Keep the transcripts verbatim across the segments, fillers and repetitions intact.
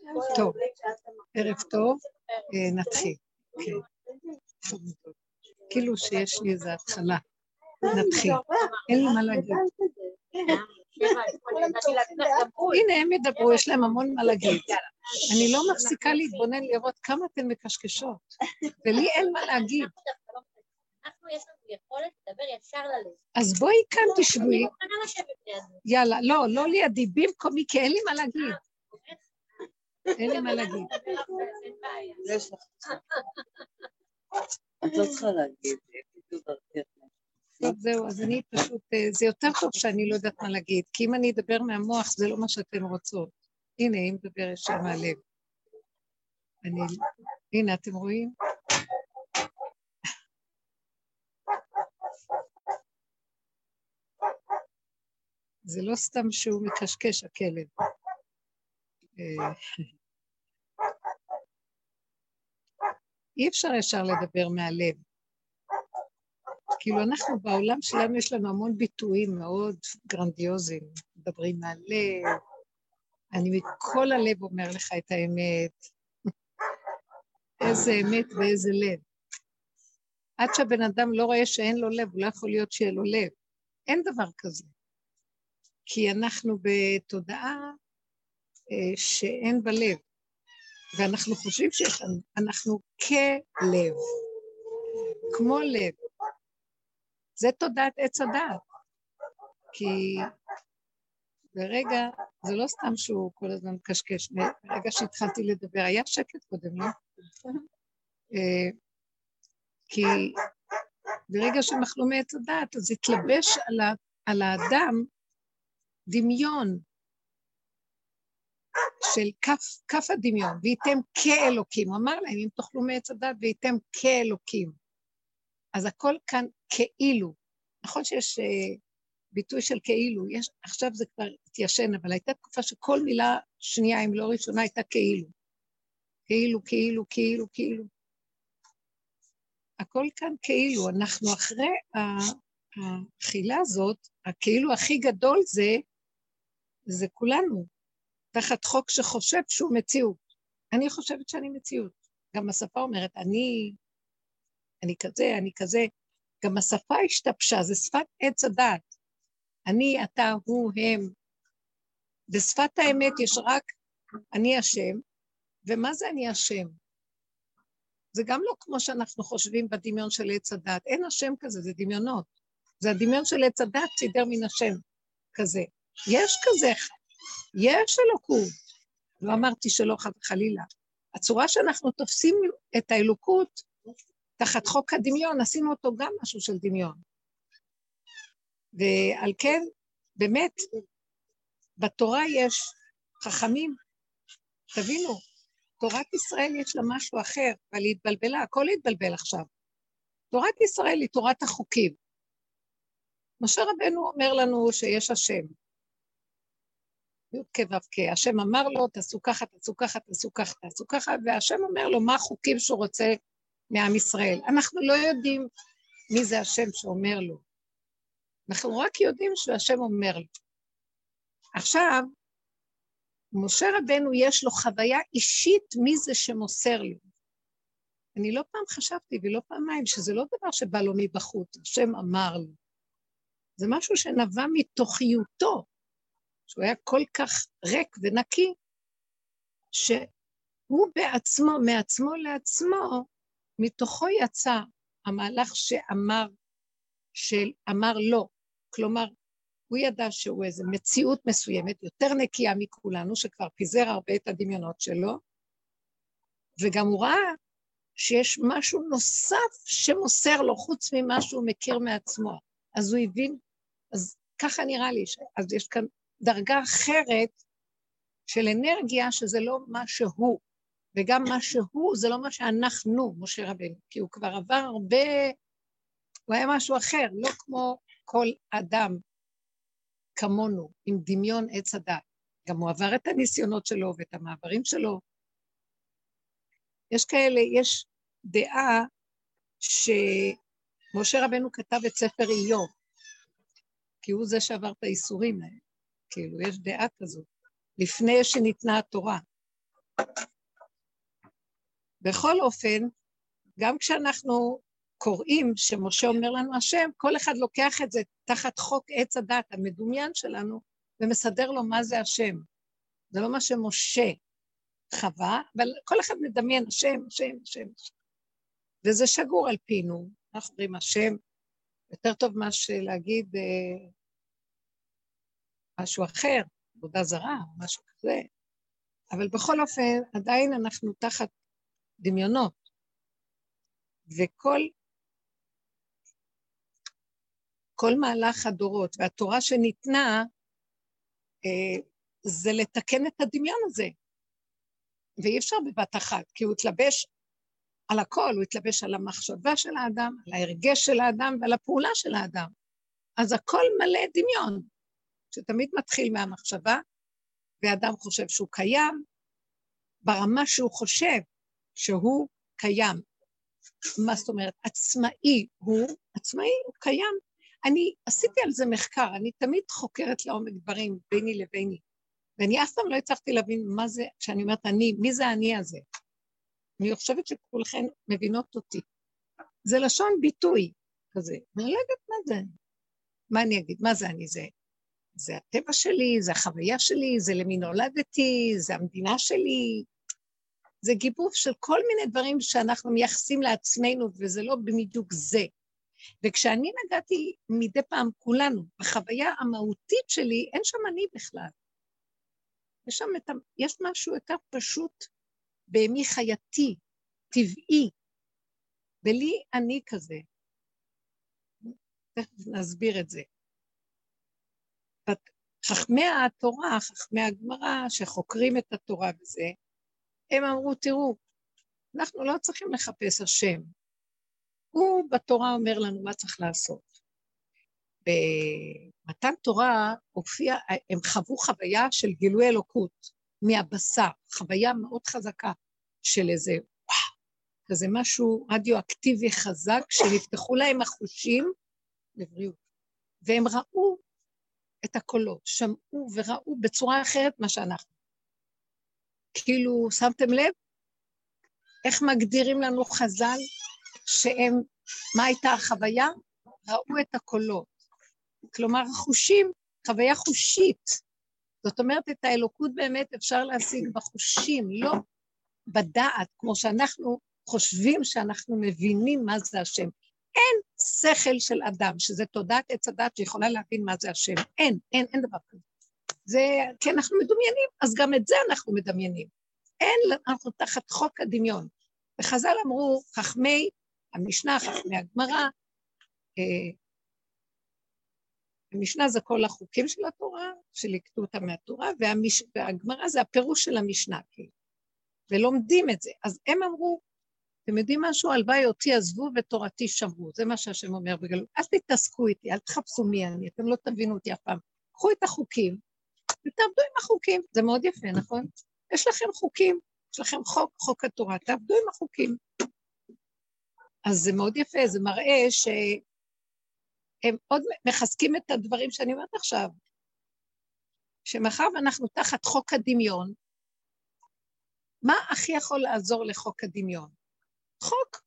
טוב, ערב טוב, נתחיל. כאילו שיש לי איזו התחלה. נתחיל. אין לי מה להגיד. הנה, הם ידברו, יש להם המון מה להגיד. אני לא מפסיקה להתבונן לראות כמה אתן מקשקשות, ולי אין מה להגיד. אנחנו יש לנו יכולת לדבר ישר ללב. אז בואי כאן תשבוי. יאללה, לא, לא לידי, במקומי, כי אין לי מה להגיד. אין לי מה להגיד. את לא צריכה להגיד. טוב, זהו, אז אני פשוט, זה יותר טוב שאני לא יודעת מה להגיד, כי אם אני אדבר מהמוח זה לא מה שאתן רוצות. הנה, אם מדבר ישר מהלב. אני, הנה, אתם רואים? זה לא סתם שהוא מקשקש, הכלב. אי אפשר ישר לדבר מהלב. כאילו אנחנו בעולם שלנו יש לנו המון ביטויים מאוד גרנדיוזיים, מדברים מהלב, אני מכל הלב אומר לך את האמת, איזה אמת ואיזה לב. עד שהבן אדם לא רואה שאין לו לב, הוא לא יכול להיות שיהיה לו לב. אין דבר כזה. כי אנחנו בתודעה אה, שאין בלב, ואנחנו חושבים שאנחנו כלב, כמו לב. זה תודעת עץ הדעת, כי ברגע, זה לא סתם שהוא כל הזמן קשקש, ברגע שהתחלתי לדבר, היה שקט קודם, לא? כי ברגע שמחלו מעץ הדעת, אז התלבש על, ה, על האדם דמיון של כף, כף הדמיון, והייתם כאלוקים, הוא אמר להם, אם תאכלו מעץ הדעת, והייתם כאלוקים. אז הכל כאן כאילו, נכון שיש uh, ביטוי של כאילו, יש, עכשיו זה כבר התיישן, אבל הייתה תקופה שכל מילה שנייה, אם לא ראשונה, הייתה כאילו. כאילו, כאילו, כאילו, כאילו. הכל כאן כאילו, אנחנו אחרי האכילה הזאת, הכאילו הכי גדול זה, זה כולנו, תחת חוק שחושב שהוא מציאות. אני חושבת שאני מציאות. גם השפה אומרת, אני, אני כזה, אני כזה. גם השפה השתפשה, זה שפת עץ הדעת. אני, אתה, הוא, הם. בשפת האמת יש רק אני השם, ומה זה אני השם? זה גם לא כמו שאנחנו חושבים בדמיון של עץ הדעת. אין השם כזה, זה דמיונות. זה הדמיון של עץ הדעת סידר מן השם כזה. יש כזה, יש אלוקות. לא אמרתי שלא חלילה. הצורה שאנחנו תופסים את האלוקות, תחת חוק הדמיון, עשינו אותו גם משהו של דמיון. ועל כן, באמת, בתורה יש חכמים, תבינו, תורת ישראל יש לה משהו אחר, אבל היא התבלבלה, הכל התבלבל עכשיו. תורת ישראל היא תורת החוקים. משה רבנו אומר לנו שיש השם. כבבקה, השם אמר לו, תעשו ככה, תעשו ככה, תעשו ככה, תעשו ככה, והשם אומר לו מה החוקים שהוא רוצה מעם ישראל. אנחנו לא יודעים מי זה השם שאומר לו. אנחנו רק יודעים שהשם אומר לו. עכשיו, משה רבנו יש לו חוויה אישית מי זה שמוסר לו. אני לא פעם חשבתי ולא פעמיים שזה לא דבר שבא לו מבחוץ, השם אמר לו. זה משהו שנבע מתוכיותו, שהוא היה כל כך ריק ונקי, שהוא בעצמו, מעצמו לעצמו, מתוכו יצא המהלך שאמר, שאמר לא. כלומר, הוא ידע שהוא איזו מציאות מסוימת, יותר נקייה מכולנו, שכבר פיזר הרבה את הדמיונות שלו, וגם הוא ראה שיש משהו נוסף שמוסר לו, חוץ ממה שהוא מכיר מעצמו. אז הוא הבין, אז ככה נראה לי, אז יש כאן דרגה אחרת של אנרגיה, שזה לא מה שהוא, וגם מה שהוא זה לא מה שאנחנו, משה רבנו, כי הוא כבר עבר הרבה, הוא היה משהו אחר, לא כמו כל אדם כמונו, עם דמיון עץ הדת. גם הוא עבר את הניסיונות שלו ואת המעברים שלו. יש כאלה, יש דעה שמשה רבנו כתב את ספר איוב, כי הוא זה שעבר את האיסורים האלה. כאילו, יש דעה כזאת, לפני שניתנה התורה. בכל אופן, גם כשאנחנו קוראים שמשה אומר לנו השם, כל אחד לוקח את זה תחת חוק עץ הדת המדומיין שלנו, ומסדר לו מה זה השם. זה לא מה שמשה חווה, אבל כל אחד מדמיין השם, השם, השם. וזה שגור על פינו, אנחנו אומרים השם, יותר טוב מה שלהגיד אה, משהו אחר, עבודה זרה, משהו כזה. אבל בכל אופן, עדיין אנחנו תחת דמיונות. וכל כל מהלך הדורות, והתורה שניתנה, אה, זה לתקן את הדמיון הזה. ואי אפשר בבת אחת, כי הוא התלבש על הכל, הוא התלבש על המחשבה של האדם, על ההרגש של האדם ועל הפעולה של האדם. אז הכל מלא דמיון, שתמיד מתחיל מהמחשבה, והאדם חושב שהוא קיים, ברמה שהוא חושב שהוא קיים. מה זאת אומרת? עצמאי הוא, עצמאי הוא קיים. אני עשיתי על זה מחקר, אני תמיד חוקרת לעומק דברים ביני לביני, ואני אף פעם לא הצלחתי להבין מה זה, כשאני אומרת אני, מי זה אני הזה? אני חושבת שכולכן מבינות אותי. זה לשון ביטוי כזה, אני לא יודעת מה זה. מה אני אגיד? מה זה אני? זה, זה הטבע שלי, זה החוויה שלי, זה למי נולדתי, זה המדינה שלי. זה גיבוב של כל מיני דברים שאנחנו מייחסים לעצמנו, וזה לא בדיוק זה. וכשאני נגעתי מדי פעם כולנו, בחוויה המהותית שלי, אין שם אני בכלל. יש שם את, יש משהו יותר פשוט, בהמי חייתי, טבעי, בלי אני כזה. תכף נסביר את זה. חכמי התורה, חכמי הגמרא, שחוקרים את התורה בזה, הם אמרו, תראו, אנחנו לא צריכים לחפש השם. הוא בתורה אומר לנו מה צריך לעשות. במתן תורה הופיע, הם חוו חוויה של גילוי אלוקות, מהבשר, חוויה מאוד חזקה של איזה, וואו, כזה משהו רדיואקטיבי חזק, שנפתחו להם החושים לבריאות. והם ראו את הקולות, שמעו וראו בצורה אחרת מה שאנחנו. כאילו, שמתם לב? איך מגדירים לנו חז"ל שהם, מה הייתה החוויה? ראו את הקולות. כלומר, חושים, חוויה חושית. זאת אומרת, את האלוקות באמת אפשר להשיג בחושים, לא בדעת, כמו שאנחנו חושבים שאנחנו מבינים מה זה השם. אין שכל של אדם, שזה תודעת עץ הדת שיכולה להבין מה זה השם. אין, אין, אין דבר כזה. זה, כי אנחנו מדומיינים, אז גם את זה אנחנו מדמיינים. אין, אנחנו תחת חוק הדמיון. וחז"ל אמרו, חכמי המשנה, חכמי הגמרא, אה, המשנה זה כל החוקים של התורה, שלקטו אותם מהתורה, והמש... והגמרא זה הפירוש של המשנה, כאילו. ולומדים את זה. אז הם אמרו, אתם יודעים משהו? הלוואי אותי עזבו ותורתי שמרו. זה מה שהשם אומר בגלות. אל תתעסקו איתי, אל תחפשו מי אני, אתם לא תבינו אותי אף פעם. קחו את החוקים, ותעבדו עם החוקים. זה מאוד יפה, נכון? יש לכם חוקים, יש לכם חוק, חוק התורה, תעבדו עם החוקים. אז זה מאוד יפה, זה מראה שהם עוד מחזקים את הדברים שאני אומרת עכשיו, שמחר אנחנו תחת חוק הדמיון, מה הכי יכול לעזור לחוק הדמיון? חוק,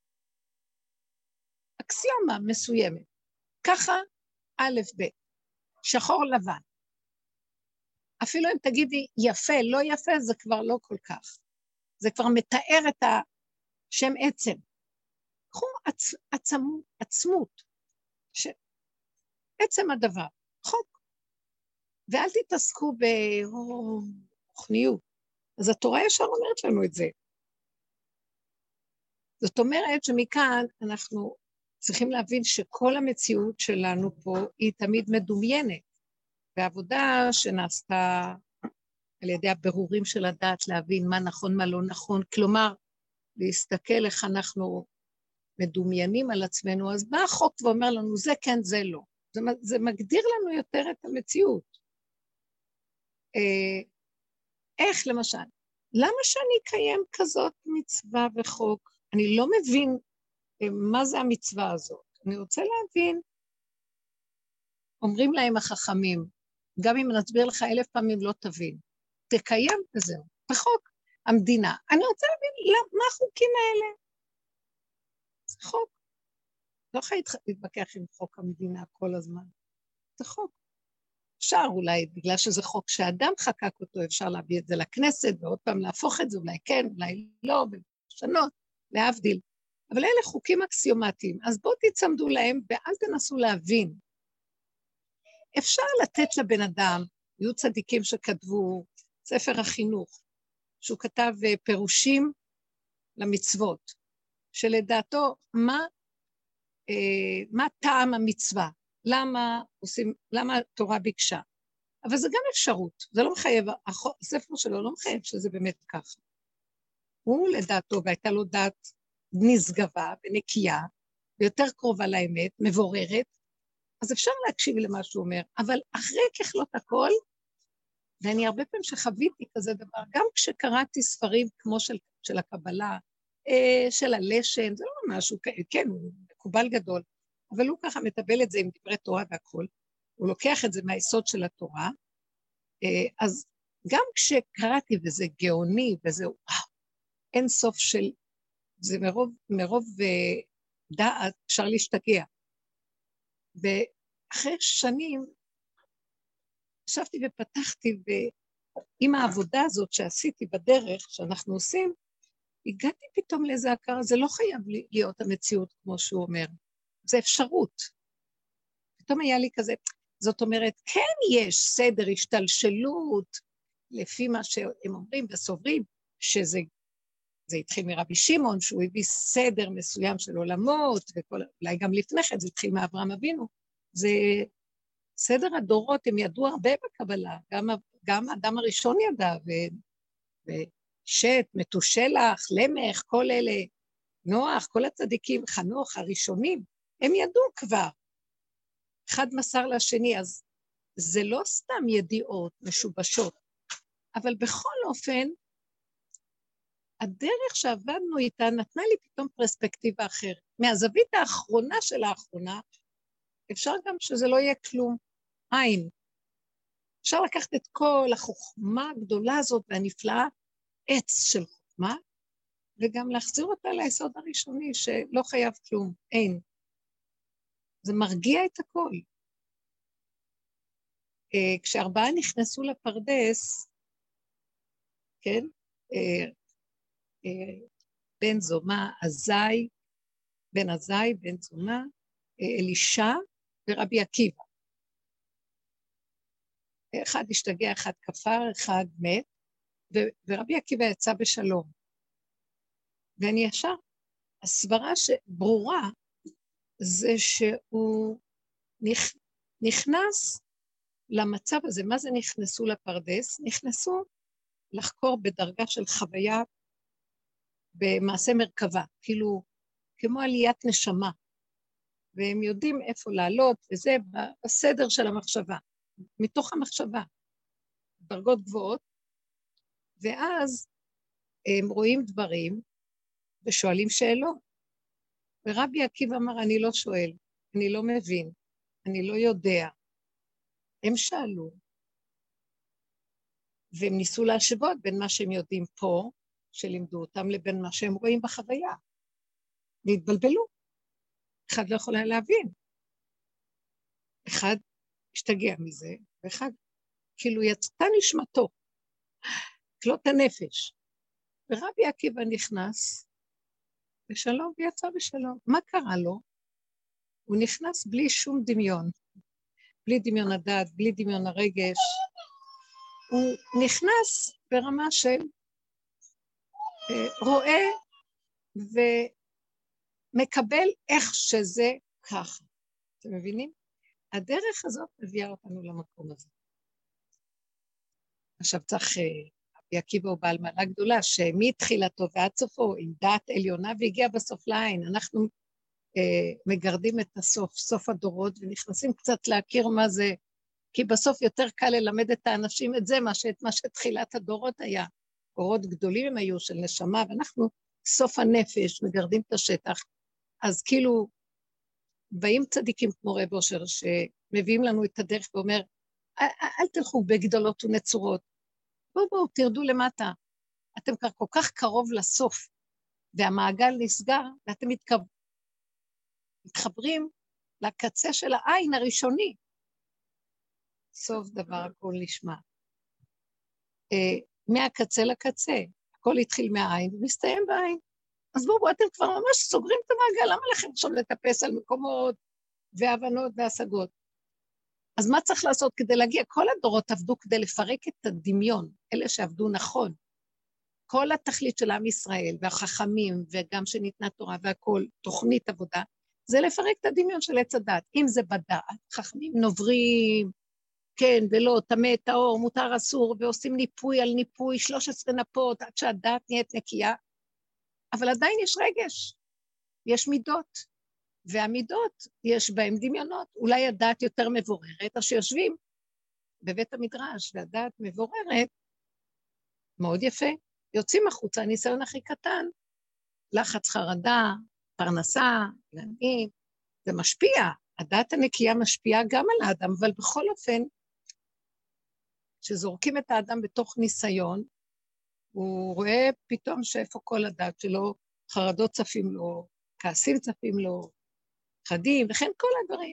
אקסיומה מסוימת, ככה א' ב', שחור לבן. אפילו אם תגידי יפה, לא יפה, זה כבר לא כל כך. זה כבר מתאר את השם עצם. קחו עצ... עצמות, עצמות, ש... עצם הדבר, חוק. ואל תתעסקו ברוחניות. אז התורה ישר אומרת לנו את זה. זאת אומרת שמכאן אנחנו צריכים להבין שכל המציאות שלנו פה היא תמיד מדומיינת. בעבודה שנעשתה על ידי הבירורים של הדעת להבין מה נכון, מה לא נכון, כלומר, להסתכל איך אנחנו מדומיינים על עצמנו, אז בא החוק ואומר לנו, זה כן, זה לא. זה, זה מגדיר לנו יותר את המציאות. אה, איך למשל? למה שאני אקיים כזאת מצווה וחוק? אני לא מבין אה, מה זה המצווה הזאת. אני רוצה להבין, אומרים להם החכמים, גם אם נסביר לך אלף פעמים לא תבין, תקיים וזהו, בחוק. המדינה. אני רוצה להבין מה החוקים האלה. זה חוק. לא יכולה להתווכח עם חוק המדינה כל הזמן. זה חוק. אפשר אולי, בגלל שזה חוק שאדם חקק אותו, אפשר להביא את זה לכנסת, ועוד פעם להפוך את זה, אולי כן, אולי לא, ולשנות, להבדיל. אבל אלה חוקים אקסיומטיים, אז בואו תצמדו להם, ואל תנסו להבין. אפשר לתת לבן אדם, יהיו צדיקים שכתבו ספר החינוך, שהוא כתב פירושים למצוות, שלדעתו מה, אה, מה טעם המצווה, למה עושים, למה התורה ביקשה. אבל זה גם אפשרות, זה לא מחייב, הספר שלו לא מחייב שזה באמת ככה. הוא לדעתו, והייתה לו דעת נשגבה ונקייה, ויותר קרובה לאמת, מבוררת, אז אפשר להקשיב למה שהוא אומר, אבל אחרי ככלות הכל, ואני הרבה פעמים שחוויתי כזה דבר, גם כשקראתי ספרים כמו של, של הקבלה, של הלשן, זה לא משהו, כן, הוא מקובל גדול, אבל הוא ככה מטבל את זה עם דברי תורה והכל, הוא לוקח את זה מהיסוד של התורה, אז גם כשקראתי וזה גאוני וזה וואו, אין סוף של, זה מרוב, מרוב דעת אפשר להשתגע. ואחרי שנים ישבתי ופתחתי, ועם העבודה הזאת שעשיתי בדרך שאנחנו עושים, הגעתי פתאום לאיזה הכרה, זה לא חייב להיות המציאות כמו שהוא אומר, זה אפשרות. פתאום היה לי כזה, זאת אומרת, כן יש סדר השתלשלות, לפי מה שהם אומרים וסוברים, שזה זה התחיל מרבי שמעון, שהוא הביא סדר מסוים של עולמות, ואולי גם לפני כן זה התחיל מאברהם אבינו, זה סדר הדורות, הם ידעו הרבה בקבלה, גם, גם האדם הראשון ידע, ו, ושת, מתושלח, למך, כל אלה, נוח, כל הצדיקים, חנוך, הראשונים, הם ידעו כבר, אחד מסר לשני, אז זה לא סתם ידיעות משובשות, אבל בכל אופן, הדרך שעבדנו איתה נתנה לי פתאום פרספקטיבה אחרת. מהזווית האחרונה של האחרונה, אפשר גם שזה לא יהיה כלום, עין. אפשר לקחת את כל החוכמה הגדולה הזאת והנפלאה, עץ של חוכמה, וגם להחזיר אותה ליסוד הראשוני שלא חייב כלום, אין. זה מרגיע את הכל. כשארבעה נכנסו לפרדס, כן? בן זומה, עזאי, בן עזאי, בן זומה, אלישע ורבי עקיבא. אחד השתגע, אחד כפר, אחד מת, ורבי עקיבא יצא בשלום. ואני ישר, הסברה שברורה, זה שהוא נכנס למצב הזה. מה זה נכנסו לפרדס? נכנסו לחקור בדרגה של חוויה במעשה מרכבה, כאילו כמו עליית נשמה, והם יודעים איפה לעלות, וזה בסדר של המחשבה, מתוך המחשבה, דרגות גבוהות, ואז הם רואים דברים ושואלים שאלות, ורבי עקיבא אמר, אני לא שואל, אני לא מבין, אני לא יודע. הם שאלו, והם ניסו להשוות בין מה שהם יודעים פה, שלימדו אותם, לבין מה שהם רואים בחוויה. והתבלבלו. אחד לא יכול היה להבין. אחד השתגע מזה, ואחד כאילו יצא נשמתו, כלות הנפש. ורבי עקיבא נכנס בשלום ויצא בשלום. מה קרה לו? הוא נכנס בלי שום דמיון, בלי דמיון הדעת, בלי דמיון הרגש. הוא נכנס ברמה של רואה ומקבל איך שזה ככה. אתם מבינים? הדרך הזאת מביאה אותנו למקום הזה. עכשיו צריך, רבי עקיבא הוא בעל מעלה גדולה, שמתחילתו ועד סופו, עם דעת עליונה, והגיע בסוף לעין. אנחנו אה, מגרדים את הסוף, סוף הדורות, ונכנסים קצת להכיר מה זה, כי בסוף יותר קל ללמד את האנשים את זה, מה, שאת, מה שתחילת הדורות היה. אורות גדולים הם היו של נשמה, ואנחנו סוף הנפש, מגרדים את השטח. אז כאילו, באים צדיקים כמו רב אושר, שמביאים לנו את הדרך ואומר, אל, אל תלכו בגדולות ונצורות, בואו בואו, תרדו למטה. אתם כבר כל כך קרוב לסוף, והמעגל נסגר, ואתם מתקב... מתחברים לקצה של העין הראשוני. סוף דבר הכל נשמע. אה, מהקצה לקצה, הכל התחיל מהעין, ומסתיים בעין. אז בואו, אתם כבר ממש סוגרים את המעגל, למה לכם עכשיו לטפס על מקומות, והבנות והשגות? אז מה צריך לעשות כדי להגיע? כל הדורות עבדו כדי לפרק את הדמיון, אלה שעבדו נכון. כל התכלית של עם ישראל, והחכמים, וגם שניתנה תורה והכל, תוכנית עבודה, זה לפרק את הדמיון של עץ הדת. אם זה בדעת, חכמים נוברים, כן ולא, טמא את האור, מותר אסור, ועושים ניפוי על ניפוי, שלוש עשרה נפות, עד שהדעת נהיית נקייה, אבל עדיין יש רגש, יש מידות, והמידות יש בהם דמיונות, אולי הדעת יותר מבוררת, אז שיושבים בבית המדרש, והדעת מבוררת, מאוד יפה, יוצאים החוצה, הניסיון הכי קטן, לחץ חרדה, פרנסה, עניינים, זה משפיע, הדעת הנקייה משפיעה גם על האדם, אבל בכל אופן, כשזורקים את האדם בתוך ניסיון, הוא רואה פתאום שאיפה כל הדעת שלו, חרדות צפים לו, כעסים צפים לו, חדים, וכן כל הדברים.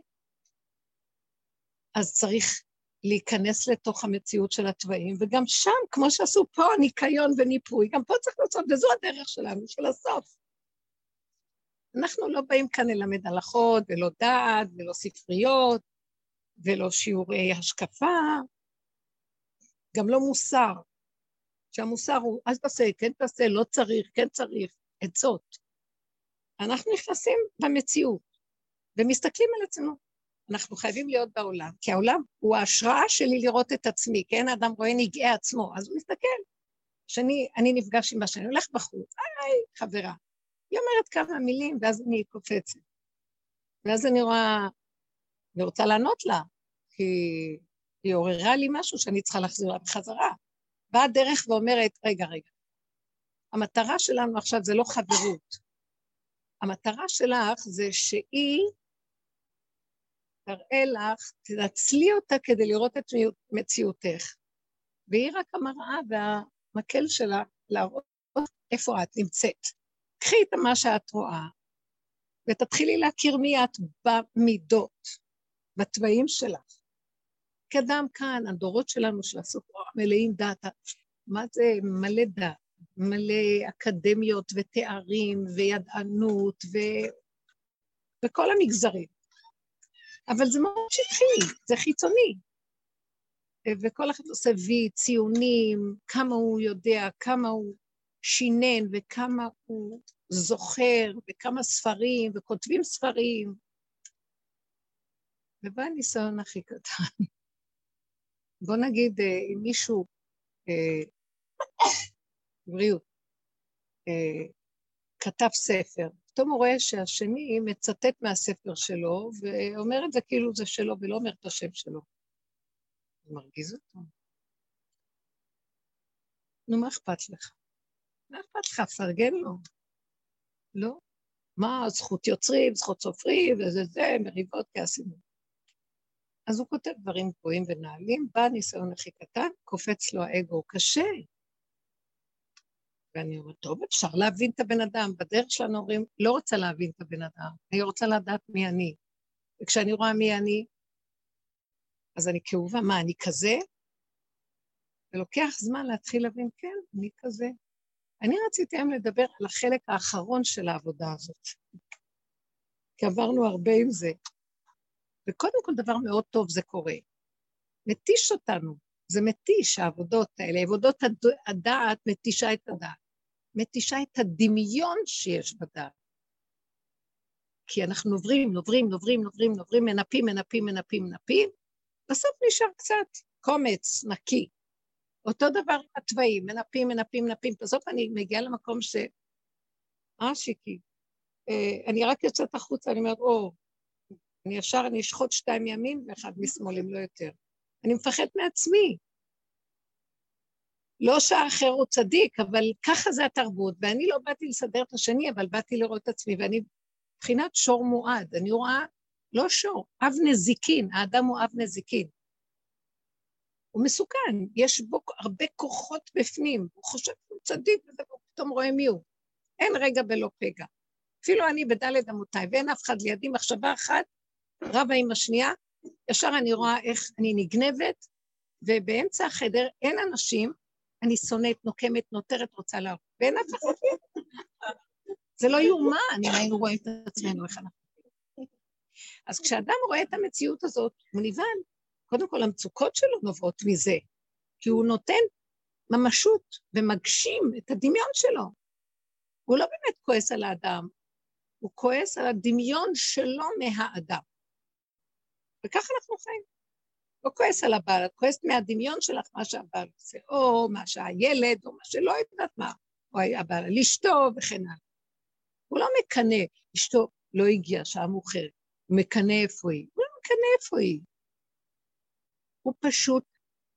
אז צריך להיכנס לתוך המציאות של הטבעים, וגם שם, כמו שעשו פה ניקיון וניפוי, גם פה צריך לעשות, וזו הדרך שלנו, של הסוף. אנחנו לא באים כאן ללמד הלכות, ולא דעת, ולא ספריות, ולא שיעורי השקפה, גם לא מוסר. שהמוסר הוא, אז תעשה, כן תעשה, לא צריך, כן צריך, עצות. אנחנו נכנסים במציאות, ומסתכלים על עצמנו. אנחנו חייבים להיות בעולם, כי העולם הוא ההשראה שלי לראות את עצמי, כן? האדם רואה נגעי עצמו, אז הוא מסתכל. שאני, אני נפגש עם מה שאני הולך בחוץ, היי, חברה. היא אומרת כמה מילים, ואז אני קופצת. ואז אני רואה, אני רוצה לענות לה, כי היא עוררה לי משהו שאני צריכה להחזיר לה בחזרה. באה דרך ואומרת, רגע, רגע, המטרה שלנו עכשיו זה לא חברות. המטרה שלך זה שהיא תראה לך, תנצלי אותה כדי לראות את מציאותך. והיא רק המראה והמקל שלה להראות איפה את נמצאת. קחי את מה שאת רואה, ותתחילי להכיר מי את במידות, בטבעים שלך. קדם כאן, הדורות שלנו של הסופר מלאים דעת, מה זה מלא דעת, מלא אקדמיות ותארים וידענות ו... וכל המגזרים. אבל זה מאוד שטחי, זה חיצוני. וכל אחד עושה וי, ציונים, כמה הוא יודע, כמה הוא שינן וכמה הוא זוכר, וכמה ספרים, וכותבים ספרים. ובא הניסיון הכי קטן. בוא נגיד, אם מישהו, בריאות, כתב ספר, פתאום הוא רואה שהשני מצטט מהספר שלו, ואומר את זה כאילו זה שלו, ולא אומר את השם שלו. זה מרגיז אותו. נו, מה אכפת לך? מה אכפת לך? פרגן לו. לא? מה, זכות יוצרים, זכות סופרים, וזה זה, מריבות כעשינו. אז הוא כותב דברים גבוהים ונעלים, בא הניסיון הכי קטן, קופץ לו האגו, קשה. ואני אומרת, טוב, אפשר להבין את הבן אדם. בדרך שלנו אומרים, לא רוצה להבין את הבן אדם, אני רוצה לדעת מי אני. וכשאני רואה מי אני, אז אני כאובה, מה, אני כזה? ולוקח זמן להתחיל להבין, כן, אני כזה. אני רציתי היום לדבר על החלק האחרון של העבודה הזאת. כי עברנו הרבה עם זה. וקודם כל דבר מאוד טוב זה קורה. מתיש אותנו, זה מתיש העבודות האלה, עבודות הדעת מתישה את הדעת. מתישה את הדמיון שיש בדעת. כי אנחנו נוברים, נוברים, נוברים, נוברים, נוברים, מנפים, מנפים, מנפים, מנפים, בסוף נשאר קצת קומץ נקי. אותו דבר עם הטבעים, מנפים, מנפים, מנפים, בסוף אני מגיעה למקום ש... אה, שיקי, אה, אני רק יוצאת החוצה, אני אומרת, או, אני ישר, אני אשחוט שתיים ימין ואחד משמאל, אם לא יותר. אני מפחד מעצמי. לא שהאחר הוא צדיק, אבל ככה זה התרבות, ואני לא באתי לסדר את השני, אבל באתי לראות את עצמי, ואני מבחינת שור מועד, אני רואה, לא שור, אב נזיקין, האדם הוא אב נזיקין. הוא מסוכן, יש בו הרבה כוחות בפנים, הוא חושב שהוא צדיק, והוא פתאום רואה מי הוא. אין רגע בלא פגע. אפילו אני בדלת אמותיי, ואין אף אחד לידי, מחשבה אחת, רבה עם השנייה, ישר אני רואה איך אני נגנבת, ובאמצע החדר אין אנשים, אני שונאת, נוקמת, נותרת, רוצה להראות, ואין אף אחד. זה לא יאומן, אם היינו רואים את עצמנו איך אנחנו. אז כשאדם רואה את המציאות הזאת, הוא נבהל. קודם כל, המצוקות שלו נובעות מזה, כי הוא נותן ממשות ומגשים את הדמיון שלו. הוא לא באמת כועס על האדם, הוא כועס על הדמיון שלו מהאדם. וככה אנחנו חיים. לא כועס על הבעל, את כועסת מהדמיון שלך מה שהבעל עושה, או מה שהילד, או מה שלא יודעת מה, או הבעל על אשתו וכן הלאה. הוא לא מקנה, אשתו לא הגיעה שעה מאוחרת, הוא מקנה איפה היא, הוא לא מקנה איפה היא. הוא פשוט,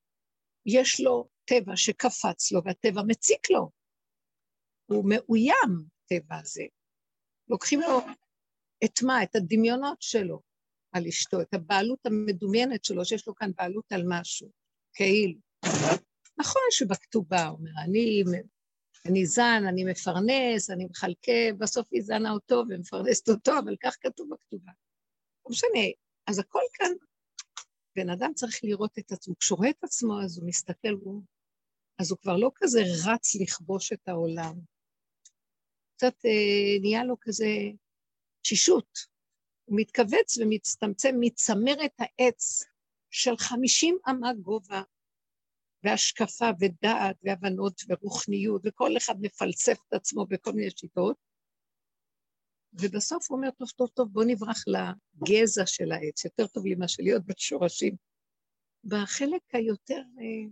יש לו טבע שקפץ לו, והטבע מציק לו. הוא מאוים, טבע הזה. לוקחים לו את מה? את הדמיונות שלו על אשתו, את הבעלות המדומיינת שלו, שיש לו כאן בעלות על משהו, כאילו. נכון שבכתובה, הוא אומר, אני, אני זן, אני מפרנס, אני מחלקה, בסוף היא זנה אותו ומפרנסת אותו, אבל כך כתוב בכתובה. לא משנה, אז הכל כאן, בן אדם צריך לראות את עצמו, כשהוא רואה את עצמו, אז הוא מסתכל, הוא, אז הוא כבר לא כזה רץ לכבוש את העולם. קצת אה, נהיה לו כזה תשישות, הוא מתכווץ ומצטמצם מצמרת העץ של חמישים אמה גובה, והשקפה ודעת והבנות ורוחניות, וכל אחד מפלסף את עצמו בכל מיני שיטות, ובסוף הוא אומר, טוב, טוב, טוב, בוא נברח לגזע של העץ, יותר טוב לי מה שלהיות בשורשים. בחלק היותר אה,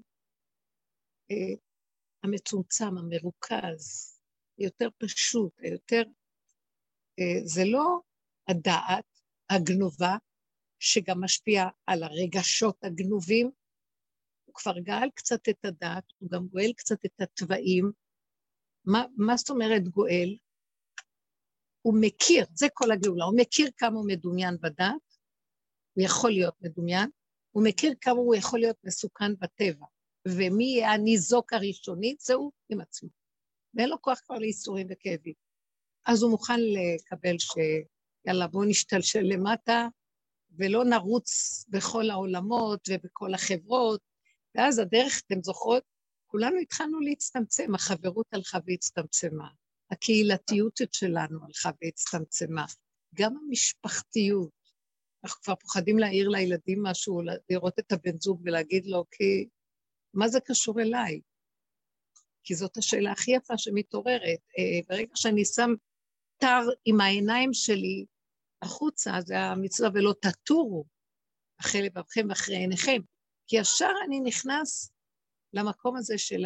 אה, המצומצם, המרוכז, יותר פשוט, יותר, אה, זה לא הדעת הגנובה, שגם משפיע על הרגשות הגנובים, הוא כבר גאל קצת את הדעת, הוא גם גואל קצת את הטבעים. מה, מה זאת אומרת גואל? הוא מכיר, זה כל הגאולה, הוא מכיר כמה הוא מדומיין בדעת, הוא יכול להיות מדומיין, הוא מכיר כמה הוא יכול להיות מסוכן בטבע, ומי יהיה הניזוק הראשונית, זהו עם עצמו. ואין לו כוח כבר לאיסורים וכאבים. אז הוא מוכן לקבל ש... יאללה, בואו נשתלשל למטה, ולא נרוץ בכל העולמות ובכל החברות, ואז הדרך, אתם זוכרות, כולנו התחלנו להצטמצם, החברות הלכה והצטמצמה, הקהילתיות שלנו הלכה והצטמצמה, גם המשפחתיות, אנחנו כבר פוחדים להעיר לילדים משהו, לראות את הבן זוג ולהגיד לו, כי מה זה קשור אליי? כי זאת השאלה הכי יפה שמתעוררת, ברגע שאני שם תר עם העיניים שלי, החוצה, זה המצווה, ולא תטורו, אחרי לבבכם ואחרי עיניכם, כי ישר אני נכנס למקום הזה של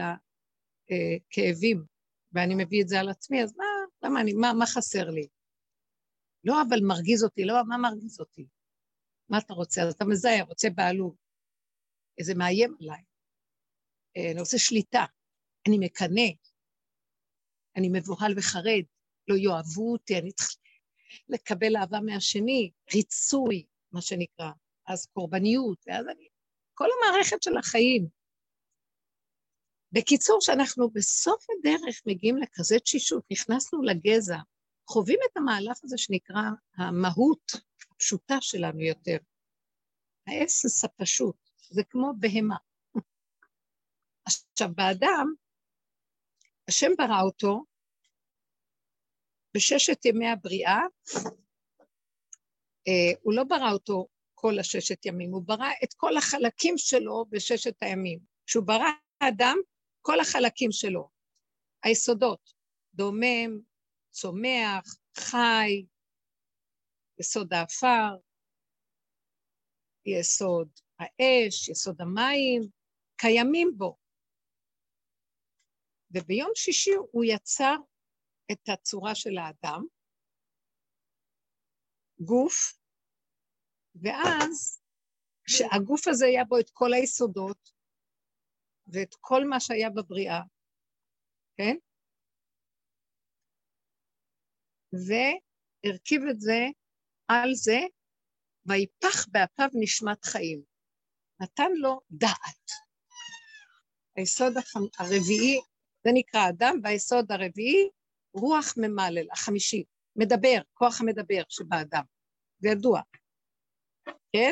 הכאבים, ואני מביא את זה על עצמי, אז מה, למה אני, מה, מה חסר לי? לא, אבל מרגיז אותי, לא, מה מרגיז אותי? מה אתה רוצה? אז אתה מזהה, רוצה בעלות, איזה מאיים עליי, אני רוצה שליטה, אני מקנה, אני מבוהל וחרד, לא יאהבו אותי, אני צריך לקבל אהבה מהשני, ריצוי, מה שנקרא, אז קורבניות, ואז אני, כל המערכת של החיים. בקיצור, שאנחנו בסוף הדרך מגיעים לכזה תשישות, נכנסנו לגזע, חווים את המהלך הזה שנקרא המהות הפשוטה שלנו יותר. האסנס הפשוט, זה כמו בהמה. עכשיו, באדם, השם ברא אותו, בששת ימי הבריאה, אה, הוא לא ברא אותו כל הששת ימים, הוא ברא את כל החלקים שלו בששת הימים. כשהוא ברא האדם, כל החלקים שלו, היסודות, דומם, צומח, חי, יסוד האפר, יסוד האש, יסוד המים, קיימים בו. וביום שישי הוא יצר את הצורה של האדם, גוף, ואז שהגוף הזה היה בו את כל היסודות, ואת כל מה שהיה בבריאה, כן? והרכיב את זה על זה, ויפח באפיו נשמת חיים. נתן לו דעת. היסוד הרביעי, זה נקרא אדם, והיסוד הרביעי, רוח ממלל, החמישי, מדבר, כוח המדבר שבאדם, זה ידוע, כן?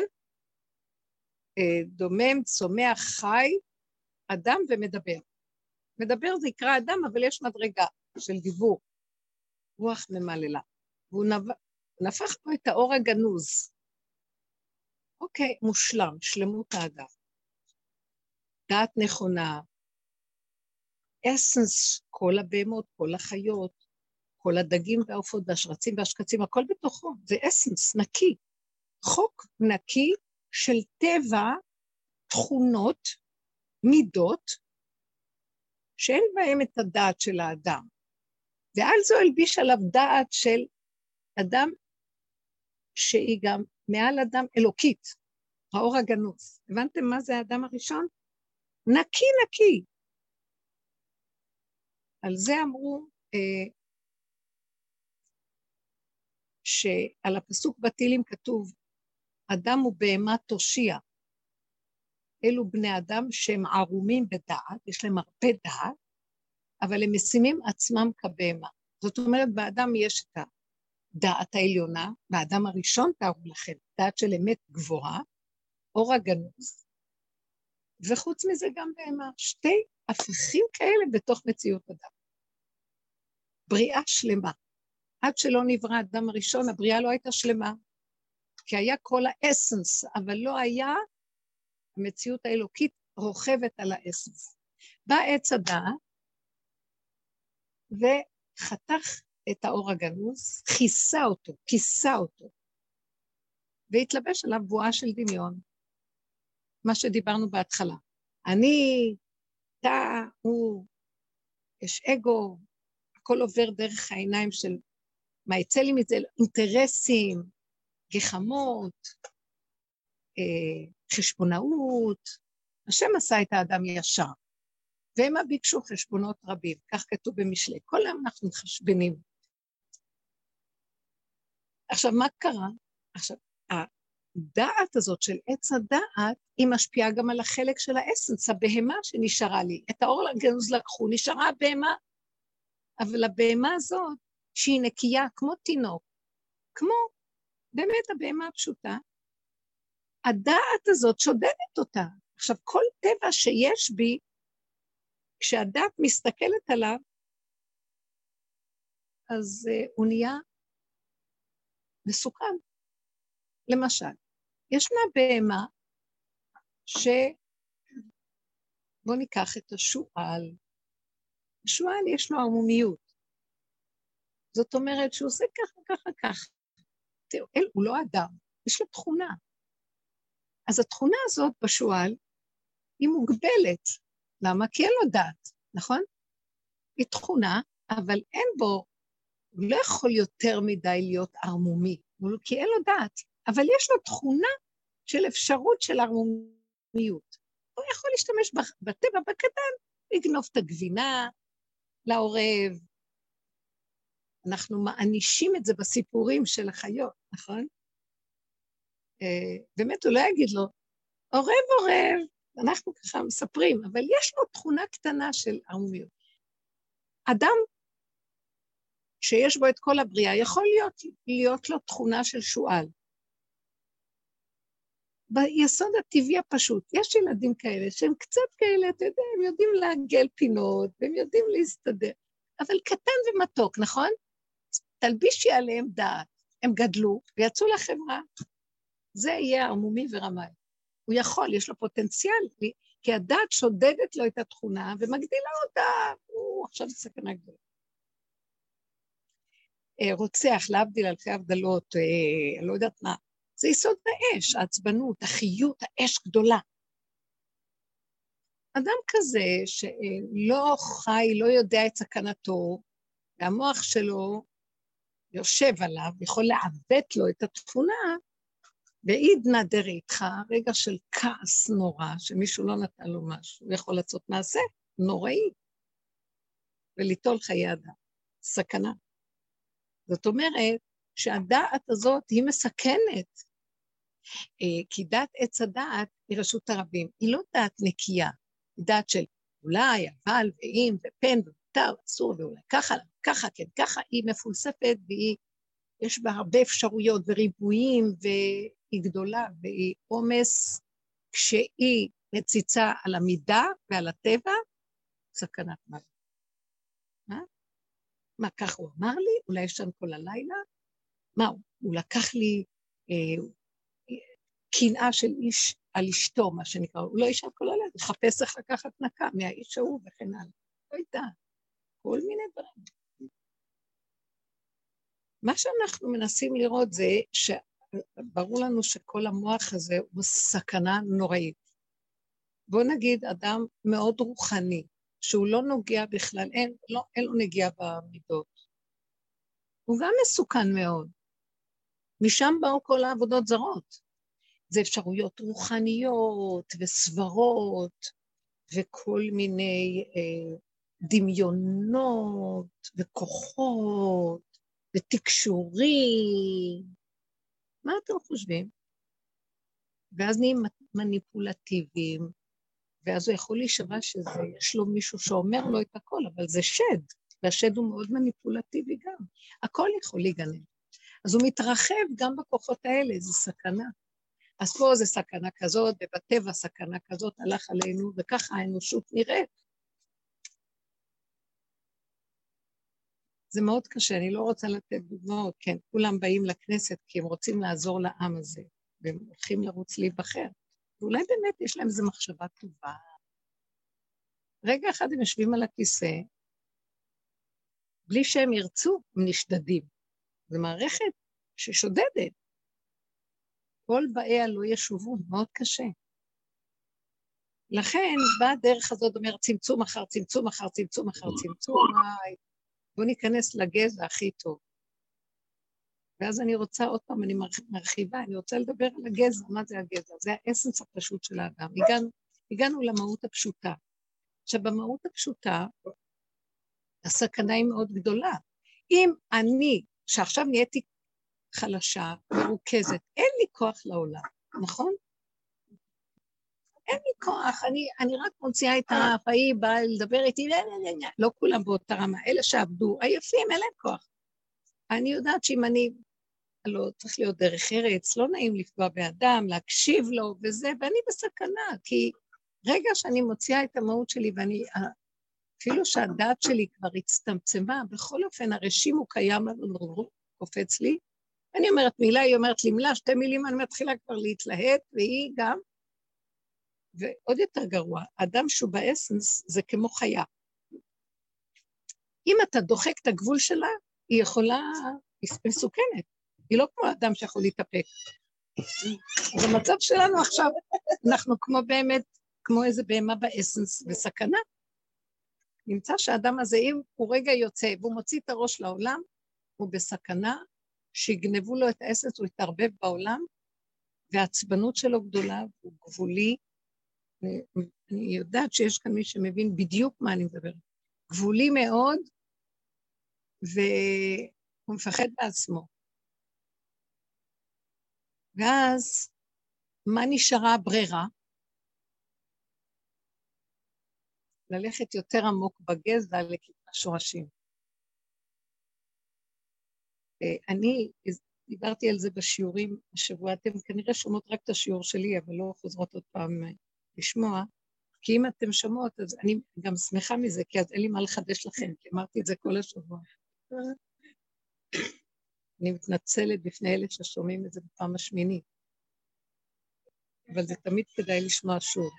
דומם, צומח, חי, אדם ומדבר. מדבר זה יקרא אדם, אבל יש מדרגה של דיבור, רוח ממללה. והוא נפח פה את האור הגנוז. אוקיי, מושלם, שלמות האדם. דעת נכונה, אסנס, כל הבהמות, כל החיות, כל הדגים והעופות והשרצים והשקצים, הכל בתוכו, זה אסנס, נקי. חוק נקי של טבע, תכונות, מידות, שאין בהם את הדעת של האדם. ועל זו הלביש עליו דעת של אדם, שהיא גם מעל אדם אלוקית, האור הגנוז. הבנתם מה זה האדם הראשון? נקי נקי. על זה אמרו, אה, שעל הפסוק בתהילים כתוב, אדם ובהמה תושיע. אלו בני אדם שהם ערומים בדעת, יש להם הרבה דעת, אבל הם משימים עצמם כבהמה. זאת אומרת, באדם יש את הדעת העליונה, באדם הראשון תארו לכם, דעת של אמת גבוהה, אור הגנוז, וחוץ מזה גם בהמה, שתי הפכים כאלה בתוך מציאות אדם. בריאה שלמה. עד שלא נברא האדם הראשון, הבריאה לא הייתה שלמה, כי היה כל האסנס, אבל לא היה המציאות האלוקית רוכבת על האסנס. בא עץ הדעת, וחתך את האור הגנוז, כיסה אותו, כיסה אותו, והתלבש עליו בועה של דמיון, מה שדיברנו בהתחלה. אני, אתה, הוא, יש אגו, הכל עובר דרך העיניים של מה יצא לי מזה, אינטרסים, גחמות, אה, חשבונאות. השם עשה את האדם ישר, והם ביקשו חשבונות רבים, כך כתוב במשלי. כל היום אנחנו מחשבנים. עכשיו, מה קרה? עכשיו, הדעת הזאת של עץ הדעת, היא משפיעה גם על החלק של האסנס, הבהמה שנשארה לי. את האור הגנוז לקחו, נשארה הבהמה, אבל הבהמה הזאת, שהיא נקייה כמו תינוק, כמו באמת הבהמה הפשוטה, הדעת הזאת שודדת אותה. עכשיו, כל טבע שיש בי, כשהדעת מסתכלת עליו, אז uh, הוא נהיה מסוכן. למשל, ישנה בהמה ש... בוא ניקח את השועל. השועל יש לו ערמומיות. זאת אומרת שהוא עושה ככה, ככה, ככה. אל, הוא לא אדם, יש לו תכונה. אז התכונה הזאת בשועל היא מוגבלת. למה? כי אין לו דעת, נכון? היא תכונה, אבל אין בו, הוא לא יכול יותר מדי להיות ערמומי, כי אין לו דעת, אבל יש לו תכונה של אפשרות של ערמומיות. הוא יכול להשתמש בטבע בקטן, לגנוב את הגבינה, לעורב. אנחנו מענישים את זה בסיפורים של החיות, נכון? באמת הוא לא יגיד לו, עורב עורב, אנחנו ככה מספרים, אבל יש לו תכונה קטנה של ערמומיות. אדם שיש בו את כל הבריאה, יכול להיות, להיות לו תכונה של שועל. ביסוד הטבעי הפשוט, יש ילדים כאלה שהם קצת כאלה, אתה יודע, הם יודעים לעגל פינות, והם יודעים להסתדר, אבל קטן ומתוק, נכון? תלבישי עליהם דעת, הם גדלו ויצאו לחברה, זה יהיה ערמומי ורמאי. הוא יכול, יש לו פוטנציאל, כי הדעת שודדת לו את התכונה ומגדילה אותה, הוא עכשיו סכנה גדולה. רוצח, להבדיל אלפי הבדלות, אני לא יודעת מה, זה יסוד האש, העצבנות, החיות, האש גדולה. אדם כזה שלא חי, לא יודע את סכנתו, והמוח שלו יושב עליו, יכול לעוות לו את התכונה, ועידנא דריתחא, רגע של כעס נורא, שמישהו לא נתן לו משהו, הוא יכול לעשות מעשה נוראי, וליטול חיי אדם, סכנה. זאת אומרת שהדעת הזאת היא מסכנת, כי דעת עץ הדעת היא רשות הרבים, היא לא דעת נקייה, היא דעת של אולי, אבל, ואם, ופן, ומותר, אסור, ואולי ככה, ככה, כן, ככה, היא מפולספת, והיא, יש בה הרבה אפשרויות וריבועים, והיא גדולה, והיא עומס, כשהיא מציצה על המידה ועל הטבע, סכנת מוות. מה? מה, כך הוא אמר לי? אולי ישן כל הלילה? מה, הוא לקח לי אה, קנאה של איש על אשתו, מה שנקרא, הוא לא ישן כל הלילה, לחפש איך לקחת נקה מהאיש ההוא וכן הלאה. לא יודע, כל מיני דברים. מה שאנחנו מנסים לראות זה שברור לנו שכל המוח הזה הוא סכנה נוראית. בוא נגיד אדם מאוד רוחני, שהוא לא נוגע בכלל, אין, לא, אין לו נגיע במידות. הוא גם מסוכן מאוד. משם באו כל העבודות זרות. זה אפשרויות רוחניות וסברות וכל מיני אה, דמיונות וכוחות ותקשורים. מה אתם חושבים? ואז נהיים מניפולטיביים, ואז הוא יכול להישבע שזה, יש לו מישהו שאומר לו את הכל, אבל זה שד, והשד הוא מאוד מניפולטיבי גם. הכל יכול להיגנב. אז הוא מתרחב גם בכוחות האלה, זה סכנה. אז פה זה סכנה כזאת, ובטבע סכנה כזאת הלך עלינו, וככה האנושות נראית. זה מאוד קשה, אני לא רוצה לתת דוגמאות, כן, כולם באים לכנסת כי הם רוצים לעזור לעם הזה, והם הולכים לרוץ להיבחר. ואולי באמת יש להם איזו מחשבה טובה. רגע אחד הם יושבים על הכיסא, בלי שהם ירצו, הם נשדדים. זו מערכת ששודדת. כל באיה לא ישובו, מאוד קשה. לכן, באה הדרך הזאת, אומר, צמצום אחר צמצום אחר צמצום אחר צמצום, בואו ניכנס לגזע הכי טוב. ואז אני רוצה, עוד פעם, אני מרחיבה, אני רוצה לדבר על הגזע, מה זה הגזע? זה האסנס הפשוט של האדם. הגענו, הגענו למהות הפשוטה. עכשיו, במהות הפשוטה, הסכנה היא מאוד גדולה. אם אני, שעכשיו נהייתי חלשה, מרוכזת, אין לי כוח לעולם, נכון? אין לי כוח, אני, אני רק מוציאה את האף, ההיא באה לדבר איתי, לא כולם באותה רמה, אלה שעבדו, עייפים, אין להם כוח. אני יודעת שאם אני, לא צריך להיות דרך ארץ, לא נעים לפגוע באדם, להקשיב לו וזה, ואני בסכנה, כי רגע שאני מוציאה את המהות שלי, ואני, אפילו שהדעת שלי כבר הצטמצמה, בכל אופן הרשים הוא קיים, קופץ לי, אני אומרת מילה, היא אומרת לי מילה, שתי מילים, אני מתחילה כבר להתלהט, והיא גם, ועוד יותר גרוע, אדם שהוא באסנס זה כמו חיה. אם אתה דוחק את הגבול שלה, היא יכולה, היא מסוכנת. היא לא כמו אדם שיכול להתאפק. אז המצב שלנו עכשיו, אנחנו כמו באמת, כמו איזה בהמה באסנס בסכנה. נמצא שהאדם הזה, אם הוא רגע יוצא, והוא מוציא את הראש לעולם, הוא בסכנה, שיגנבו לו את האסנס, הוא יתערבב בעולם, והעצבנות שלו גדולה, הוא גבולי, אני יודעת שיש כאן מי שמבין בדיוק מה אני מדברת. גבולי מאוד, והוא מפחד בעצמו. ואז, מה נשארה הברירה? ללכת יותר עמוק בגזע לשורשים. אני דיברתי על זה בשיעורים השבוע, אתם כנראה שומעות רק את השיעור שלי, אבל לא חוזרות עוד פעם לשמוע, כי אם אתם שומעות, אז אני גם שמחה מזה, כי אז אין לי מה לחדש לכם, כי אמרתי את זה כל השבוע. אני מתנצלת בפני אלה ששומעים את זה בפעם השמינית, אבל זה תמיד כדאי לשמוע שוב.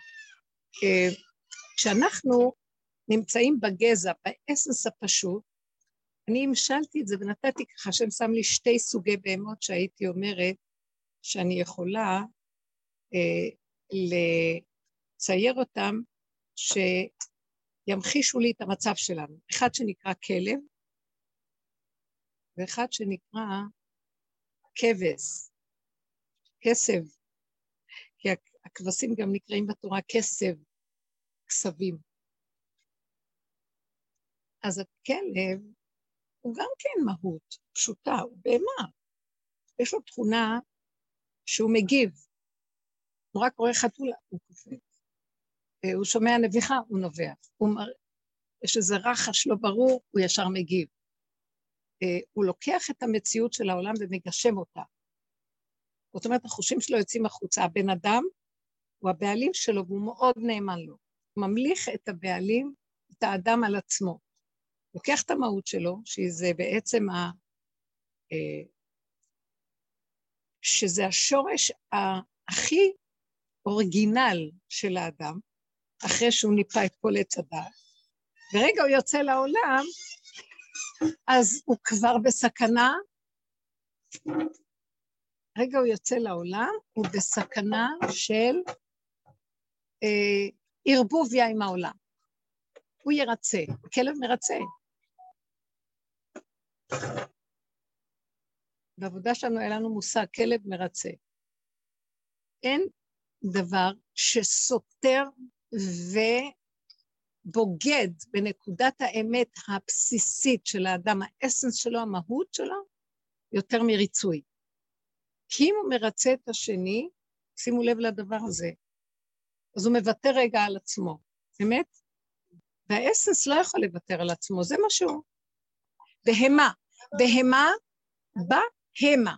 כשאנחנו נמצאים בגזע, באסנס הפשוט, אני המשלתי את זה ונתתי ככה, השם שם לי שתי סוגי בהמות שהייתי אומרת, שאני יכולה אה, לצייר אותם, שימחישו לי את המצב שלנו. אחד שנקרא כלב, ואחד שנקרא כבש, כסב, כי הכבשים גם נקראים בתורה כסב, כסבים. אז הכלב הוא גם כן מהות פשוטה, הוא בהמה. יש לו תכונה שהוא מגיב, הוא רק רואה חתולה, הוא קופץ. הוא שומע נביחה, הוא נובח. הוא מר... יש איזה רחש לא ברור, הוא ישר מגיב. הוא לוקח את המציאות של העולם ומגשם אותה. זאת אומרת, החושים שלו יוצאים החוצה. הבן אדם הוא הבעלים שלו, והוא מאוד נאמן לו. הוא ממליך את הבעלים, את האדם על עצמו. לוקח את המהות שלו, שזה בעצם ה... שזה השורש הכי אורגינל של האדם, אחרי שהוא ניפה את כל עץ הדעת, ורגע הוא יוצא לעולם, אז הוא כבר בסכנה, רגע הוא יוצא לעולם, הוא בסכנה של אה, ערבוביה עם העולם. הוא ירצה, כלב מרצה. בעבודה שלנו היה לנו מושג, כלב מרצה. אין דבר שסותר ובוגד בנקודת האמת הבסיסית של האדם, האסנס שלו, המהות שלו, יותר מריצוי. כי אם הוא מרצה את השני, שימו לב לדבר הזה, אז הוא מוותר רגע על עצמו, באמת? והאסנס לא יכול לוותר על עצמו, זה משהו. בהמה, בהמה, בהמה.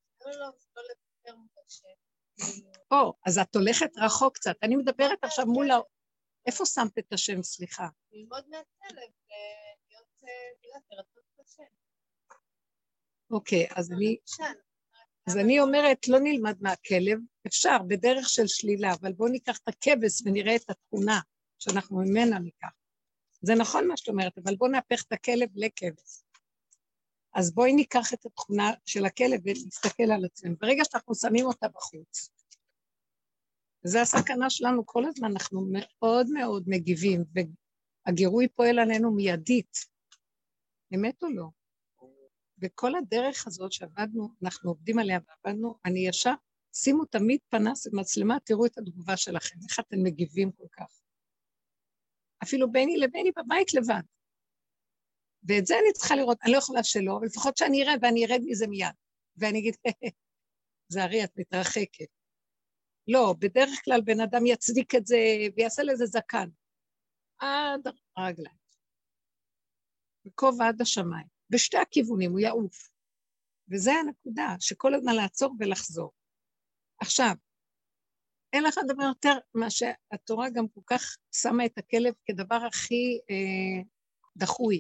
או, אז את הולכת רחוק קצת, אני מדברת עכשיו מול ה... איפה שמת את השם, סליחה? ללמוד מהצלב, להיות לרצות את השם. אוקיי, אז אני... אז אני אומרת, לא נלמד מהכלב, אפשר, בדרך של שלילה, אבל בואו ניקח את הכבש ונראה את התכונה שאנחנו ממנה ניקח. זה נכון מה שאת אומרת, אבל בואו נהפך את הכלב לכבש. אז בואי ניקח את התכונה של הכלב ונסתכל על עצמנו. ברגע שאנחנו שמים אותה בחוץ, וזו הסכנה שלנו, כל הזמן אנחנו מאוד מאוד מגיבים, והגירוי פועל עלינו מיידית. אמת או לא? וכל הדרך הזאת שעבדנו, אנחנו עובדים עליה ועבדנו, אני ישר, שימו תמיד פנס ומצלמה, תראו את התגובה שלכם, איך אתם מגיבים כל כך. אפילו ביני לביני בבית לבד. ואת זה אני צריכה לראות, אני לא יכולה שלא, אבל לפחות שאני אראה ואני ארד מזה מיד. ואני אגיד, זה הרי, את מתרחקת. לא, בדרך כלל בן אדם יצדיק את זה ויעשה לזה זקן. עד הרגליים. וכובע עד השמיים. בשתי הכיוונים, הוא יעוף. וזה הנקודה, שכל הזמן לעצור ולחזור. עכשיו, אין לך דבר יותר, מה שהתורה גם כל כך שמה את הכלב כדבר הכי אה, דחוי.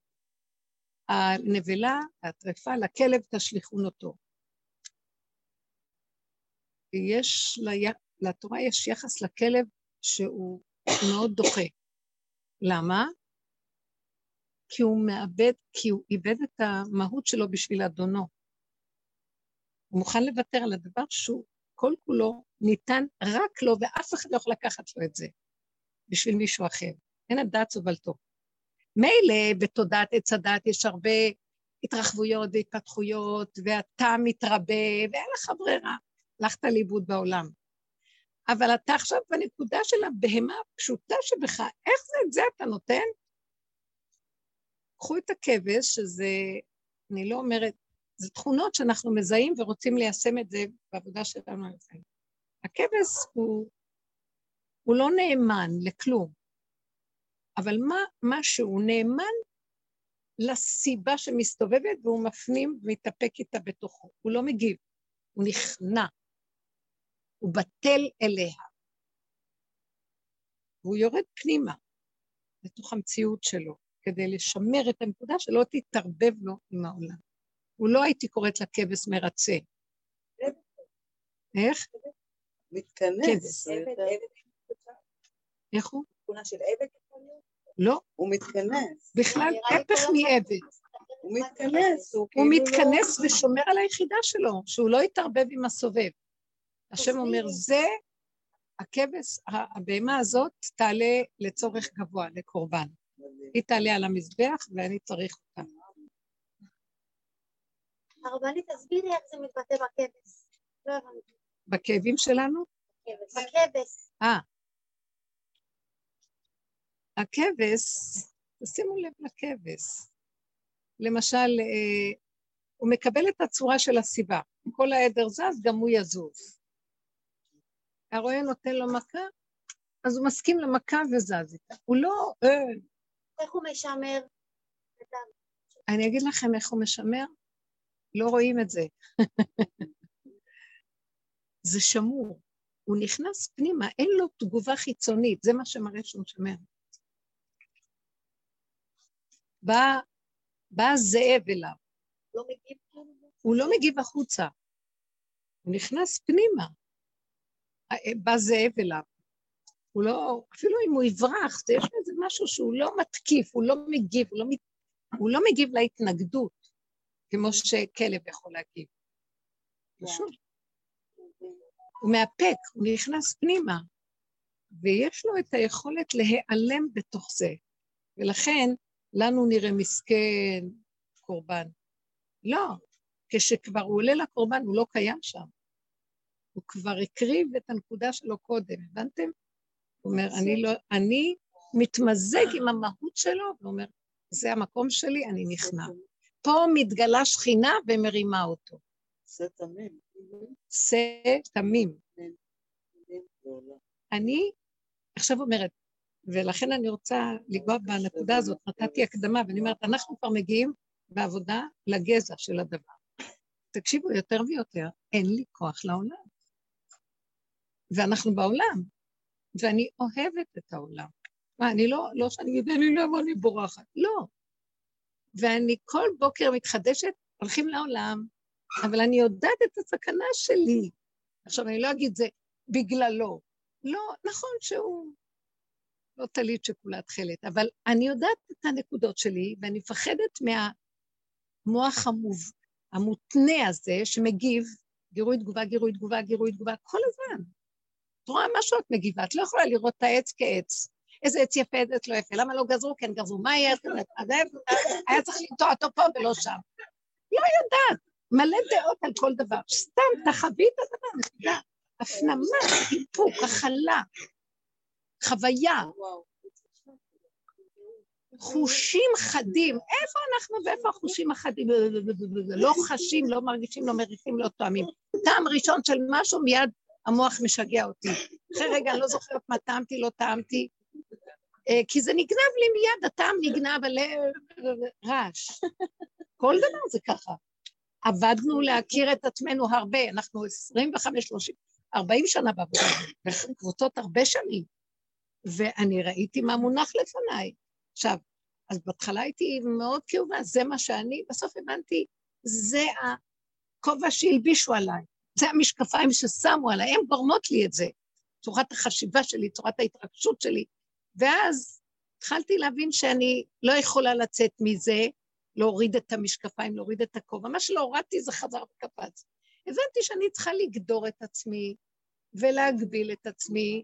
הנבלה, הטרפה, לכלב תשליכון אותו. יש, לתורה יש יחס לכלב שהוא מאוד דוחה. למה? כי הוא מאבד, כי הוא איבד את המהות שלו בשביל אדונו. הוא מוכן לוותר על הדבר שהוא כל כולו ניתן רק לו, ואף אחד לא יכול לקחת לו את זה, בשביל מישהו אחר. אין הדעת סובלתו. מילא בתודעת עץ הדעת יש הרבה התרחבויות והתפתחויות, ואתה מתרבה, ואין לך ברירה. הלכת לאיבוד בעולם. אבל אתה עכשיו בנקודה של הבהמה הפשוטה שבך, איך זה את זה אתה נותן? קחו את הכבש, שזה, אני לא אומרת, זה תכונות שאנחנו מזהים ורוצים ליישם את זה בעבודה שלנו. הכבש הוא, הוא לא נאמן לכלום, אבל מה, מה שהוא נאמן לסיבה שמסתובבת, והוא מפנים ומתאפק איתה בתוכו. הוא לא מגיב, הוא נכנע, הוא בטל אליה. והוא יורד פנימה, לתוך המציאות שלו, כדי לשמר את הנקודה שלא תתערבב לו עם העולם. הוא לא הייתי קוראת לכבש מרצה. איך? מתכנס. איך הוא? תכונה של עבד? לא. הוא מתכנס. בכלל הפך מעבד. הוא מתכנס. הוא מתכנס ושומר על היחידה שלו, שהוא לא יתערבב עם הסובב. השם אומר, זה, הכבש, הבהמה הזאת תעלה לצורך גבוה, לקורבן. היא תעלה על המזבח ואני צריך אותה. הרבנית, תסבירי איך זה מתבטא בכבש. לא הבנתי. בכאבים שלנו? בכבש. אה. הכבש, תשימו לב לכבש. למשל, הוא מקבל את הצורה של הסיבה. כל העדר זז, גם הוא יזוז. הרואה נותן לו מכה, אז הוא מסכים למכה וזז איתה. הוא לא... אה. איך הוא משמר? אני אגיד לכם איך הוא משמר? לא רואים את זה. זה שמור. הוא נכנס פנימה, אין לו תגובה חיצונית, זה מה שמראה שהוא משמר. בא, בא זאב אליו. לא מגיב? הוא לא מגיב החוצה. הוא נכנס פנימה. בא זאב אליו. הוא לא, אפילו אם הוא יברח, יש איזה משהו שהוא לא מתקיף, הוא לא מגיב, הוא לא, הוא לא מגיב להתנגדות, כמו שכלב יכול להגיב. פשוט. הוא מאפק, הוא נכנס פנימה, ויש לו את היכולת להיעלם בתוך זה. ולכן, לנו נראה מסכן קורבן. לא, כשכבר הוא עולה לקורבן, הוא לא קיים שם. הוא כבר הקריב את הנקודה שלו קודם, הבנתם? הוא אומר, אני, לא, אני מתמזג עם המהות שלו, הוא אומר, זה המקום שלי, אני נכנע. פה מתגלה שכינה ומרימה אותו. זה תמים. זה תמים. אני עכשיו אומרת, ולכן אני רוצה לגוע בנקודה הזאת, נתתי הקדמה, ואני אומרת, אנחנו כבר מגיעים בעבודה לגזע של הדבר. תקשיבו יותר ויותר, אין לי כוח לעולם. ואנחנו בעולם, ואני אוהבת את העולם. מה, אני לא, לא שאני יודע לי למה אני בורחת, לא. ואני כל בוקר מתחדשת, הולכים לעולם, אבל אני יודעת את הסכנה שלי. עכשיו, אני לא אגיד זה בגללו. לא, נכון שהוא לא תלית שכולה תחלת, אבל אני יודעת את הנקודות שלי, ואני מפחדת מהמוח המוב, המותנה הזה, שמגיב, גירוי תגובה, גירוי תגובה, גירוי תגובה, כל הזמן. את רואה משהו את מגיבה, את לא יכולה לראות את העץ כעץ. איזה עץ יפה, איזה עץ לא יפה, למה לא גזרו? כן גזרו, מה יהיה? היה צריך לנטוע אותו פה ולא שם. לא יודעת, מלא דעות על כל דבר, סתם תחווי את הדבר, נקודה, הפנמה, איפוק, החלה, חוויה, חושים חדים, איפה אנחנו ואיפה החושים החדים? לא חשים, לא מרגישים, לא מריחים, לא טועמים. טעם ראשון של משהו, מיד המוח משגע אותי. אחרי רגע, אני לא זוכרת מה טעמתי, לא טעמתי, כי זה נגנב לי מיד, הטעם נגנב על רעש. כל דבר זה ככה. עבדנו להכיר את עצמנו הרבה, אנחנו עשרים וחמש, שלושים, ארבעים שנה בעבודה, בקבוצות הרבה שנים, ואני ראיתי מה מונח לפניי. עכשיו, אז בהתחלה הייתי מאוד כאובה, זה מה שאני, בסוף הבנתי, זה הכובע שהלבישו עליי, זה המשקפיים ששמו עליי, הם גורמות לי את זה, צורת החשיבה שלי, צורת ההתרגשות שלי, ואז התחלתי להבין שאני לא יכולה לצאת מזה, להוריד את המשקפיים, להוריד את הכובע, מה שלא הורדתי זה חזר וקפץ. הבנתי שאני צריכה לגדור את עצמי, ולהגביל את עצמי,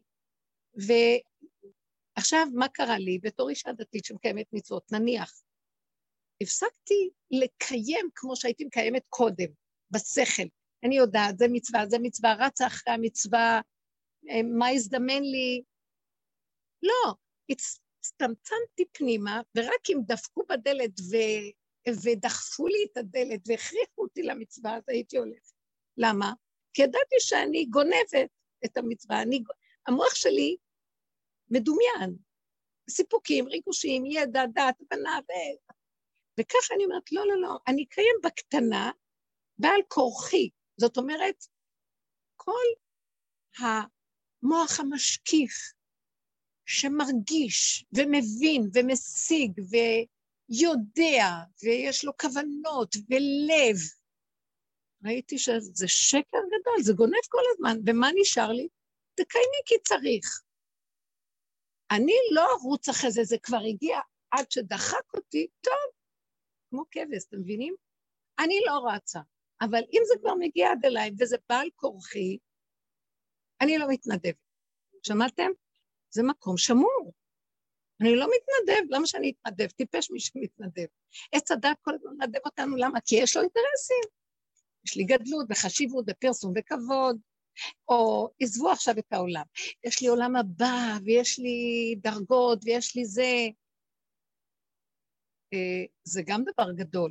ועכשיו מה קרה לי? בתור אישה דתית שמקיימת מצוות, נניח, הפסקתי לקיים כמו שהייתי מקיימת קודם, בשכל. אני יודעת, זה מצווה, זה מצווה, רצה אחרי המצווה, מה הזדמן לי? לא, הצטמצמתי פנימה, ורק אם דפקו בדלת ו... ודחפו לי את הדלת והכריחו אותי למצווה, אז הייתי הולכת. למה? כי ידעתי שאני גונבת את המצווה, אני... המוח שלי מדומיין, סיפוקים, ריגושים, ידע, דת, בנה, ו... וככה אני אומרת, לא, לא, לא, אני אקיים בקטנה, בעל כורחי, זאת אומרת, כל המוח המשקיף, שמרגיש ומבין ומשיג ויודע ויש לו כוונות ולב, ראיתי שזה שקר גדול, זה גונב כל הזמן, ומה נשאר לי? תקיימי כי צריך. אני לא ארוץ אחרי זה, זה כבר הגיע עד שדחק אותי, טוב, כמו כבש, אתם מבינים? אני לא רצה, אבל אם זה כבר מגיע עד אליי וזה בעל כורחי, אני לא מתנדבת. שמעתם? זה מקום שמור. אני לא מתנדב, למה שאני אתנדב? טיפש מי שמתנדב. עץ הדת כל הזמן מתנדב אותנו, למה? כי יש לו אינטרסים. יש לי גדלות וחשיבות ופרסום וכבוד, או עזבו עכשיו את העולם. יש לי עולם הבא, ויש לי דרגות, ויש לי זה. זה גם דבר גדול.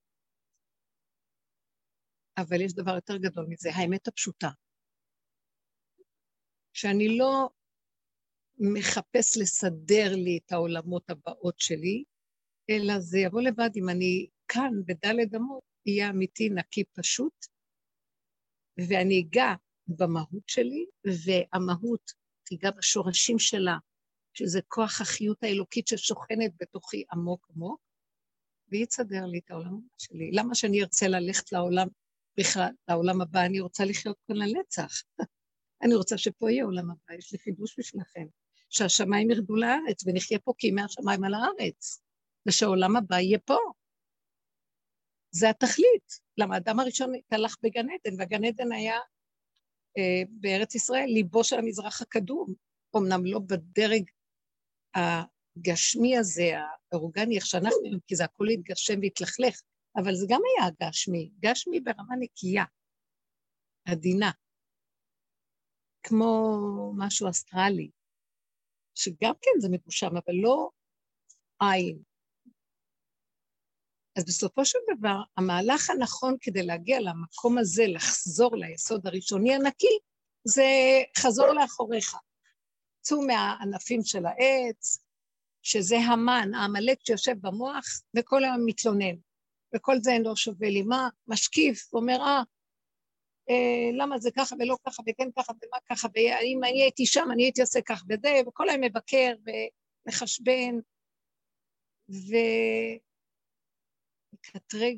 אבל יש דבר יותר גדול מזה, האמת הפשוטה. שאני לא מחפש לסדר לי את העולמות הבאות שלי, אלא זה יבוא לבד אם אני כאן בדלת אמות, יהיה אמיתי, נקי, פשוט, ואני אגע במהות שלי, והמהות תיגע בשורשים שלה, שזה כוח החיות האלוקית ששוכנת בתוכי עמוק עמוק, והיא תסדר לי את העולם שלי. למה שאני ארצה ללכת לעולם בכלל, לעולם הבא? אני רוצה לחיות כאן לנצח. אני רוצה שפה יהיה עולם הבא, יש לי חידוש בשבילכם. שהשמיים ירדו לארץ, ונחיה פה כימי השמיים על הארץ, ושהעולם הבא יהיה פה. זה התכלית. למה האדם הראשון הלך בגן עדן, והגן עדן היה אה, בארץ ישראל, ליבו של המזרח הקדום, אמנם לא בדרג הגשמי הזה, האורגני, איך שאנחנו, כי זה הכל התגשם והתלכלך, אבל זה גם היה גשמי, גשמי ברמה נקייה, עדינה, כמו משהו אסטרלי, שגם כן זה מקושם, אבל לא עין. אז בסופו של דבר, המהלך הנכון כדי להגיע למקום הזה, לחזור ליסוד הראשוני הנקי, זה חזור לאחוריך. צאו מהענפים של העץ, שזה המן, העמלק שיושב במוח, וכל היום מתלונן. וכל זה אינו שווה לי. מה? משקיף, אומר, אה, אה, למה זה ככה ולא ככה, וכן ככה, ומה ככה, ואם אני הייתי שם, אני הייתי עושה כך וזה, וכל היום מבקר ומחשבן, ומקטרג.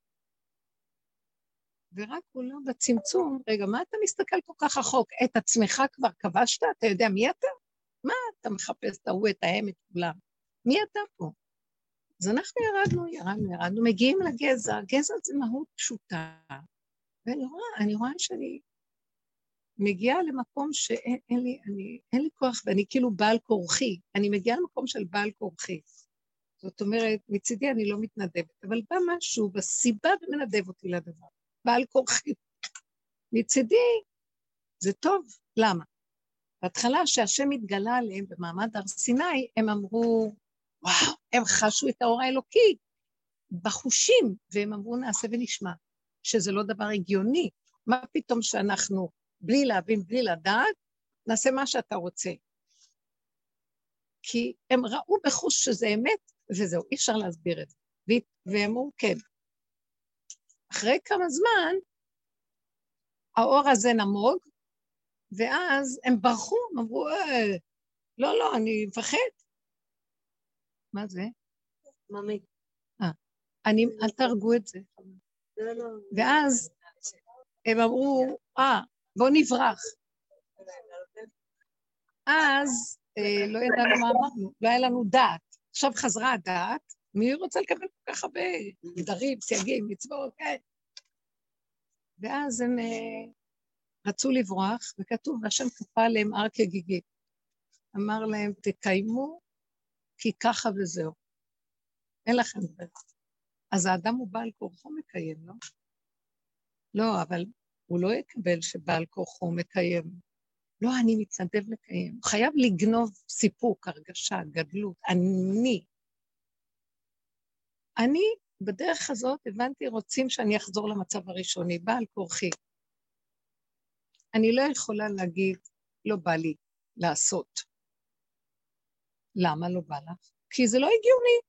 ורק הוא לא בצמצום, רגע, מה אתה מסתכל כל כך רחוק? את עצמך כבר כבשת? אתה יודע מי אתה? מה אתה מחפש את ההוא, את ההם, את כולם? מי אתה פה? אז אנחנו ירדנו, ירדנו, ירדנו, מגיעים לגזע, גזע זה מהות פשוטה, ואני רואה, אני רואה שאני מגיעה למקום שאין אין לי, אני, אין לי כוח, ואני כאילו בעל כורחי, אני מגיעה למקום של בעל כורחי, זאת אומרת, מצידי אני לא מתנדבת, אבל בא משהו בסיבה ומנדב אותי לדבר, בעל כורחי, מצידי זה טוב, למה? בהתחלה שהשם התגלה עליהם במעמד הר סיני, הם אמרו, וואו, הם חשו את האור האלוקי בחושים, והם אמרו נעשה ונשמע, שזה לא דבר הגיוני. מה פתאום שאנחנו, בלי להבין, בלי לדעת, נעשה מה שאתה רוצה. כי הם ראו בחוש שזה אמת, וזהו, אי אפשר להסביר את זה. והם אמרו, כן. אחרי כמה זמן, האור הזה נמוג, ואז הם ברחו, הם אמרו, אה, לא, לא, אני מפחד. מה זה? ממי. אה, אני, אל תרגו את זה. ואז הם אמרו, אה, בוא נברח. אז אה, לא ידענו מה אמרנו, לא היה לנו דעת. עכשיו חזרה הדעת, מי רוצה לקבל כל כך הרבה גדרים, סייגים, מצוות, כן. ואז הם אה, רצו לברוח, וכתוב, והשם כפה עליהם הר כגיגית. אמר להם, תקיימו, כי ככה וזהו. אין לכם דבר. אז האדם הוא בעל כורחו מקיים, לא? לא, אבל הוא לא יקבל שבעל כורחו מקיים. לא, אני מתנדב לקיים. הוא חייב לגנוב סיפוק, הרגשה, גדלות. אני. אני, בדרך הזאת, הבנתי, רוצים שאני אחזור למצב הראשוני, בעל כורחי. אני לא יכולה להגיד, לא בא לי לעשות. למה לא בא לך? כי זה לא הגיוני.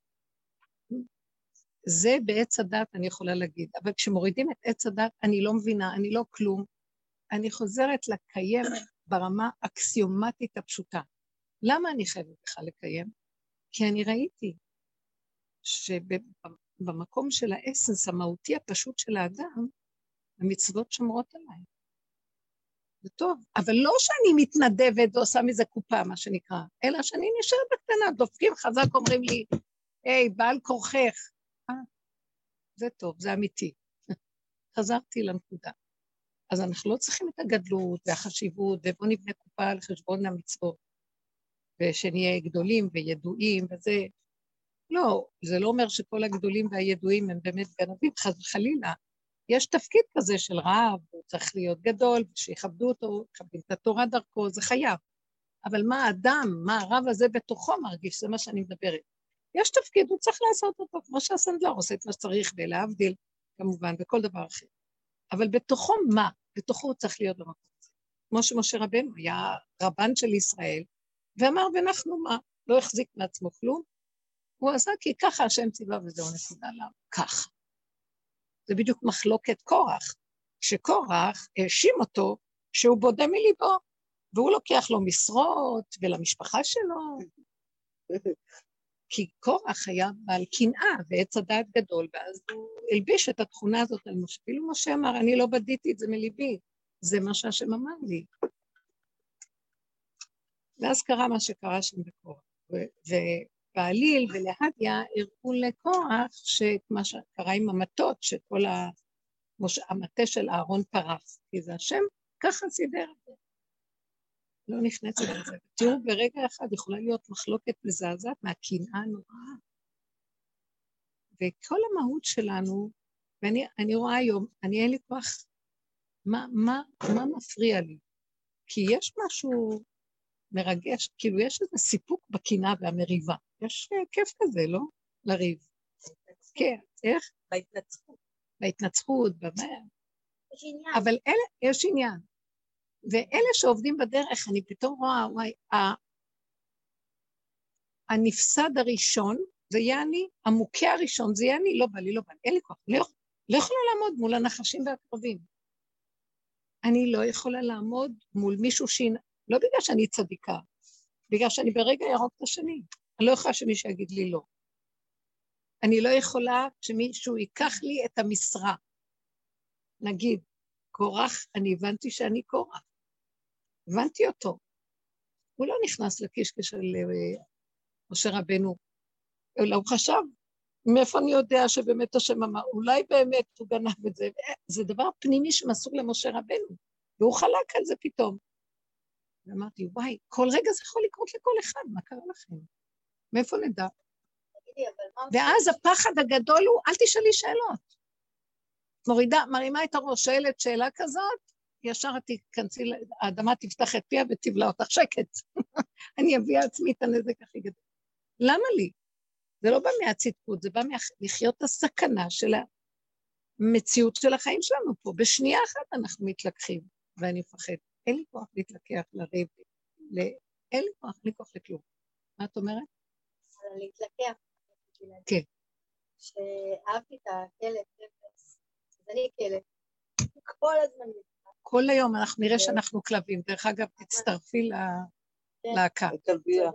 זה בעץ הדת אני יכולה להגיד, אבל כשמורידים את עץ הדת אני לא מבינה, אני לא כלום, אני חוזרת לקיים ברמה אקסיומטית הפשוטה. למה אני חייבת בכלל לקיים? כי אני ראיתי שבמקום של האסנס המהותי הפשוט של האדם, המצוות שומרות עליי. זה טוב, אבל לא שאני מתנדבת ועושה מזה קופה, מה שנקרא, אלא שאני נשארת בקטנה, דופקים חזק, אומרים לי, היי, בעל כורחך, אה, זה טוב, זה אמיתי. חזרתי לנקודה. אז אנחנו לא צריכים את הגדלות והחשיבות, ובוא נבנה קופה על חשבון המצוות, ושנהיה גדולים וידועים וזה. לא, זה לא אומר שכל הגדולים והידועים הם באמת גנבים, חס וחלילה. יש תפקיד כזה של רב, הוא צריך להיות גדול, שיכבדו אותו, יכבדים את התורה דרכו, זה חייב. אבל מה האדם, מה הרב הזה בתוכו מרגיש, זה מה שאני מדברת. יש תפקיד, הוא צריך לעשות אותו, כמו שהסנדלר עושה את מה שצריך, ולהבדיל, כמובן, בכל דבר אחר. אבל בתוכו מה? בתוכו הוא צריך להיות במקום הזה. כמו שמשה רבנו היה רבן של ישראל, ואמר, ואנחנו מה? לא החזיק מעצמו כלום. הוא עשה כי ככה השם ציווה וזהו נקודה למה. ככה. זה בדיוק מחלוקת קורח. שקורח האשים אותו שהוא בודה מליבו, והוא לוקח לו משרות ולמשפחה שלו. כי קורח היה בעל קנאה ועץ הדעת גדול, ואז הוא הלביש את התכונה הזאת על משה. אפילו משה אמר, אני לא בדיתי את זה מליבי, זה מה שהשם אמר לי. ואז קרה מה שקרה שם בקורח. ובעליל ולהדיה הראו לקורח שמה שקרה עם המטות, שכל המטה של אהרון פרס, כי זה השם ככה סידר את זה. לא נכנסת לזה. תראו, ברגע אחד יכולה להיות מחלוקת מזעזעת מהקנאה הנוראה. וכל המהות שלנו, ואני אני רואה היום, אני אין לי כוח, מה, מה, מה מפריע לי? כי יש משהו מרגש, כאילו יש איזה סיפוק בקנאה והמריבה. יש כיף כזה, לא? לריב. כן, איך? בהתנצחות. בהתנצחות, במה? יש עניין. אבל אלה, יש עניין. ואלה שעובדים בדרך, אני פתאום רואה, וואי, הנפסד הראשון, זה יעני, המוכה הראשון, זה יעני, לא בא לי, לא בא לי, אין לי כוח, לא, לא יכולה לעמוד מול הנחשים והקרבים. אני לא יכולה לעמוד מול מישהו שהיא, לא בגלל שאני צדיקה, בגלל שאני ברגע ירוק את השני, אני לא יכולה שמישהו יגיד לי לא. אני לא יכולה שמישהו ייקח לי את המשרה. נגיד, קורח, אני הבנתי שאני קורח. הבנתי אותו. הוא לא נכנס לקשקש של משה רבנו, אלא הוא חשב, מאיפה אני יודע שבאמת השם אמר, אולי באמת הוא גנב את זה, זה דבר פנימי שמסור למשה רבנו, והוא חלק על זה פתאום. ואמרתי, וואי, כל רגע זה יכול לקרות לכל אחד, מה קרה לכם? מאיפה נדע? ואז הפחד הגדול הוא, אל תשאלי שאלות. מורידה, מרימה את הראש, שאלת שאלה כזאת, ישר תיכנסי, האדמה תפתח את פיה ותבלע אותך שקט. אני אביא עצמי את הנזק הכי גדול. למה לי? זה לא בא מהצדקות, זה בא לחיות את הסכנה של המציאות של החיים שלנו פה. בשנייה אחת אנחנו מתלקחים, ואני מפחד. אין לי כוח להתלקח, לריב, אין לי כוח, אין לי כוח לכלום. מה את אומרת? להתלקח. כן. שאהבתי את הכלב, אז אני כלב. כל הזמן. כל היום אנחנו נראה שאנחנו כלבים. דרך אגב, תצטרפי להקה. תלבייה.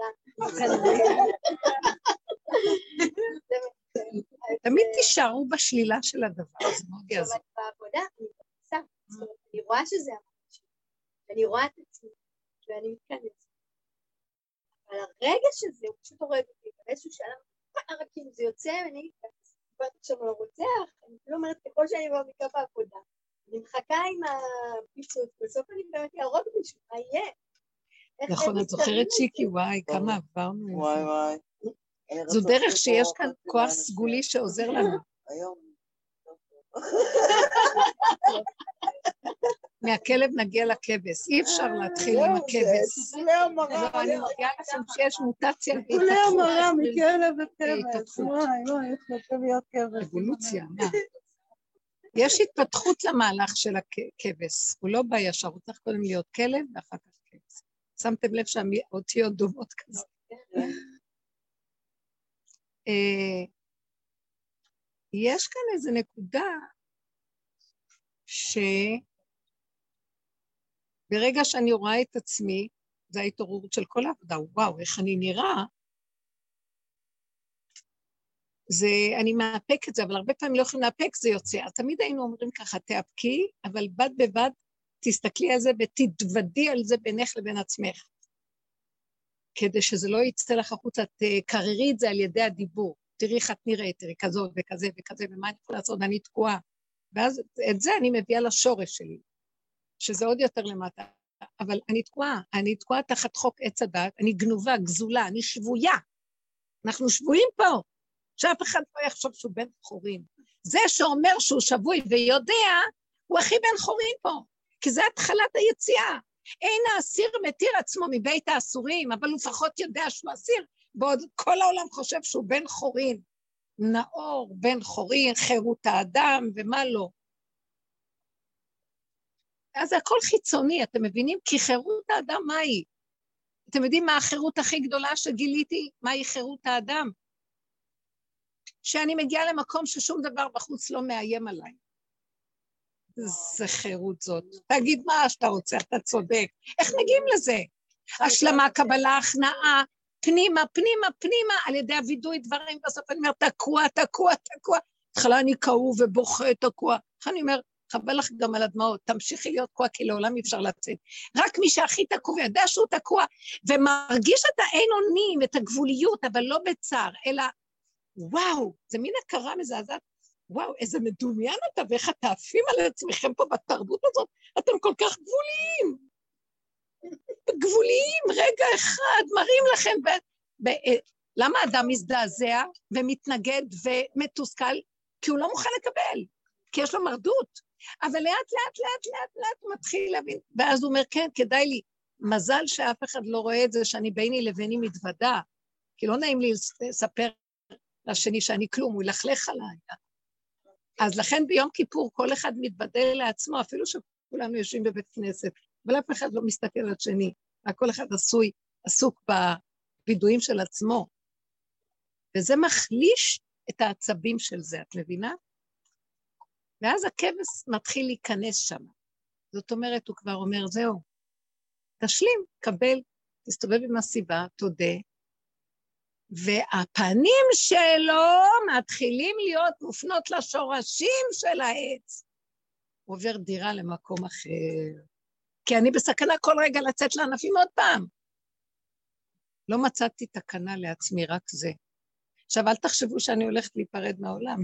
תמיד תישארו בשלילה של הדבר, זה מאוד יעזור. בעבודה אני מתכנסה, אני רואה שזה המחשב, אני רואה את עצמי, ואני מתכנסת. אבל הרגע שזה, הוא פשוט הורג אותי, באיזשהו שלב, רק כאילו זה יוצא, ואני דיברתי עכשיו על הרוצח, אני לא אומרת, ככל שאני מעמיקה בעבודה, אני מחכה עם הפיצוץ, בסוף אני באמת אהרוג מישהו, מה יהיה? נכון, את זוכרת שיקי, וואי, כמה עברנו. וואי וואי. זו דרך שיש כאן כוח סגולי שעוזר לנו. היום. מהכלב נגיע לכבש, אי אפשר להתחיל עם הכבש. טיפולי המרה. אני מגיעה לכם שיש מוטציה טיפולי המרה מכלב וכבש. התפתחות. וואי וואי, איך נותן להיות כבש. אבולוציה, מה? יש התפתחות למהלך של הכבש, הוא לא בא ישר, הוא צריך קודם להיות כלב ואחר כך כבש. שמתם לב שהאותיות דומות כזה. יש כאן איזו נקודה שברגע שאני רואה את עצמי, זו ההתעוררות של כל העבודה, וואו, איך אני נראה, זה, אני מאפק את זה, אבל הרבה פעמים לא יכולים לאפק, זה יוצא. אז תמיד היינו אומרים ככה, תאפקי, אבל בד בבד תסתכלי על זה ותתוודי על זה בינך לבין עצמך. כדי שזה לא יצא לך החוצה, תקררי את זה על ידי הדיבור. תראי איך את נראית, תראי כזאת וכזה וכזה, ומה אני יכולה לעשות, אני תקועה. ואז את זה אני מביאה לשורש שלי, שזה עוד יותר למטה. אבל אני תקועה, אני תקועה תחת חוק עץ הדת, אני גנובה, גזולה, אני שבויה. אנחנו שבויים פה, שאף אחד לא יחשוב שהוא בן חורין. זה שאומר שהוא שבוי ויודע, הוא הכי בן חורין פה, כי זה התחלת היציאה. אין האסיר מתיר עצמו מבית האסורים, אבל הוא לפחות יודע שהוא אסיר, בעוד כל העולם חושב שהוא בן חורין, נאור, בן חורין, חירות האדם ומה לא. אז זה הכל חיצוני, אתם מבינים? כי חירות האדם מה היא? אתם יודעים מה החירות הכי גדולה שגיליתי? מהי חירות האדם? שאני מגיעה למקום ששום דבר בחוץ לא מאיים עליי. זה חירות זאת. תגיד מה שאתה רוצה, אתה צודק. איך מגיעים לזה? השלמה, קבלה, הכנעה, פנימה, פנימה, פנימה, על ידי הוידוי דברים, בסוף אני אומר, תקוע, תקוע, תקוע. התחלה אני כאוב ובוכה, תקוע. אני אומר, חבל לך גם על הדמעות, תמשיכי להיות תקוע, כי לעולם אי אפשר לצאת. רק מי שהכי תקוע, וידע שהוא תקוע, ומרגיש את האין אונים, את הגבוליות, אבל לא בצער, אלא, וואו, זה מין הכרה מזעזעת, וואו, איזה מדומיין אתה, ואיך אתם עפים על עצמכם פה בתרבות הזאת, אתם כל כך גבוליים. גבוליים, רגע אחד, מראים לכם, ב, ב, למה האדם מזדעזע ומתנגד ומתוסכל? כי הוא לא מוכן לקבל, כי יש לו מרדות, אבל לאט לאט לאט לאט לאט הוא מתחיל להבין, ואז הוא אומר, כן, כדאי לי, מזל שאף אחד לא רואה את זה, שאני ביני לביני מתוודה, כי לא נעים לי לספר לשני שאני כלום, הוא ילכלך עליי. אז לכן ביום כיפור כל אחד מתוודה לעצמו, אפילו שכולנו יושבים בבית כנסת, אבל אף אחד לא מסתכל על שני, כל אחד עשוי, עסוק בבידויים של עצמו, וזה מחליש את העצבים של זה, את מבינה? ואז הכבש מתחיל להיכנס שם. זאת אומרת, הוא כבר אומר, זהו, תשלים, קבל, תסתובב עם הסיבה, תודה, והפנים שלו מתחילים להיות מופנות לשורשים של העץ. הוא עובר דירה למקום אחר. כי אני בסכנה כל רגע לצאת לענפים עוד פעם. לא מצאתי תקנה לעצמי, רק זה. עכשיו, אל תחשבו שאני הולכת להיפרד מהעולם.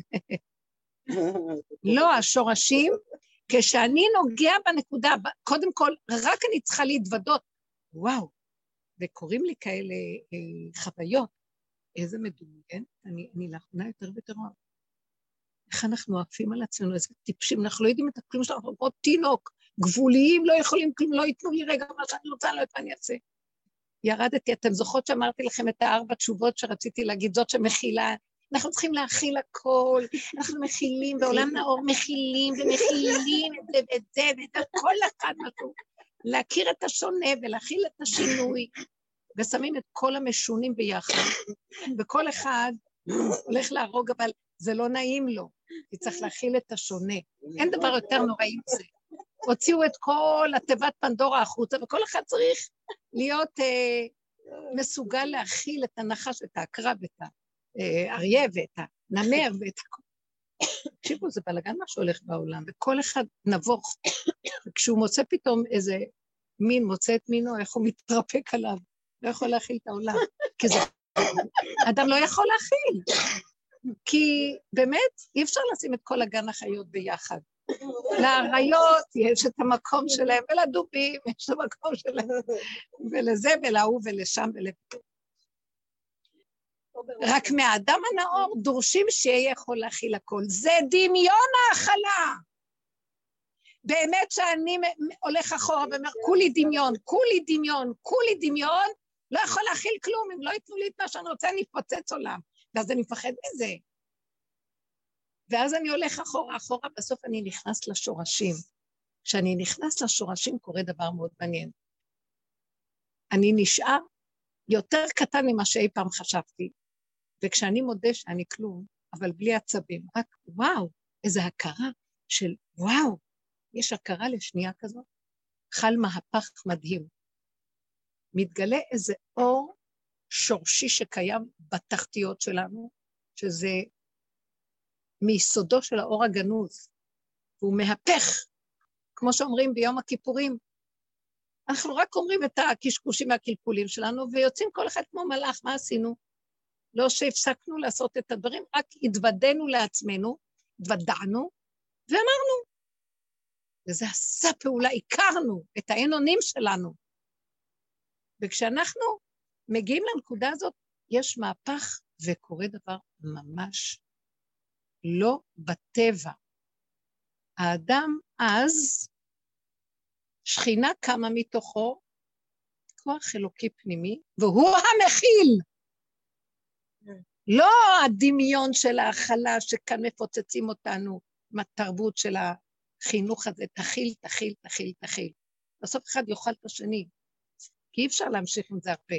לא, השורשים, כשאני נוגע בנקודה, קודם כל, רק אני צריכה להתוודות. וואו, וקוראים לי כאלה אה, חוויות. איזה מדומיין, אני, אני לאחרונה יותר ויותר רואה. איך אנחנו עפים על עצמנו, איזה טיפשים, אנחנו לא יודעים את הכלום שלנו, אנחנו כמו תינוק, גבוליים, לא יכולים כלום, לא ייתנו לי רגע מה שאני רוצה, לא יודעת מה אני אעשה. ירדתי, אתם זוכרות שאמרתי לכם את הארבע תשובות שרציתי להגיד, זאת שמכילה, אנחנו צריכים להכיל הכל, אנחנו מכילים, בעולם נאור מכילים ומכילים את זה ואת זה ואת כל אחד משהו, להכיר את השונה ולהכיל את השינוי, ושמים את כל המשונים ביחד, וכל אחד הולך להרוג, אבל זה לא נעים לו, כי צריך להכיל את השונה, אין דבר יותר נוראי מזה. הוציאו את כל התיבת פנדורה החוצה, וכל אחד צריך להיות אה, מסוגל להכיל את הנחש, את העקרב, את האריה ואת הנמר ואת הכל. תקשיבו, זה בלגן מה שהולך בעולם, וכל אחד נבוך, וכשהוא מוצא פתאום איזה מין, מוצא את מינו, איך הוא מתרפק עליו, לא יכול להכיל את העולם, כי זה, אדם לא יכול להכיל, כי באמת אי אפשר לשים את כל הגן החיות ביחד. לאריות יש את המקום שלהם, ולדובים יש את המקום שלהם, ולזה ולהוא ולשם ולפה. רק מהאדם הנאור דורשים שיהיה יכול להכיל הכל. זה דמיון ההכלה. באמת שאני הולך אחורה ואומר, כולי דמיון, כולי דמיון, כולי דמיון, לא יכול להכיל כלום, אם לא ייתנו לי את מה שאני רוצה, אני אפוצץ עולם. ואז אני מפחד מזה. ואז אני הולך אחורה, אחורה, בסוף אני נכנס לשורשים. כשאני נכנס לשורשים קורה דבר מאוד מעניין. אני נשאר יותר קטן ממה שאי פעם חשבתי, וכשאני מודה שאני כלום, אבל בלי עצבים, רק וואו, איזו הכרה של וואו, יש הכרה לשנייה כזאת, חל מהפך מדהים. מתגלה איזה אור שורשי שקיים בתחתיות שלנו, שזה מיסודו של האור הגנוז, והוא מהפך, כמו שאומרים ביום הכיפורים, אנחנו רק אומרים את הקשקושים והקלקולים שלנו, ויוצאים כל אחד כמו מלאך, מה עשינו? לא שהפסקנו לעשות את הדברים, רק התוודענו לעצמנו, התוודענו, ואמרנו, וזה עשה פעולה, הכרנו את האין-אונים שלנו, וכשאנחנו מגיעים לנקודה הזאת, יש מהפך וקורה דבר ממש לא בטבע. האדם אז, שכינה קמה מתוכו, כוח אלוקי פנימי, והוא המכיל. לא הדמיון של ההכלה שכאן מפוצצים אותנו, מהתרבות של החינוך הזה, תכיל, תכיל, תכיל, תכיל. בסוף אחד יאכל את השני. כי אי אפשר להמשיך עם זה הרבה.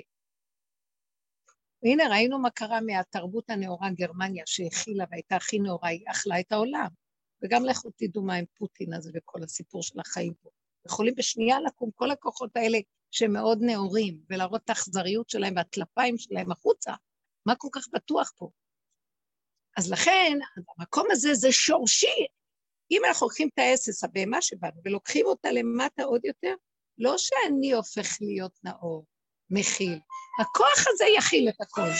והנה ראינו מה קרה מהתרבות הנאורה גרמניה שהכילה והייתה הכי נאורה, היא אכלה את העולם. וגם לכו תדעו מה עם פוטין הזה וכל הסיפור של החיים פה. יכולים בשנייה לקום כל הכוחות האלה שהם מאוד נאורים, ולהראות את האכזריות שלהם והטלפיים שלהם החוצה. מה כל כך בטוח פה? אז לכן, המקום הזה זה שורשי. אם אנחנו לוקחים את האסס, הבהמה שבנו, ולוקחים אותה למטה עוד יותר, לא שאני הופך להיות נאור, מכיל. הכוח הזה יכיל את הכל.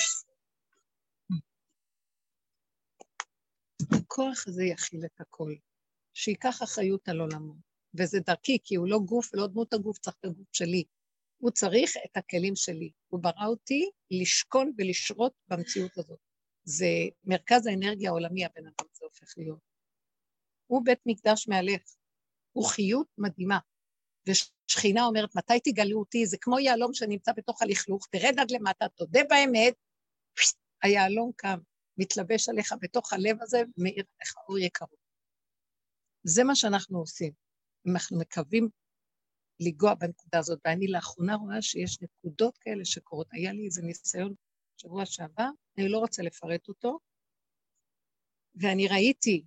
הכוח הזה יכיל את הכל. שיקח אחריות על עולמו. וזה דרכי, כי הוא לא גוף ולא דמות הגוף, צריך את הגוף שלי. הוא צריך את הכלים שלי. הוא ברא אותי לשכון ולשרות במציאות הזאת. זה מרכז האנרגיה העולמי, הבן אדם זה הופך להיות. הוא בית מקדש מהלך. הוא חיות מדהימה. ושכינה אומרת, מתי תגלו אותי? זה כמו יעלום שנמצא בתוך הלכלוך, תרד עד למטה, תודה באמת, היעלום קם, מתלבש עליך בתוך הלב הזה, מאיר עליך אור יקרות. זה מה שאנחנו עושים. אנחנו מקווים לגוע בנקודה הזאת, ואני לאחרונה רואה שיש נקודות כאלה שקורות. היה לי איזה ניסיון שבוע שעבר, אני לא רוצה לפרט אותו, ואני ראיתי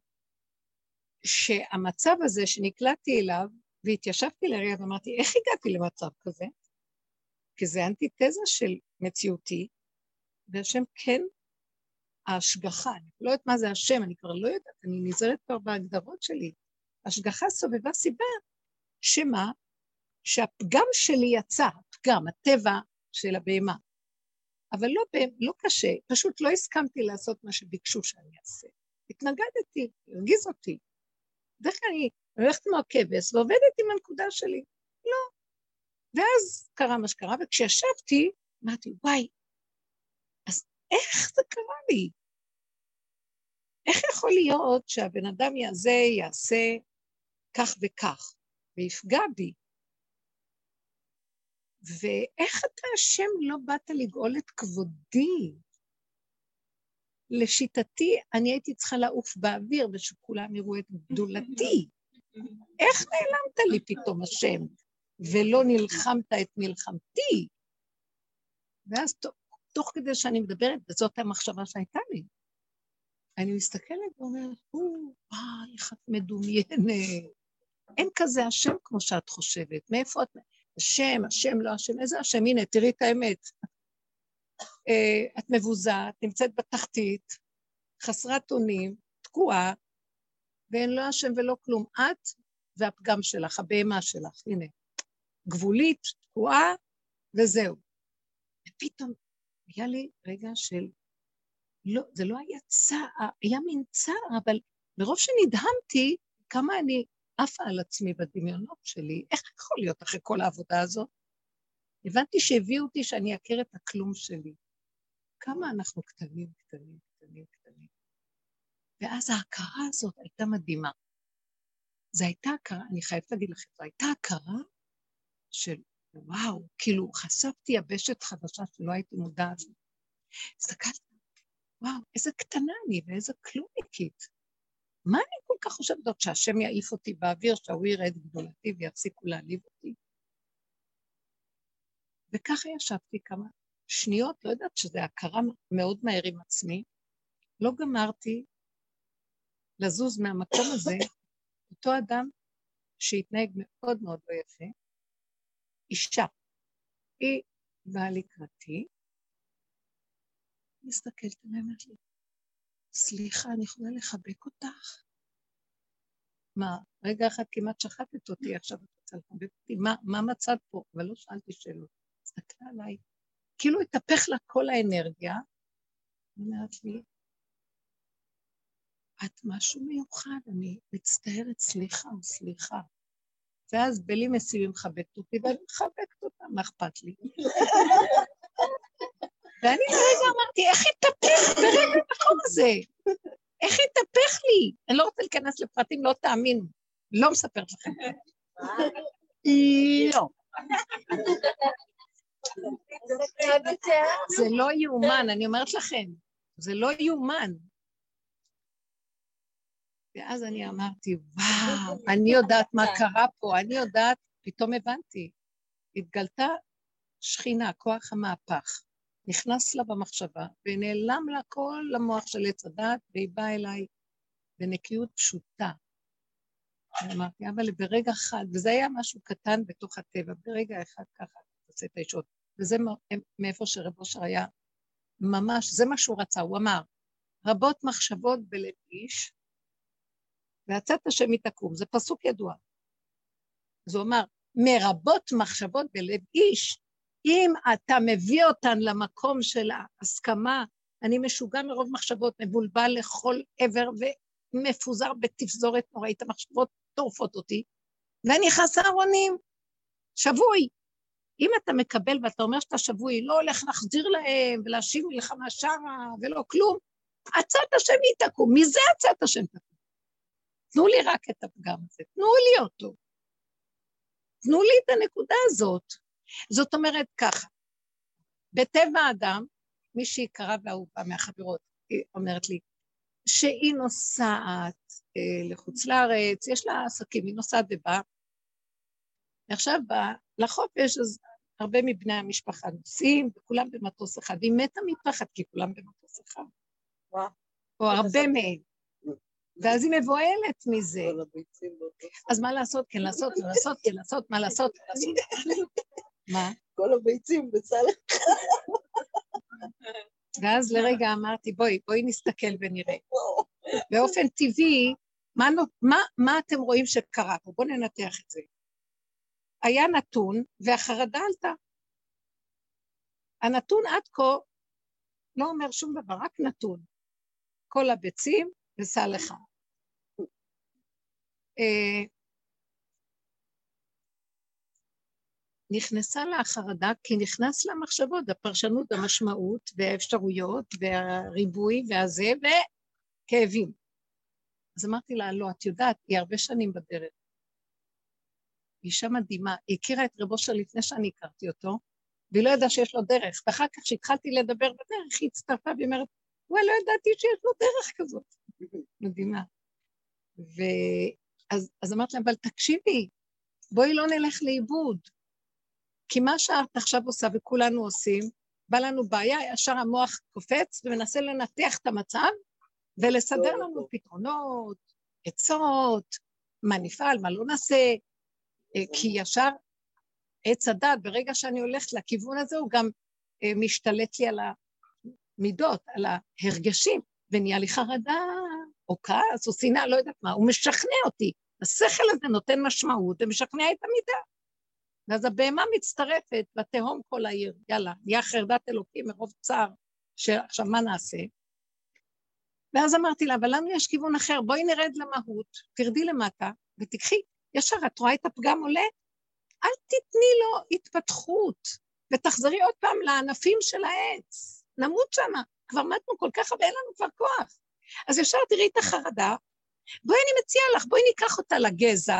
שהמצב הזה שנקלעתי אליו, והתיישבתי לרגע ואמרתי, איך הגעתי למצב כזה? כי זה אנטיתזה של מציאותי, והשם כן ההשגחה, אני לא יודעת מה זה השם, אני כבר לא יודעת, אני נזרת כבר בהגדרות שלי. השגחה סובבה סיבה, שמה? שהפגם שלי יצא, הפגם, הטבע של הבהמה. אבל לא, לא קשה, פשוט לא הסכמתי לעשות מה שביקשו שאני אעשה. התנגדתי, הרגיז אותי. דרך כלל אני הולכת כמו הכבש ועובדת עם הנקודה שלי. לא. ואז קרה מה שקרה, וכשישבתי, אמרתי, וואי, אז איך זה קרה לי? איך יכול להיות שהבן אדם הזה יעשה כך וכך, ויפגע בי? ואיך אתה השם לא באת לגאול את כבודי? לשיטתי, אני הייתי צריכה לעוף באוויר, ושכולם יראו את גדולתי. איך נעלמת לי פתאום השם, ולא נלחמת את מלחמתי? ואז תוך, תוך כדי שאני מדברת, וזאת המחשבה שהייתה לי, אני מסתכלת ואומרת, וואי, איך את מדומיינת. אין כזה השם כמו שאת חושבת. מאיפה את... השם, השם, לא השם, איזה השם? הנה, תראי את האמת. את מבוזה, את נמצאת בתחתית, חסרת אונים, תקועה, ואין לא השם ולא כלום. את והפגם שלך, הבהמה שלך, הנה. גבולית, תקועה, וזהו. ופתאום היה לי רגע של... לא, זה לא היה צער, היה מין צער, אבל מרוב שנדהמתי, כמה אני עפה על עצמי בדמיונות שלי, איך יכול להיות אחרי כל העבודה הזאת? הבנתי שהביאו אותי שאני אכיר את הכלום שלי. כמה אנחנו קטנים, קטנים, קטנים, קטנים. ואז ההכרה הזאת הייתה מדהימה. זו הייתה הכרה, אני חייבת להגיד לכם, זו הייתה הכרה של וואו, כאילו חשפתי יבשת חדשה שלא הייתי מודעת. הסתכלתי, וואו, איזה קטנה אני ואיזה כלומיקית. מה אני כל כך חושבת שהשם יעיף אותי באוויר, שהוא יראה את גדולתי ויפסיקו להעליב אותי? וככה ישבתי כמה שניות, לא יודעת שזה הכרה מאוד מהר עם עצמי, לא גמרתי לזוז מהמקום הזה, אותו אדם שהתנהג מאוד מאוד לא יפה, אישה, היא באה לקראתי, מסתכלת עליי, אמרת לי, סליחה, אני יכולה לחבק אותך? מה, רגע אחד כמעט שחטת אותי, עכשיו את רוצה לחבק אותי, מה, מה מצאת פה? אבל לא שאלתי שאלות, הסתכלה עליי, כאילו התהפך לה כל האנרגיה, אמרת לי, את משהו מיוחד, אני מצטערת, סליחה, סליחה. ואז בלי מסיבים מחבקת אותי, ואני מחבקת אותה, מה אכפת לי? ואני לרגע אמרתי, איך התהפך ברגע המקום הזה? איך התהפך לי? אני לא רוצה להיכנס לפרטים, לא תאמינו. לא מספרת לכם. לא. זה לא יאומן, אני אומרת לכם. זה לא יאומן. ואז אני אמרתי, וואו, אני יודעת מה קרה פה, אני יודעת, פתאום הבנתי. התגלתה שכינה, כוח המהפך, נכנס לה במחשבה, ונעלם לה כל המוח של עץ הדת, והיא באה אליי בנקיות פשוטה. אני אמרתי, אבל ברגע אחד, וזה היה משהו קטן בתוך הטבע, ברגע אחד ככה, תעשה את האישות, וזה מאיפה שרב אושר היה, ממש, זה מה שהוא רצה, הוא אמר, רבות מחשבות בלב איש, ועצת השם היא תקום, זה פסוק ידוע. אז הוא אמר, מרבות מחשבות בלב איש, אם אתה מביא אותן למקום של ההסכמה, אני משוגע מרוב מחשבות, מבולבל לכל עבר ומפוזר בתפזורת נוראית, המחשבות טורפות אותי, ואני חסר אונים, שבוי. אם אתה מקבל ואתה אומר שאתה שבוי, לא הולך להחזיר להם ולהשיב מלחמה שרה ולא כלום, עצת השם היא תקום, מזה עצת השם תקום. תנו לי רק את הפגם הזה, תנו לי אותו. תנו לי את הנקודה הזאת. זאת אומרת ככה, בטבע האדם, מישהי קרה ואהובה מהחברות, היא אומרת לי, שהיא נוסעת אה, לחוץ לארץ, יש לה עסקים, היא נוסעת ובאה, ועכשיו באה לחופש, אז הרבה מבני המשפחה נוסעים, וכולם במטוס אחד, והיא מתה מפחד, כי כולם במטוס אחד. וואו. או הרבה מהם. ואז היא מבועלת מזה. אז מה לעשות? כן לעשות, מה לעשות, כן לעשות, מה לעשות, לעשות. מה? כל הביצים בסל. ואז לרגע אמרתי, בואי, בואי נסתכל ונראה. באופן טבעי, מה, מה, מה אתם רואים שקרה פה? בואו ננתח את זה. היה נתון, והחרדה עלתה. הנתון עד כה לא אומר שום דבר, רק נתון. כל הביצים וסל אחד. אה, נכנסה לה החרדה, כי נכנס לה מחשבות, הפרשנות, המשמעות, והאפשרויות, והריבוי, והזה, וכאבים. אז אמרתי לה, לא, את יודעת, היא הרבה שנים בדרך. היא אישה מדהימה, היא הכירה את רב אושר לפני שאני הכרתי אותו, והיא לא ידעה שיש לו דרך, ואחר כך כשהתחלתי לדבר בדרך, היא הצטרפה והיא אומרת, וואי, לא ידעתי שיש לו דרך כזאת. מדהימה. ואז אז אמרתי לה, אבל תקשיבי, בואי לא נלך לאיבוד, כי מה שאת עכשיו עושה וכולנו עושים, בא לנו בעיה, ישר המוח קופץ ומנסה לנתח את המצב, ולסדר לנו פתרונות, עצות, מה נפעל, מה לא נעשה, כי ישר עץ הדת, ברגע שאני הולכת לכיוון הזה, הוא גם משתלט לי על המידות, על ההרגשים, ונהיה לי חרדה, או כעס, או שנאה, לא יודעת מה, הוא משכנע אותי, השכל הזה נותן משמעות, ומשכנע את המידה. ואז הבהמה מצטרפת לתהום כל העיר, יאללה, נהיה חרדת אלוקים מרוב צער, שעכשיו מה נעשה? ואז אמרתי לה, אבל לנו יש כיוון אחר, בואי נרד למהות, תרדי למטה, ותקחי, ישר, את רואה את הפגם עולה? אל תתני לו התפתחות, ותחזרי עוד פעם לענפים של העץ, נמות שמה, כבר מתנו כל כך הרבה, אין לנו כבר כוח. אז ישר תראי את החרדה, בואי אני מציעה לך, בואי ניקח אותה לגזע,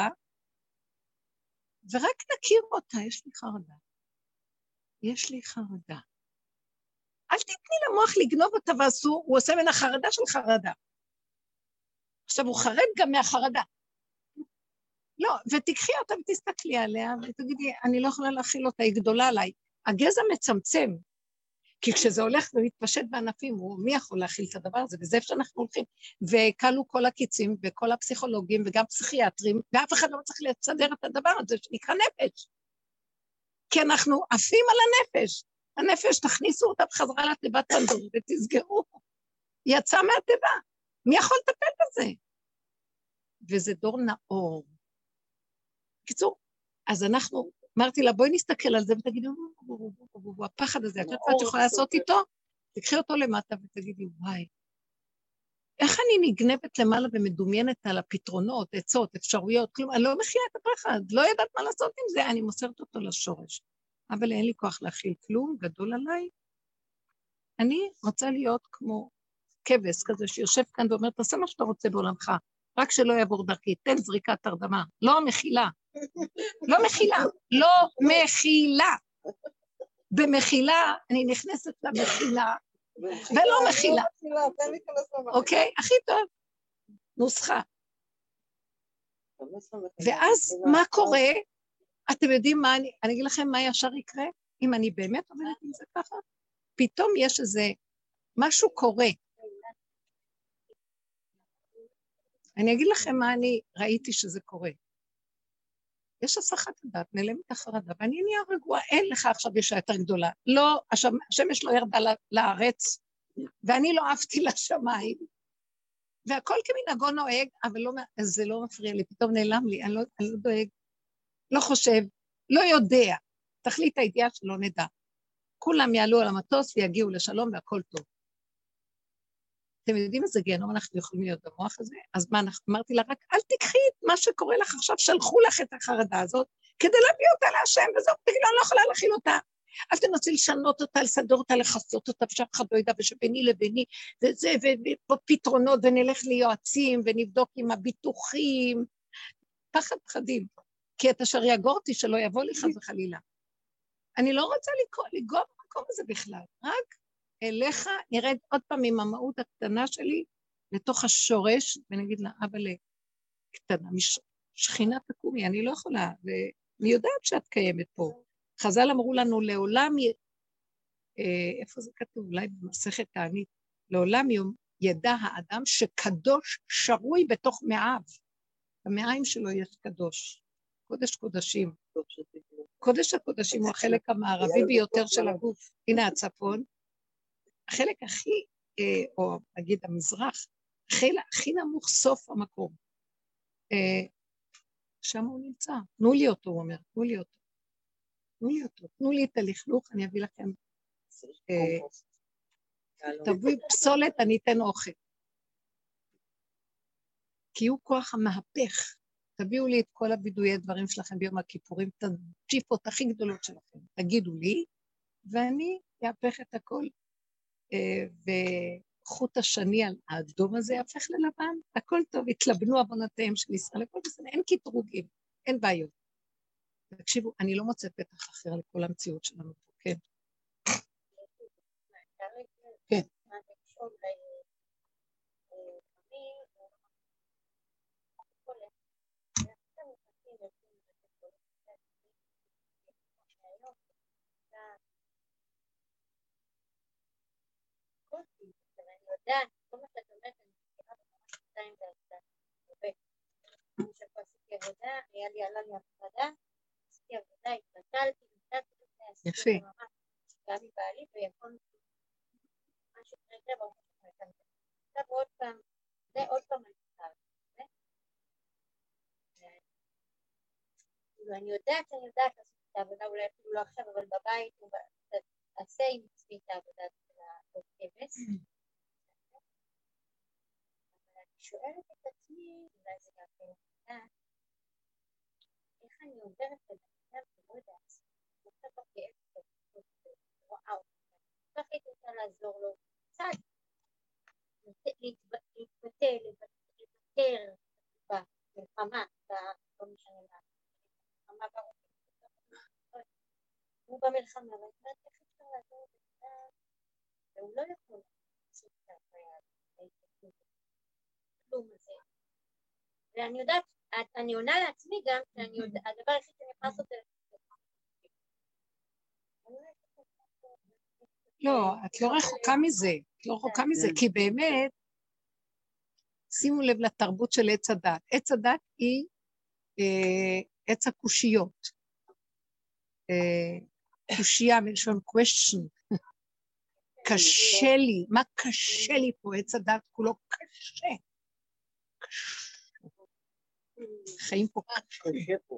ורק נכיר אותה, יש לי חרדה. יש לי חרדה. אל תתני למוח לגנוב אותה ואסור, הוא עושה מן החרדה של חרדה. עכשיו הוא חרד גם מהחרדה. לא, ותקחי אותה ותסתכלי עליה, ותגידי, אני לא יכולה להכיל אותה, היא גדולה עליי. הגזע מצמצם, כי כשזה הולך ומתפשט בענפים, הוא מי יכול להכיל את הדבר הזה, וזה איפה שאנחנו הולכים. וקלו כל הקיצים, וכל הפסיכולוגים, וגם פסיכיאטרים, ואף אחד לא צריך לסדר את הדבר הזה, שנקרא נפש. כי אנחנו עפים על הנפש. הנפש, תכניסו אותה בחזרה לתיבת פנדורה, ותסגרו. היא יצאה מהתיבה. מי יכול לטפל בזה? וזה דור נאור. בקיצור, אז אנחנו, אמרתי לה, בואי נסתכל על זה, ותגידי, הפחד הזה, את יודעת, יכולה לעשות איתו? תקחי אותו למטה ותגידי, וואי, איך אני נגנבת למעלה ומדומיינת על הפתרונות, עצות, אפשרויות, כלום, אני לא מכילה את הפחד, לא יודעת מה לעשות עם זה, אני מוסרת אותו לשורש. אבל אין לי כוח להכיל כלום, גדול עליי. אני רוצה להיות כמו כבש כזה שיושב כאן ואומר, תעשה מה שאתה רוצה בעולמך, רק שלא יעבור דרכי, תן זריקת הרדמה, לא מכילה, לא מכילה, לא מכילה. במכילה, אני נכנסת למכילה, ולא מכילה. אוקיי? הכי טוב. נוסחה. ואז מה קורה? אתם יודעים מה, אני, אני אגיד לכם מה ישר יקרה? אם אני באמת עובדת עם זה ככה, פתאום יש איזה משהו קורה. אני אגיד לכם מה אני ראיתי שזה קורה. יש הסחת הדעת, נעלמת החרדה, ואני נהיה רגועה, אין לך עכשיו ישה יותר גדולה. לא, השמש לא ירדה לארץ, ואני לא עפתי לשמיים, והכל כמנהגו נוהג, אבל לא, זה לא מפריע לי, פתאום נעלם לי, אני לא, אני לא דואג, לא חושב, לא יודע, תכלית הידיעה שלא נדע. כולם יעלו על המטוס ויגיעו לשלום והכל טוב. אתם יודעים איזה גיהנום אנחנו יכולים להיות במוח הזה? אז מה, אמרתי לה, רק אל תקחי את מה שקורה לך עכשיו, שלחו לך את החרדה הזאת, כדי להביא אותה להשם, וזאת, תגיד לו, אני לא יכולה להכיל אותה. אל תנסי לשנות אותה, לסדר אותה, לחסות אותה, ושאף אחד לא ידע, ושביני לביני, וזה, ופתרונות, ונלך ליועצים, ונבדוק עם הביטוחים, פחד פחדים, כי את אשר יגורתי שלא יבוא לי חס וחלילה. אני לא רוצה לגוע במקום הזה בכלל, רק אליך נרד עוד פעם עם המהות הקטנה שלי, לתוך השורש, ונגיד לה, אבא לקטנה, שכינה תקומי, אני לא יכולה, ואני יודעת שאת קיימת פה. חז"ל אמרו לנו, לעולם, איפה זה כתוב? אולי במסכת תענית, לעולם ידע האדם שקדוש שרוי בתוך מעיו. במעיים שלו יש קדוש, קודש קודשים. קודש הקודשים הוא החלק המערבי ביותר של הגוף. הנה הצפון. החלק הכי, או נגיד המזרח, החלק הכי נמוך סוף המקום. שם הוא נמצא. תנו לי אותו, הוא אומר, תנו לי אותו. תנו לי אותו, תנו לי את הלכלוך, אני אביא לכם. תביאו פסולת, אני אתן אוכל. כי הוא כוח המהפך. תביאו לי את כל הבידויי דברים שלכם ביום הכיפורים, את הג'יפות הכי גדולות שלכם. תגידו לי, ואני אהפך את הכל. וחוט השני האדום הזה יהפך ללבן. הכל טוב, התלבנו עוונותיהם של ישראל, הכל בסדר, אין קטרוגים, אין בעיות. תקשיבו, אני לא מוצאת פתח אחר לכל המציאות שלנו פה, כן. כן. אני יודעת, כל מה שאת אומרת, אני מכירה במהלך שנתיים הרבה. כשפה עשיתי עבודה, היה לי עלה לי הפרדה, עשיתי עבודה, התנצלתי, נתתי לפני, עשיתי ממש, גם מבעלי, ויכול משהו כזה, ברוך השם, עכשיו עוד פעם, זה עוד פעם אני צריכה, אני יודעת שאני יודעת לעשות את העבודה, אולי אפילו לא עכשיו, אבל בבית, תעשה עם עצמי את העבודה של הכבש. שואלת את עצמי, אולי זה גם כן, איך אני עוברת את זה, ולא יודעת, אני רוצה בכאב, וואו, כך הייתי רוצה לעזור לו, קצת, להתבטא, לוותר במלחמה, לא משנה מה, במלחמה ברוך, הוא במלחמה, ואני אומרת, איך אפשר לעזור את זה, והוא לא יכול לעשות את זה, ואני יודעת, אני עונה לעצמי גם, הדבר הכי שאני יכולה לעשות זה... לא, את לא רחוקה מזה, את לא רחוקה מזה, כי באמת, שימו לב לתרבות של עץ הדת. עץ הדת היא עץ הקושיות. קושייה מלשון question. קשה לי, מה קשה לי פה? עץ הדת כולו קשה. חיים פה קשה פה.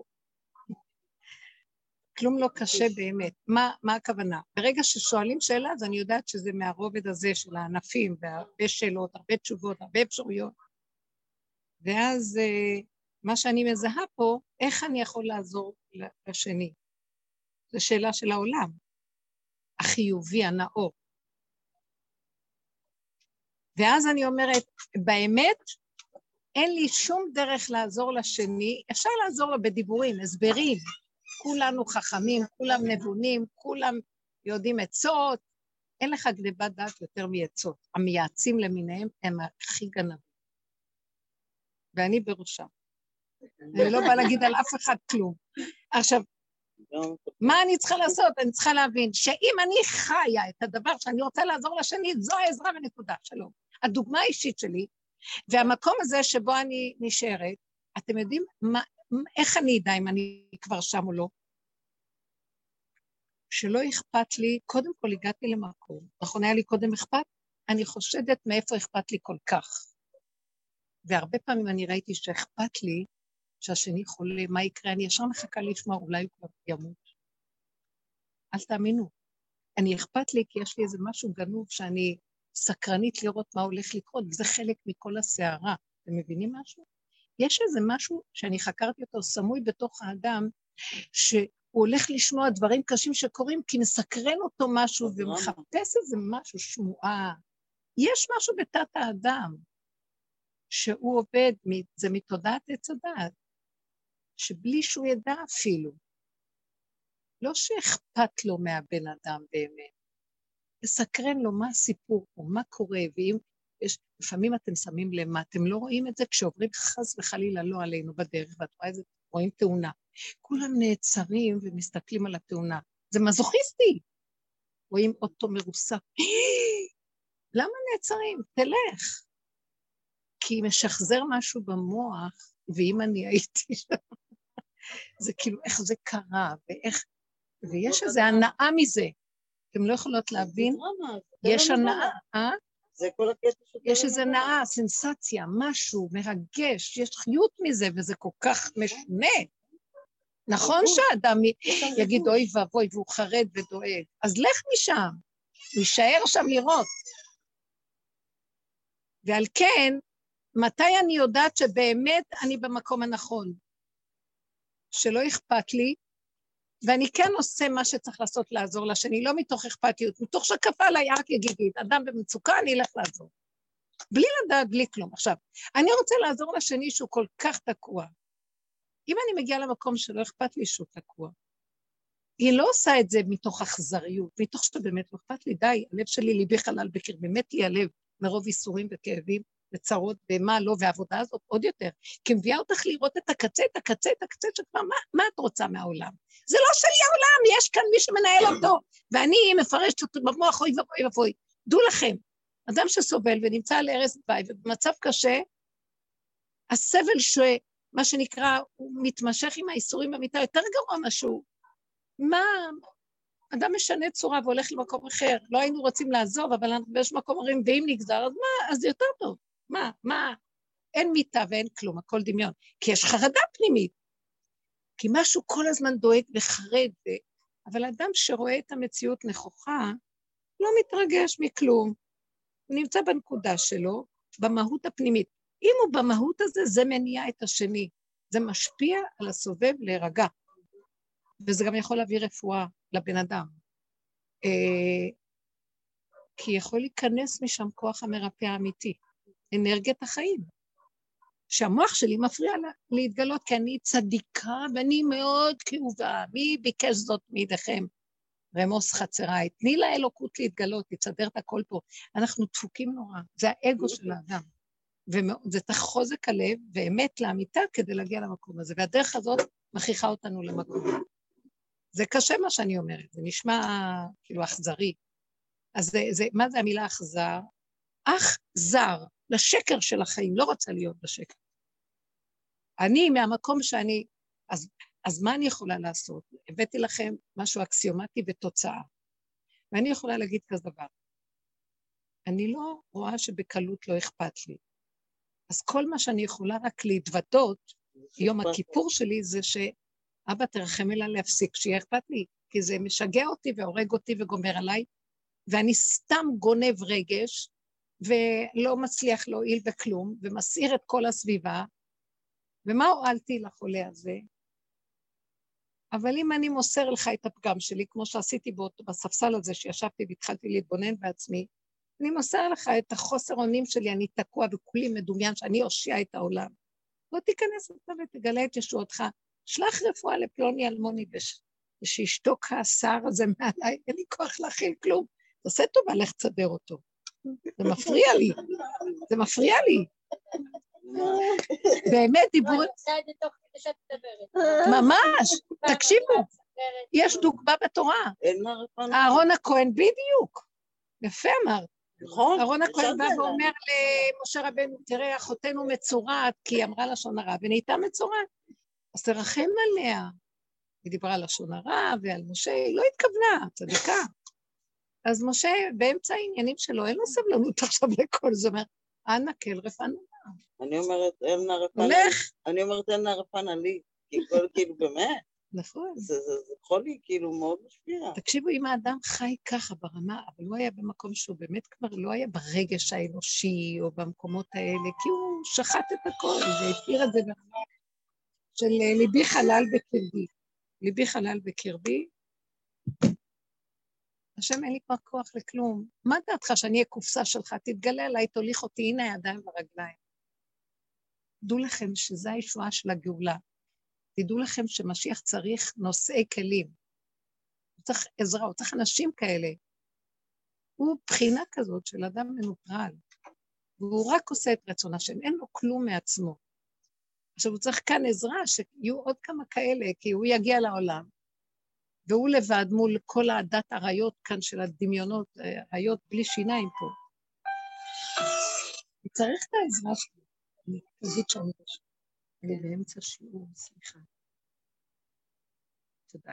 כלום לא קשה באמת. מה, מה הכוונה? ברגע ששואלים שאלה, אז אני יודעת שזה מהרובד הזה של הענפים, והרבה שאלות, הרבה תשובות, הרבה אפשרויות. ואז מה שאני מזהה פה, איך אני יכול לעזור לשני? זו שאלה של העולם. החיובי, הנאור. ואז אני אומרת, באמת, אין לי שום דרך לעזור לשני, אפשר לעזור לו בדיבורים, הסברים, כולנו חכמים, כולם נבונים, כולם יודעים עצות, אין לך גניבת דעת יותר מעצות, המייעצים למיניהם הם הכי גנבים, ואני בראשם, אני לא באה להגיד על אף אחד כלום. עכשיו, מה אני צריכה לעשות? אני צריכה להבין שאם אני חיה את הדבר שאני רוצה לעזור לשני, זו העזרה ונקודה. שלום. הדוגמה האישית שלי, והמקום הזה שבו אני נשארת, אתם יודעים מה, איך אני אדע אם אני כבר שם או לא? שלא אכפת לי, קודם כל הגעתי למקום, נכון היה לי קודם אכפת? אני חושדת מאיפה אכפת לי כל כך. והרבה פעמים אני ראיתי שאכפת לי, שהשני חולה, מה יקרה? אני ישר מחכה לשמוע, אולי הוא כבר ימות. אל תאמינו. אני אכפת לי כי יש לי איזה משהו גנוב שאני סקרנית לראות מה הולך לקרות, וזה חלק מכל הסערה. אתם מבינים משהו? יש איזה משהו שאני חקרתי אותו, סמוי בתוך האדם, שהוא הולך לשמוע דברים קשים שקורים, כי מסקרן אותו משהו, ומחפש איזה משהו, שמועה. יש משהו בתת האדם, שהוא עובד, זה מתודעת עץ הדעת, שבלי שהוא ידע אפילו, לא שאכפת לו מהבן אדם באמת, לסקרן לו מה הסיפור פה, מה קורה, ואם יש, לפעמים אתם שמים לב מה, אתם לא רואים את זה כשעוברים חס וחלילה לא עלינו בדרך, ואת רואה איזה, רואים תאונה. כולם נעצרים ומסתכלים על התאונה. זה מזוכיסטי. רואים אוטו מרוסק. למה נעצרים? תלך. כי משחזר משהו במוח, ואם אני הייתי שם, זה כאילו איך זה קרה, ואיך, ויש איזו הנאה מזה. אתם לא יכולות להבין, יש הנאה, אה? זה כל הקטע של... יש איזו הנאה, סנסציה, משהו מרגש, יש חיות מזה, וזה כל כך משנה. נכון שהאדם יגיד אוי ואבוי, והוא חרד ודואג, אז לך משם, הוא יישאר שם לראות. ועל כן, מתי אני יודעת שבאמת אני במקום הנכון? שלא אכפת לי, ואני כן עושה מה שצריך לעשות לעזור לשני, לא מתוך אכפתיות, מתוך שקפה עליי רק יגידית, אדם במצוקה אני אלך לעזור. בלי לדעת, בלי כלום. עכשיו, אני רוצה לעזור לשני שהוא כל כך תקוע. אם אני מגיעה למקום שלא אכפת לי שהוא תקוע, היא לא עושה את זה מתוך אכזריות, מתוך שבאמת לא אכפת לי, די, הלב שלי ליבי חלל בקר, באמת לי הלב מרוב איסורים וכאבים, וצרות, ומה לא, והעבודה הזאת עוד יותר, כי מביאה אותך לראות את הקצה, את הקצה, את הקצה, שכבר, מה, מה את רוצה מהעולם? זה לא שלי העולם, יש כאן מי שמנהל אותו, ואני מפרשת אותו במוח, אוי ואוי ואוי. דעו לכם, אדם שסובל ונמצא על ערש דווי, ובמצב קשה, הסבל שמה שנקרא, הוא מתמשך עם האיסורים במיטה, יותר גרוע משהו. מה, אדם משנה צורה והולך למקום אחר, לא היינו רוצים לעזוב, אבל יש מקום אחרים, ואם נגזר, אז מה, אז זה יותר טוב. מה, מה, אין מיטה ואין כלום, הכל דמיון, כי יש חרדה פנימית, כי משהו כל הזמן דואג וחרד, אבל אדם שרואה את המציאות נכוחה, לא מתרגש מכלום, הוא נמצא בנקודה שלו, במהות הפנימית, אם הוא במהות הזה, זה מניע את השני, זה משפיע על הסובב להירגע, וזה גם יכול להביא רפואה לבן אדם, כי יכול להיכנס משם כוח המרפא האמיתי, אנרגיית החיים, שהמוח שלי מפריע לה, להתגלות, כי אני צדיקה ואני מאוד כאובה, מי ביקש זאת מידיכם? רמוס חצריי, תני לאלוקות להתגלות, תצדר את הכל פה, אנחנו דפוקים נורא, זה האגו של האדם, וזה תחוזק הלב, ואמת לאמיתה כדי להגיע למקום הזה, והדרך הזאת מכריחה אותנו למקום. זה קשה מה שאני אומרת, זה נשמע כאילו אכזרי, אז זה, זה, מה זה המילה אכזר? אך זר, לשקר של החיים, לא רוצה להיות בשקר. אני מהמקום שאני, אז, אז מה אני יכולה לעשות? הבאתי לכם משהו אקסיומטי בתוצאה, ואני יכולה להגיד כזה דבר, אני לא רואה שבקלות לא אכפת לי, אז כל מה שאני יכולה רק להתוודות, יום הכיפור שלי זה שאבא תרחם אלה להפסיק, שיהיה אכפת לי, כי זה משגע אותי והורג אותי וגומר עליי, ואני סתם גונב רגש, ולא מצליח להועיל בכלום, ומסעיר את כל הסביבה, ומה הועלתי לחולה הזה? אבל אם אני מוסר לך את הפגם שלי, כמו שעשיתי באותו, בספסל הזה שישבתי והתחלתי להתבונן בעצמי, אני מוסר לך את החוסר אונים שלי, אני תקוע וכולי מדומיין שאני אושיע את העולם. בוא תיכנס לזה ותגלה את ישועתך, שלח רפואה לפלוני אלמוני, ושישתוק הסער הזה מעליי, אין לי כוח להכיל כלום, תעשה טובה, לך תסדר אותו. זה מפריע לי, זה מפריע לי. באמת דיבור... אני עושה את זה תוך כדי שאת מדברת. ממש, תקשיבו, יש דוגמה בתורה. אין הרפן. אהרון הכהן בדיוק. יפה אמר. נכון. אהרון הכהן בא ואומר למשה רבנו, תראה, אחותנו מצורעת, כי היא אמרה לשון הרע, ונהייתה מצורעת. אז תרחם עליה. היא דיברה על לשון הרע ועל משה, היא לא התכוונה, צדיקה. אז משה, באמצע העניינים שלו, אין לו סבלנות עכשיו לכל זה, אומר, אנא כל רפנה. אני אומרת, אין הרפן. הולך. אני אומרת, אין הרפן עלי, כי כל כאילו באמת. נכון. זה, זה, זה חולי כאילו מאוד משפיע. תקשיבו, אם האדם חי ככה ברמה, אבל הוא היה במקום שהוא באמת כבר לא היה ברגש האנושי או במקומות האלה, כי הוא שחט את הכל, והשאיר את זה ברמה של ליבי חלל בקרבי. ליבי חלל בקרבי. השם אין לי כבר כוח לכלום. מה דעתך שאני אהיה קופסה שלך? תתגלה עליי, תוליך אותי, הנה הידיים ורגליים. דעו לכם שזו הישועה של הגאולה. תדעו לכם שמשיח צריך נושאי כלים. הוא צריך עזרה, הוא צריך אנשים כאלה. הוא בחינה כזאת של אדם מנוטרל. והוא רק עושה את רצון השם, אין לו כלום מעצמו. עכשיו הוא צריך כאן עזרה, שיהיו עוד כמה כאלה, כי הוא יגיע לעולם. והוא לבד מול כל העדת הריות כאן של הדמיונות, הריות בלי שיניים פה. הוא צריך את העזרה שלי. אני אגיד שאני בשביל. אני באמצע שיעור, סליחה. תודה.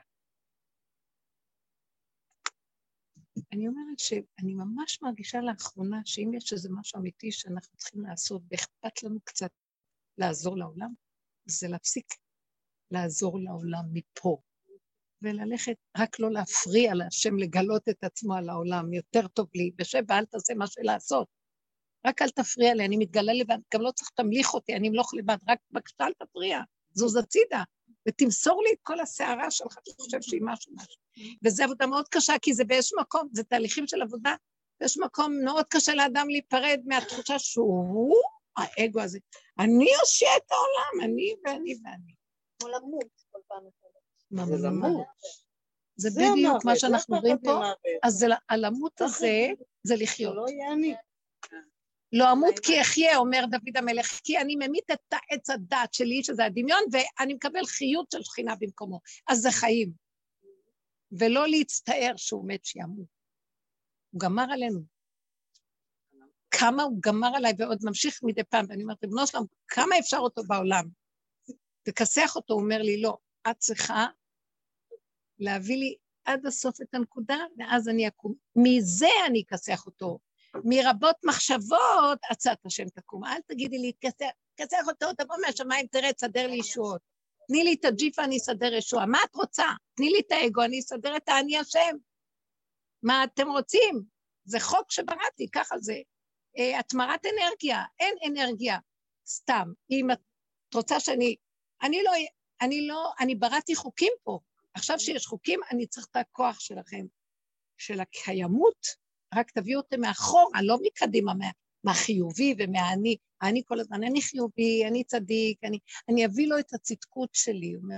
אני אומרת שאני ממש מרגישה לאחרונה שאם יש איזה משהו אמיתי שאנחנו צריכים לעשות, ואכפת לנו קצת לעזור לעולם, זה להפסיק לעזור לעולם מפה, וללכת רק לא להפריע להשם לגלות את עצמו על העולם, יותר טוב לי, בשב ואל תעשה מה שלעשות. רק אל תפריע לי, אני מתגלה לבד, גם לא צריך תמליך אותי, אני אמלוך לבד, רק בבקשה אל תפריע, זוז הצידה, ותמסור לי את כל השערה שלך, אתה חושב שהיא משהו משהו. וזו עבודה מאוד קשה, כי זה באיזשהו מקום, זה תהליכים של עבודה, באיזשהו מקום מאוד קשה לאדם להיפרד מהתחושה שהוא, האגו הזה, אני עושה את העולם, אני ואני ואני. כמו למות כל פעם. זה למות. זה בדיוק מה שאנחנו רואים פה, אז הלמות הזה, זה לחיות. לא יהיה אני. לא אמות כי אחיה, אומר דוד המלך, כי אני ממית את העץ הדת שלי, שזה הדמיון, ואני מקבל חיות של שכינה במקומו. אז זה חיים. ולא להצטער שהוא מת שימות. הוא גמר עלינו. כמה הוא גמר עליי ועוד ממשיך מדי פעם, ואני אומרת, בנו שלום, כמה אפשר אותו בעולם? תכסח אותו, הוא אומר לי, לא, את צריכה להביא לי עד הסוף את הנקודה, ואז אני אקום. מזה אני אכסח אותו. מרבות מחשבות, עצת השם תקום. אל תגידי לי, כסח אותו, תבוא מהשמיים, תראה, תסדר לי ישועות. תני לי את הג'יפה, אני אסדר ישועה. מה את רוצה? תני לי את האגו, אני אסדר את האני השם. מה אתם רוצים? זה חוק שבראתי, ככה זה. התמרת אנרגיה, אין אנרגיה, סתם. אם את רוצה שאני, אני לא, אני לא, אני בראתי חוקים פה. עכשיו שיש חוקים, אני צריך את הכוח שלכם, של הקיימות, רק תביאו אותם מאחורה, לא מקדימה, מה, מהחיובי ומהאני. אני כל הזמן, אני חיובי, אני צדיק, אני, אני אביא לו את הצדקות שלי, הוא אומר,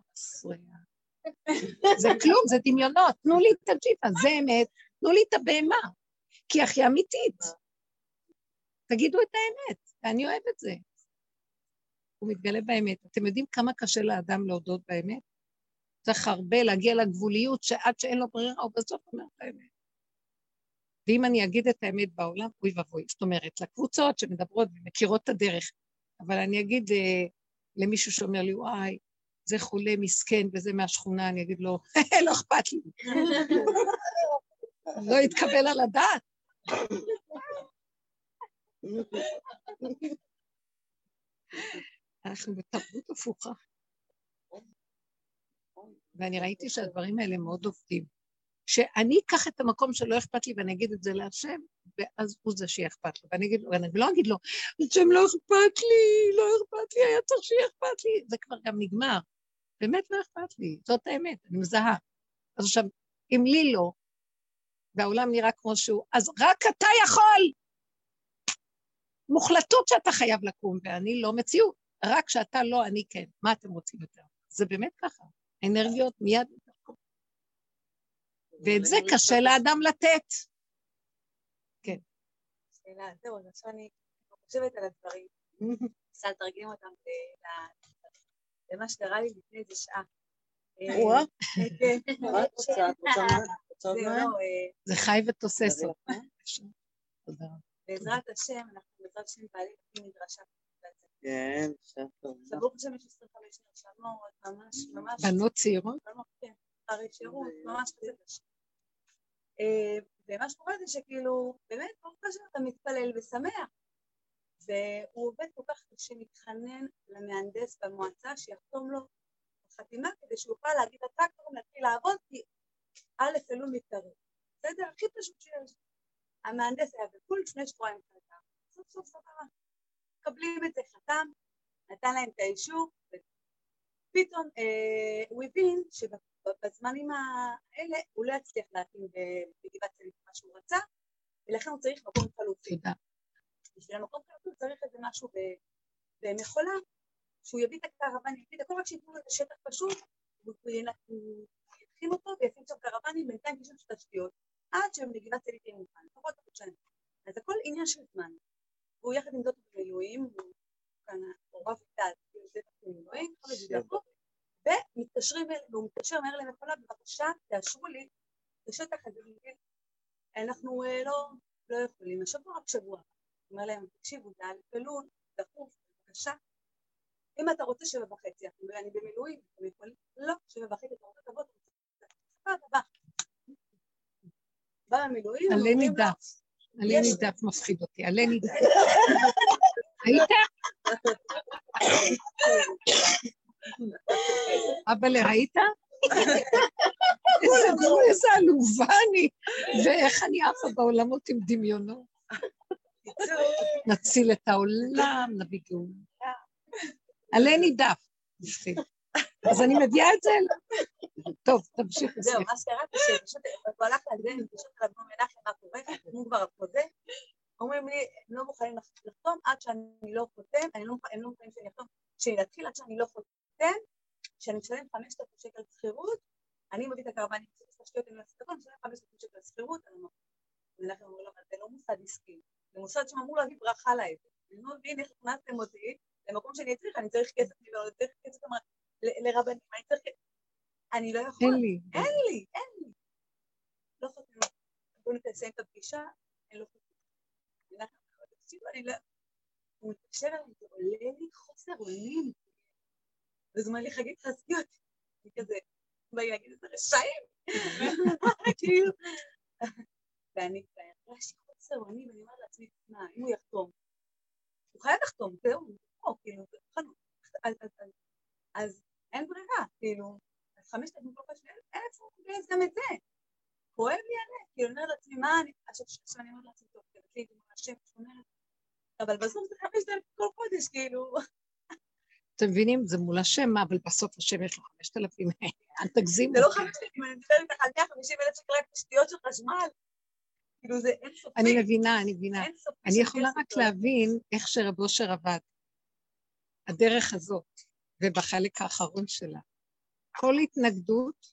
זה כלום, זה דמיונות, תנו לי את הג'יפה, זה אמת, תנו לי את הבהמה, כי אחי אמיתית. תגידו את האמת, ואני אוהב את זה. הוא מתגלה באמת. אתם יודעים כמה קשה לאדם להודות באמת? צריך הרבה להגיע לגבוליות, שעד שאין לו ברירה, הוא בסוף אומר את האמת. ואם אני אגיד את האמת בעולם, אוי ובוי. זאת אומרת, לקבוצות שמדברות ומכירות את הדרך, אבל אני אגיד למישהו שאומר לי, וואי, זה חולה מסכן וזה מהשכונה, אני אגיד לו, לא אכפת לי. לא יתקבל על הדעת. אנחנו בתרבות הפוכה. ואני ראיתי שהדברים האלה מאוד עובדים. שאני אקח את המקום שלא אכפת לי ואני אגיד את זה להשם, ואז הוא זה שיהיה אכפת לו. ואני אגיד, ואני לא אגיד לו, השם לא אכפת לי, לא אכפת לי, היה צריך שיהיה אכפת לי. זה כבר גם נגמר. באמת לא אכפת לי, זאת האמת, אני מזהה. אז עכשיו, אם לי לא, והעולם נראה כמו שהוא, אז רק אתה יכול. מוחלטות שאתה חייב לקום, ואני לא מציאות. רק שאתה לא, אני כן. מה אתם רוצים יותר? זה באמת ככה. אנרגיות מיד מתחום. ואת זה קשה לאדם לתת. כן. שאלה, זהו, עכשיו אני חושבת על הדברים. ניסה לתרגם אותם למה שקרה לי לפני איזה שעה. וואה. מה את רוצה? את רוצה מה? את רוצה עוד זהו, מים? לא, אה, זה חי ותוסס. תביא לך. תודה רבה. בעזרת השם, אנחנו בעזרת השם פעלים לפי מדרשה. כן, שטוב. ברוך השם יש עשרים וחמש נרשמות, ממש, ממש. בנות צעירות? בנות, כן, אחרי שירות, ממש כזה קשה. אה, ומה שקורה זה שכאילו, באמת, ברוך השם אתה מתפלל ושמח. והוא עובד כל כך שמתחנן למהנדס במועצה שיחתום לו חתימה כדי שהוא יוכל להגיד לטרקטורים להתחיל לעבוד כי א' אלול מתקרב. בסדר? הכי פשוט שיש. המהנדס היה בחו"ל לפני שבועיים חתם. סוף סוף סבבה. מקבלים את זה, חתם, נתן להם את האישור, ופתאום אה, הוא הבין שבזמנים האלה הוא לא יצליח להקים בגבעת צלית מה שהוא רצה, ולכן הוא צריך מקום חלופי. תודה. בשביל המקום חלופי הוא צריך איזה משהו במכולה, שהוא יביא את הקרבנים, יביא את הכל, רק שיתנו לו את השטח פשוט, הוא יתחיל אותו וישים שם קרבנים, בינתיים יש שם תשתיות, עד שהם בגבעת צלית יהיה מוכן, לפחות חודשיים. אז הכל עניין של זמן. והוא יחד עם זאת במילואים, הוא כאן עורב איתה, זה במילואים, ומתקשרים, והוא מתקשר מהר למכולה, בבקשה, תאשרו לי, בשטח הזה, אנחנו לא יכולים, השבוע רק שבוע. הוא אומר להם, תקשיבו, זה על פלול, דחוף, בבקשה. אם אתה רוצה שבע וחצי, אני במילואים, אתם יכולים, לא, שבע וחצי, אתה רוצה תבוא, אתה בא. בא במילואים, עלה נידף. עלה נידף מפחיד אותי, עלה נידף. היית? אבל ראית? איזה עלובה אני, ואיך אני עפה בעולמות עם דמיונות. נציל את העולם, נביא גאולה. עלה נידף. אז אני מביאה את זה. טוב, תמשיך. זהו, מה שקראתי, שפשוט הוא הלך להגדל, פשוט על אדמו"ר מנחם מה קורה, הוא כבר החוזה, אומרים לי, הם לא מוכנים לחתום עד שאני לא חותם, הם לא מוכנים שאני אחתום, שנתחיל עד שאני לא חותם, שאני משלם חמשת אלפים שקל שכירות, אני מביא את הקרבנים, אני חושבת שתשתיות, אני לא אעשה את הכל, אני משלם חמשת אלפים שקל שכירות, מנחם אומר לו, זה לא מוסד עסקי, זה מוסד שאמור להביא ברכה לעבר, אני לא מבין איך הכנסתם אותי, למקום שאני צריך, אני צריך כסף, אני צריך כסף לרבנים, אני צריך כסף. אני לא יכול. אין לי. אין לי, אין לי. לא חותמת. בואו נסיים את הפגישה, אני לא חותמת. אני לא... הוא מתקשר עליי, זה עולה לי חוסר עולים. וזה אומר לי, חגית, חזקי אותי. אני כזה, באי להגיד את זה רשעים. כאילו. ואני הרגשתי חוסר עולים, ואני אומרת לעצמי, מה, אם הוא יחתום, הוא חייב לחתום, זהו, הוא כאילו, אז אין ברירה, כאילו, אז חמשת אלפים כל פעם, איפה הוא גייס גם את זה? כואב לי עליה, כאילו, אני אומרת לעצמי, מה אני, עכשיו שאני אומרת לעצמי, טוב, תבטלי את זה מהשם, שאומרת, אבל בסוף זה חמשת אלפים כל חודש, כאילו. אתם מבינים, זה מול השם, מה, אבל בסוף השם יש לו חמשת אלפים, אל תגזימו. זה לא חמשת אלפים, אני מדברת איתך על מאה וחמישים אלף שקל רק תשתיות של חשמל. כאילו, זה אין סופי. אני מבינה, אני מבינה. אני יכולה רק להבין איך שרב אושר עבד. הדרך הזאת, ובחלק האחרון שלה. כל התנגדות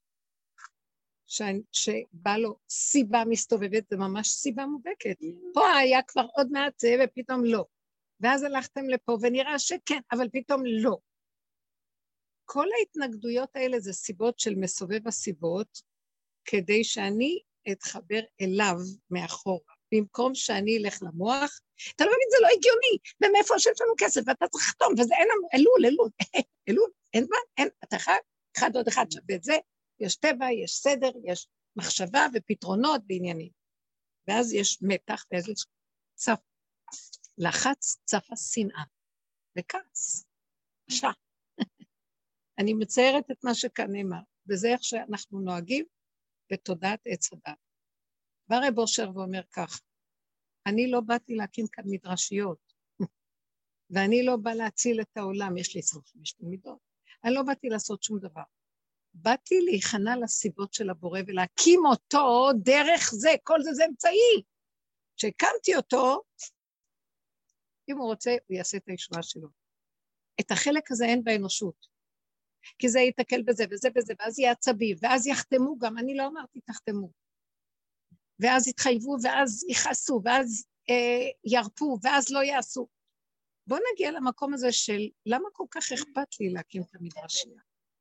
שבא לו סיבה מסתובבת, זה ממש סיבה מובהקת. פה היה כבר עוד מעט זה, ופתאום לא. ואז הלכתם לפה, ונראה שכן, אבל פתאום לא. כל ההתנגדויות האלה זה סיבות של מסובב הסיבות, כדי שאני אתחבר אליו מאחורה. במקום שאני אלך למוח, אתה לא מבין, זה לא הגיוני, ומאיפה שיש לנו כסף, ואתה צריך לחתום, וזה אין לנו, אלול, אלול, אלול, אין מה, אין, אתה אחד, אחד עוד אחד שווה את זה, יש טבע, יש סדר, יש מחשבה ופתרונות בעניינים. ואז יש מתח, ואז יש צף, לחץ, צפה שנאה, וכעס, שעה. אני מציירת את מה שכאן נאמר, וזה איך שאנחנו נוהגים בתודעת עץ הדת. בא רב אושר ואומר כך, אני לא באתי להקים כאן מדרשיות, ואני לא בא להציל את העולם, יש לי עשרים וחמש מידות, אני לא באתי לעשות שום דבר. באתי להיכנע לסיבות של הבורא ולהקים אותו דרך זה, כל זה זה אמצעי. כשהקמתי אותו, אם הוא רוצה, הוא יעשה את הישועה שלו. את החלק הזה אין באנושות, כי זה יתקל בזה וזה וזה, ואז יהיה עצבי, ואז יחתמו גם, אני לא אמרתי תחתמו. ואז יתחייבו, ואז יכעסו, ואז אה, ירפו, ואז לא יעשו. בואו נגיע למקום הזה של, למה כל כך אכפת לי להקים את המדרשייה?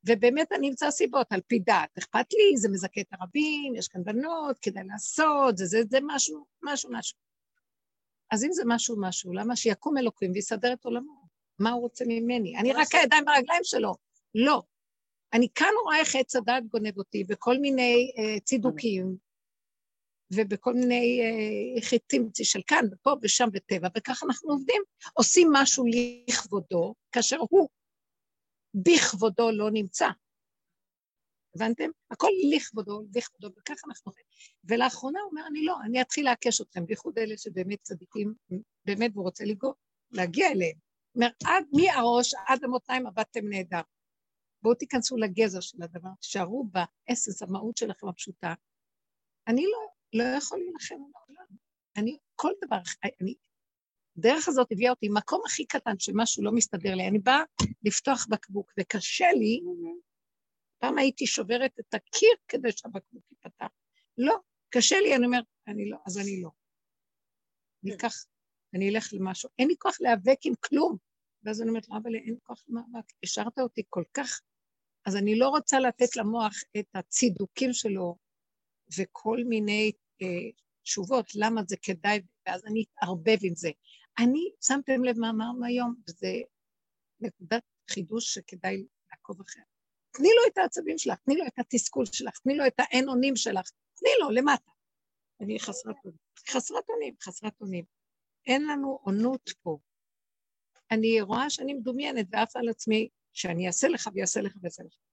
ובאמת אני אמצא סיבות על פי דת, אכפת לי, זה מזכה את הרבים, יש כאן בנות, כדאי לעשות, זה, זה, זה משהו, משהו, משהו. אז אם זה משהו, משהו, למה שיקום אלוקים ויסדר את עולמו? מה הוא רוצה ממני? אני רק הידיים ברגליים שלו. לא. אני כאן רואה איך עץ הדעת גונב אותי, בכל מיני uh, צידוקים, ובכל מיני uh, חיטים של כאן, ופה ושם בטבע, וכך אנחנו עובדים, עושים משהו לכבודו, כאשר הוא בכבודו לא נמצא. הבנתם? הכל לכבודו, לכבודו, וכך אנחנו עובדים. ולאחרונה הוא אומר, אני לא, אני אתחיל להקש אתכם, בייחוד אלה שבאמת צדיקים, באמת הוא רוצה לגור, להגיע אליהם. אומר, עד מי הראש, עד המותניים עבדתם נהדר. בואו תיכנסו לגזר של הדבר, תשארו באסנס המהות שלכם הפשוטה. אני לא, לא יכול להילחם לעולם. אני, כל דבר, אני, דרך הזאת הביאה אותי, מקום הכי קטן שמשהו לא מסתדר לי, אני באה לפתוח בקבוק, וקשה לי, פעם הייתי שוברת את הקיר כדי שהבקבוק ייפתח. לא, קשה לי, אני אומרת, אני לא, אז אני לא. אני אקח, אני אלך למשהו, אין לי כוח להיאבק עם כלום. ואז אני אומרת, אבל אין כוח למאבק, השארת אותי כל כך, אז אני לא רוצה לתת למוח את הצידוקים שלו, וכל מיני אה, תשובות, למה זה כדאי, ואז אני אתערבב עם זה. אני, שמתם לב מה אמרנו היום, וזה נקודת חידוש שכדאי לעקוב אחר. תני לו את העצבים שלך, תני לו את התסכול שלך, תני לו את האין אונים שלך, תני לו למטה. אני חסרת אונים, חסרת אונים, חסרת אונים. אין לנו עונות פה. אני רואה שאני מדומיינת ואף על עצמי, שאני אעשה לך ויעשה לך ויעשה לך.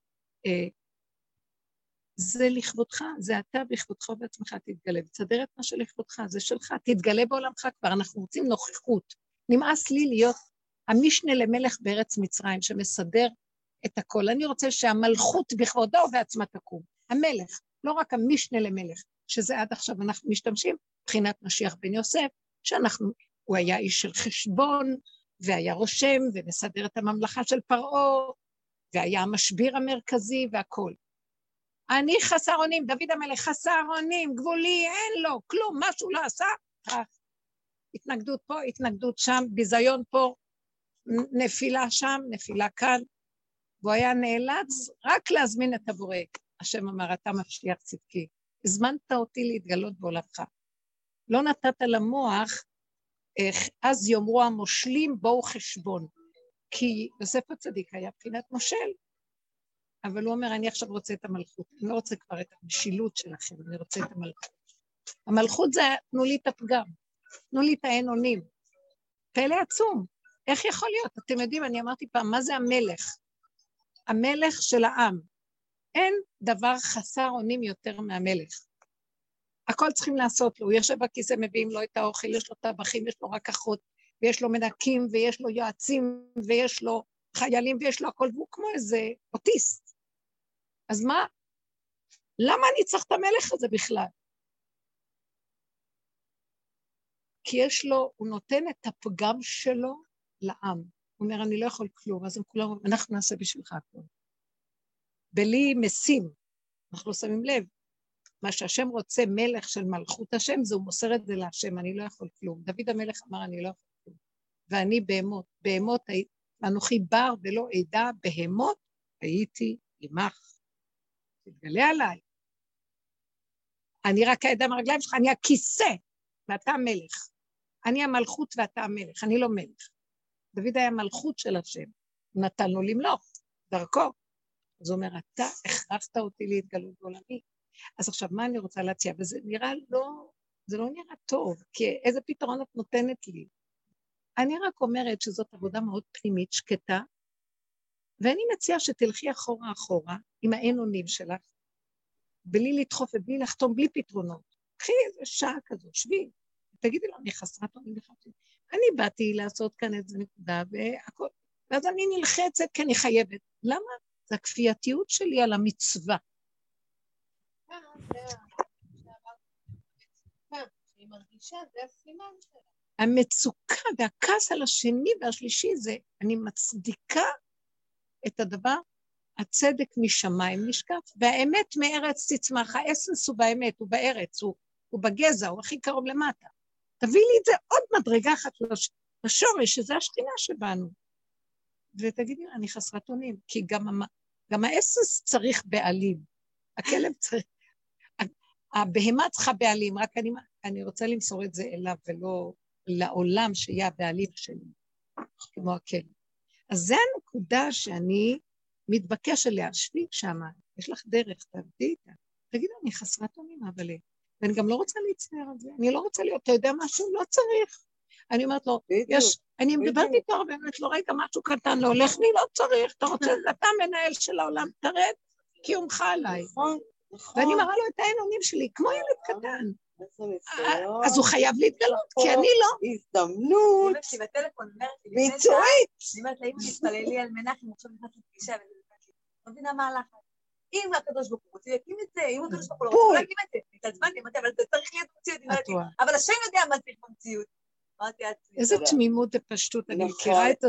זה לכבודך, זה אתה בכבודך בעצמך תתגלה, ותסדר את מה שלכבודך, זה שלך, תתגלה בעולמך כבר, אנחנו רוצים נוכחות. נמאס לי להיות המשנה למלך בארץ מצרים, שמסדר את הכל. אני רוצה שהמלכות בכבודו בעצמה תקום. המלך, לא רק המשנה למלך, שזה עד עכשיו אנחנו משתמשים, מבחינת משיח בן יוסף, שאנחנו, הוא היה איש של חשבון, והיה רושם, ומסדר את הממלכה של פרעה, והיה המשביר המרכזי והכל. אני חסר אונים, דוד המלך חסר אונים, גבולי, אין לו, כלום, משהו לא עשה, התנגדות פה, התנגדות שם, ביזיון פה, נפילה שם, נפילה כאן, והוא היה נאלץ רק להזמין את הבורא. השם אמר, אתה מבשיח צדקי, הזמנת אותי להתגלות בעולמך. לא נתת למוח, אז יאמרו המושלים בואו חשבון, כי יוסף הצדיק היה בחינת מושל, אבל הוא אומר, אני עכשיו רוצה את המלכות, אני לא רוצה כבר את המשילות שלכם, אני רוצה את המלכות. המלכות זה, תנו לי את הפגם, תנו לי את האין אונים. פלא עצום, איך יכול להיות? אתם יודעים, אני אמרתי פעם, מה זה המלך? המלך של העם. אין דבר חסר אונים יותר מהמלך. הכל צריכים לעשות לו, הוא יושב בכיסא, מביאים לו את האוכל, יש לו טבחים, יש לו רק אחות, ויש לו מנקים, ויש לו יועצים, ויש לו חיילים, ויש לו הכל, והוא כמו איזה אוטיסט. אז מה? למה אני צריך את המלך הזה בכלל? כי יש לו, הוא נותן את הפגם שלו לעם. הוא אומר, אני לא יכול כלום, אז הם כולם, אנחנו נעשה בשבילך הכל. בלי מסים, אנחנו לא שמים לב. מה שהשם רוצה, מלך של מלכות השם, זה הוא מוסר את זה להשם, אני לא יכול כלום. דוד המלך אמר, אני לא יכול כלום. ואני בהמות, בהמות, אנוכי בר ולא עדה, בהמות, הייתי עמך. תתגלה עליי. אני רק הידיים הרגליים שלך, אני הכיסא, ואתה המלך. אני המלכות ואתה המלך, אני לא מלך. דוד היה מלכות של השם, הוא נתן לו למלוך, דרכו. אז הוא אומר, אתה הכרחת אותי להתגלות בעולמי. אז עכשיו, מה אני רוצה להציע? וזה נראה לא, זה לא נראה טוב, כי איזה פתרון את נותנת לי? אני רק אומרת שזאת עבודה מאוד פנימית, שקטה, ואני מציעה שתלכי אחורה אחורה, עם האין אונים שלך, בלי לדחוף ובלי לחתום, בלי פתרונות. קחי איזה שעה כזו, שבי, תגידי לו, אני חסרת אונים לחתום. אני באתי לעשות כאן איזה נקודה, והכל, ואז אני נלחצת, כי אני חייבת. למה? זה הכפייתיות שלי על המצווה. היא מרגישה, זה הסימן שלה. המצוקה והכעס על השני והשלישי זה, אני מצדיקה את הדבר, הצדק משמיים נשקף, והאמת מארץ תצמח, האסנס הוא באמת, הוא בארץ, הוא, הוא בגזע, הוא הכי קרוב למטה. תביא לי את זה עוד מדרגה אחת לשורש, שזה השכינה שבנו. ותגידי, אני חסרת אונים, כי גם, גם האסוס צריך בעלים, הכלב צריך, הבהמה צריכה בעלים, רק אני, אני רוצה למסור את זה אליו ולא לעולם שיהיה הבעלים שלי, כמו הכלב. אז זה הנקודה שאני מתבקש אליה, שבי שמה, יש לך דרך, תעבדי איתה. תגידו, אני חסרת אונים, אבל ואני גם לא רוצה להצטער על זה, אני לא רוצה להיות, אתה יודע משהו? לא צריך. אני אומרת לו, יש, אני מדברת איתו הרבה, אומרת לו, רגע, משהו קטן לא הולך לי, לא צריך, אתה רוצה, אתה מנהל של העולם, תרד, קיומך עליי. נכון, נכון. ואני מראה לו את העינונים שלי, כמו ילד קטן. אז הוא חייב להתגלות, כי אני לא. הזדמנות. ביצועית. אני אומרת לה, אם תתפללי על מנחם, עכשיו נכנס לפגישה, לא מבינה מה הלחץ. אם הקדוש ברוך הוא רוצה להקים את זה, אם הקדוש ברוך הוא לא רוצה להקים את זה, התעצבנתי, אמרתי, אבל זה צריך להיות במציאות, אבל השם יודע מה צריך במציאות. איזה תמימות ופשטות, אני מכירה את ה...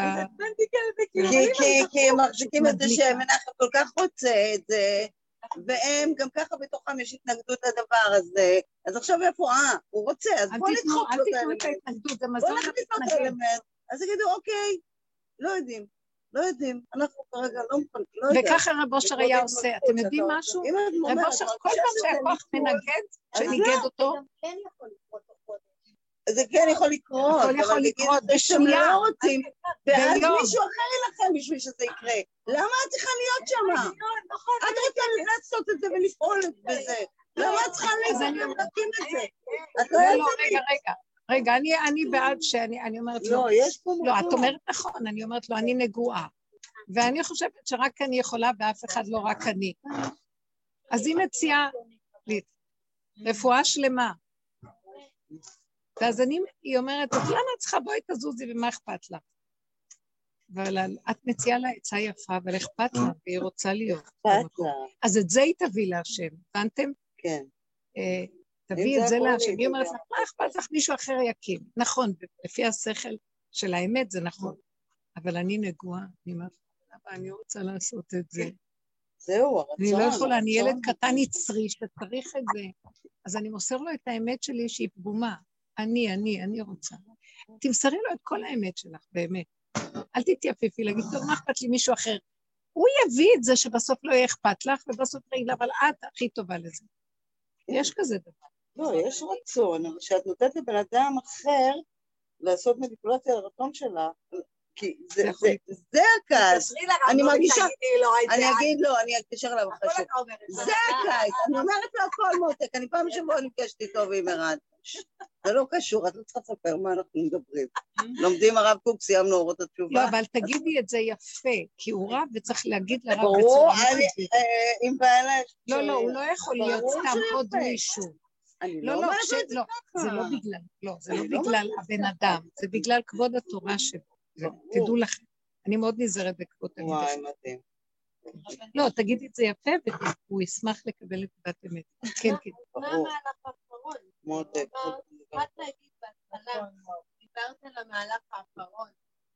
כי הם מחזיקים את זה שמנחם כל כך רוצה את זה, והם גם ככה בתוכם יש התנגדות לדבר הזה, אז עכשיו איפה, אה, הוא רוצה, אז בוא נדחוק לו את האלמנט. בוא נכניס לו את האלמנט. אז יגידו, אוקיי, לא יודעים, לא יודעים, אנחנו כרגע לא מוכנים, לא יודעים. וככה רב אושר היה עושה, אתם יודעים משהו? רב אושר כל פעם שהכוח מנגד, שניגד אותו, זה כן יכול לקרות, הכל יכול לקרות בשנייה. לא רוצים, ואז מישהו אחר ילחם בשביל שזה יקרה. למה את צריכה להיות שמה? את רוצה לעשות את זה ולפעול בזה. למה את צריכה להקים את זה? את לא יודעת. רגע, רגע, רגע, אני בעד שאני, אני אומרת לו, לא, יש פה מקום. לא, את אומרת נכון, אני אומרת לו, אני נגועה. ואני חושבת שרק אני יכולה ואף אחד לא רק אני. אז היא מציעה לי, רפואה שלמה. ואז אני, היא אומרת, למה את צריכה בואי תזוזי ומה אכפת לה? אבל את מציעה לה עצה יפה, אבל אכפת לה, והיא רוצה להיות. אכפת לה. אז את זה היא תביא להשם, הבנתם? כן. תביא את זה להשם. היא אומרת לך, מה אכפת לך? מישהו אחר יקים. נכון, לפי השכל של האמת זה נכון. אבל אני נגועה, אני אומרת, אני רוצה לעשות את זה. זהו, הרצון. אני לא יכולה, אני ילד קטן יצרי שצריך את זה. אז אני מוסר לו את האמת שלי שהיא פגומה. אני, אני, אני רוצה. תמסרי לו את כל האמת שלך, באמת. אל תתייפפי, להגיד, טוב, מה אכפת לי מישהו אחר? הוא יביא את זה שבסוף לא יהיה אכפת לך, ובסוף תגיד, אבל את הכי טובה לזה. יש כזה דבר. לא, יש רצון, אבל שאת נותנת לבן אדם אחר לעשות מניפולציה על הרצון שלה, כי זה הכעס. אני מרגישה, אני אגיד לו, אני אקשר אליו אחרי ש... זה הכעס, אני אומרת לו הכל מותק, אני פעם שבוע נפגשתי איתו ועם ערד. זה לא קשור, את לא צריכה לספר מה אנחנו מדברים. לומדים הרב קוק, סיימנו אורות התשובה. לא, אבל תגידי את זה יפה, כי הוא רב וצריך להגיד לרב בצורה ברור, מחזית. עם בעלה... לא, לא, הוא לא יכול להיות סתם עוד מישהו. אני לא, לא לא, אומרת כש- את זה לא, ככה. זה לא בגלל, לא, זה לא אני לא בגלל אומרת הבן אדם, זה בגלל כבוד התורה שבו. תדעו לכם, אני מאוד נזהרת בכבוד תמיד. וואי, מדהים. לא, תגידי את זה יפה, והוא ישמח לקבל את דת אמת. כן, כן. מה המהלך האחרון? מותק. רק להגיד בהתחלה, דיברת על המהלך האחרון.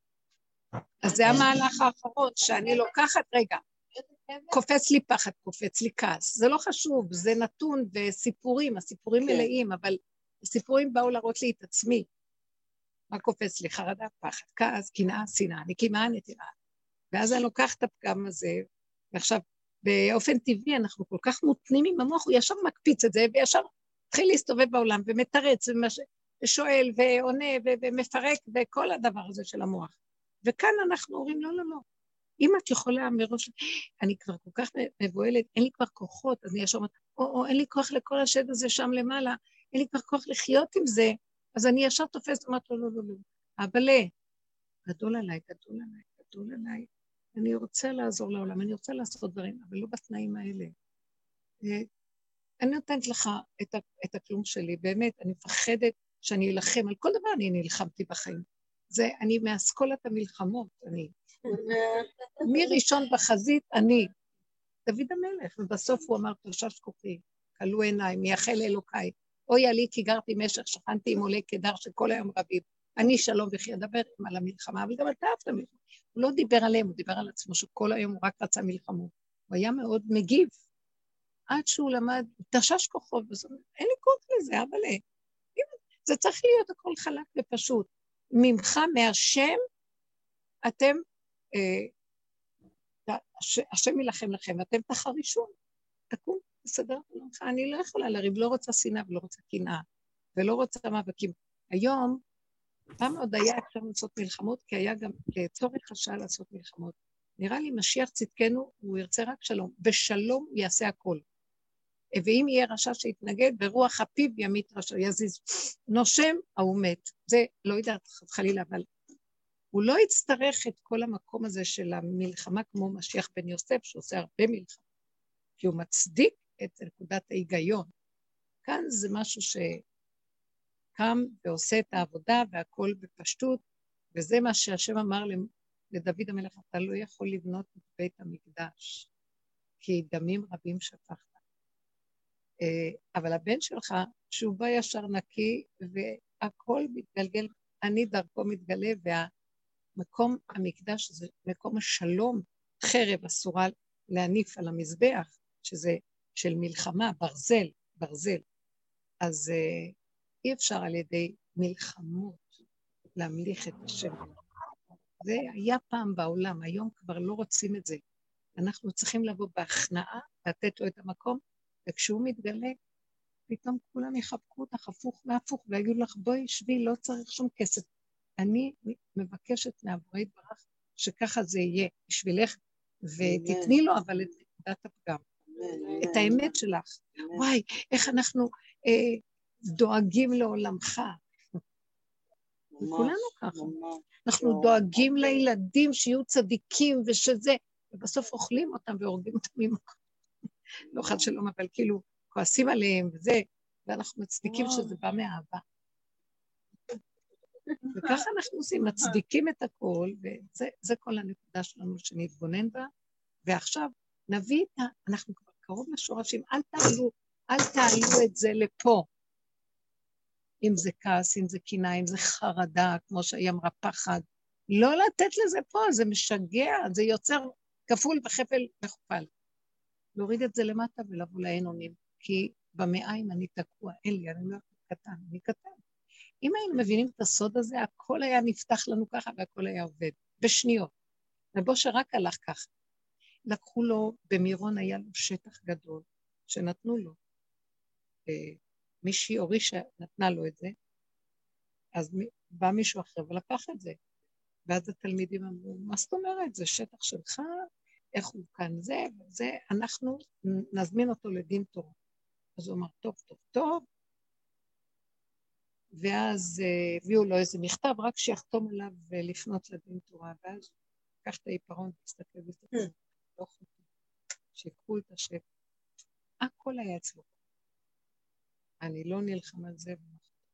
אז זה המהלך האחרון, שאני לוקחת, רגע, קופץ לי פחד, קופץ לי כעס. זה לא חשוב, זה נתון וסיפורים, הסיפורים כן. מלאים, אבל הסיפורים באו להראות לי את עצמי. מה קופץ לי? חרדה, פחד, כעס, קנאה, שנאה, נקימה, נטירה. ואז אני לוקח את הפגם הזה, ועכשיו, באופן טבעי אנחנו כל כך מותנים עם המוח, הוא ישר מקפיץ את זה, וישר התחיל להסתובב בעולם, ומתרץ, ומש... ושואל, ועונה, ו... ומפרק, וכל הדבר הזה של המוח. וכאן אנחנו אומרים, לא, לא, לא. אם את יכולה מראש, אני כבר כל כך מבועלת, אין לי כבר כוחות, אז אני ישר אומרת, או, או, אין לי כוח לכל השד הזה שם למעלה, אין לי כבר כוח לחיות עם זה, אז אני ישר תופסת, אומרת, לא, לא, לא, לא. אבל גדול עליי, גדול עליי, גדול עליי. אני רוצה לעזור לעולם, אני רוצה לעשות דברים, אבל לא בתנאים האלה. אני נותנת לך את, את הכלום שלי, באמת, אני מפחדת שאני אלחם, על כל דבר אני נלחמתי בחיים. זה, אני מאסכולת המלחמות, אני. מי ראשון בחזית, אני. דוד המלך, ובסוף הוא אמר, תרשש כוחי, קלו עיניי, מייחל אלוקיי, אוי עלי כי גרתי משך, שכנתי עם עולי קדר שכל היום רבים. אני שלום וכי אדבר על המלחמה, אבל גם אתה אהבת מלחמה. הוא לא דיבר עליהם, הוא דיבר על עצמו, שכל היום הוא רק רצה מלחמות. הוא היה מאוד מגיב. עד שהוא למד, תרשש כוחו, אין לי כוח לזה, אבל זה צריך להיות הכל חלק ופשוט. ממך, מהשם, אתם אה, השם ילחם לכם, ואתם תחרישו, תקום, בסדר, אני לא יכולה לריב, לא רוצה שנאה ולא רוצה קנאה, ולא רוצה מאבקים. היום, פעם עוד היה אפשר לעשות מלחמות, כי היה גם צורך השעה לעשות מלחמות. נראה לי משיח צדקנו, הוא ירצה רק שלום, בשלום הוא יעשה הכל. ואם יהיה רשע שיתנגד, ברוח הפיו ימית רשע, יזיז. נושם, הוא מת. זה לא יודעת חלילה, אבל הוא לא יצטרך את כל המקום הזה של המלחמה, כמו משיח בן יוסף, שעושה הרבה מלחמה, כי הוא מצדיק את נקודת ההיגיון. כאן זה משהו שקם ועושה את העבודה, והכל בפשטות, וזה מה שהשם אמר לדוד המלך, אתה לא יכול לבנות את בית המקדש, כי דמים רבים שפכת. אבל הבן שלך, שהוא בא ישר נקי, והכל מתגלגל, אני דרכו מתגלה, והמקום המקדש זה מקום השלום, חרב אסורה להניף על המזבח, שזה של מלחמה, ברזל, ברזל. אז אי אפשר על ידי מלחמות להמליך את השם. זה היה פעם בעולם, היום כבר לא רוצים את זה. אנחנו צריכים לבוא בהכנעה, לתת לו את המקום, וכשהוא מתגלה, פתאום כולם יחבקו אותך הפוך והפוך, ויגידו לך, בואי שבי, לא צריך שום כסף. אני מבקשת מהבורא יתברך, שככה זה יהיה בשבילך, ותתני לו אבל את נקודת הפגם. את האמת שלך. וואי, איך אנחנו אה, דואגים לעולמך. וכולנו ככה. אנחנו דואגים לילדים שיהיו צדיקים ושזה, ובסוף אוכלים אותם והורגים אותם ממקום. לא חד שלום, אבל כאילו כועסים עליהם וזה, ואנחנו מצדיקים שזה בא מהאהבה. וככה אנחנו עושים, מצדיקים את הכל, וזה כל הנקודה שלנו שנתבונן בה, ועכשיו נביא את ה... אנחנו כבר קרוב לשורשים, אל תעלו, אל תעלו את זה לפה. אם זה כעס, אם זה קנאה, אם זה חרדה, כמו שהיא אמרה, פחד. לא לתת לזה פה, זה משגע, זה יוצר כפול וחפל וחופל. להוריד את זה למטה ולבוא לעין אונים, כי במאיים אני תקוע, אין לי, אני לא קטן, אני קטן. אם היינו מבינים את הסוד הזה, הכל היה נפתח לנו ככה והכל היה עובד, בשניות. ובו שרק הלך ככה. לקחו לו, במירון היה לו שטח גדול, שנתנו לו. מישהי הורישה נתנה לו את זה, אז בא מישהו אחר ולקח את זה. ואז התלמידים אמרו, מה זאת אומרת? זה שטח שלך? איך הוא כאן זה וזה? אנחנו נזמין אותו לדין תורה. אז הוא אמר, טוב, טוב, טוב. ואז הביאו לו איזה מכתב, רק שיחתום עליו ולפנות לדין תורה. ואז קח את העיפרון והסתכל והסתכל. לא חוטא. שיקחו את השטח. הכל היה אצלו. אני לא נלחם על זה.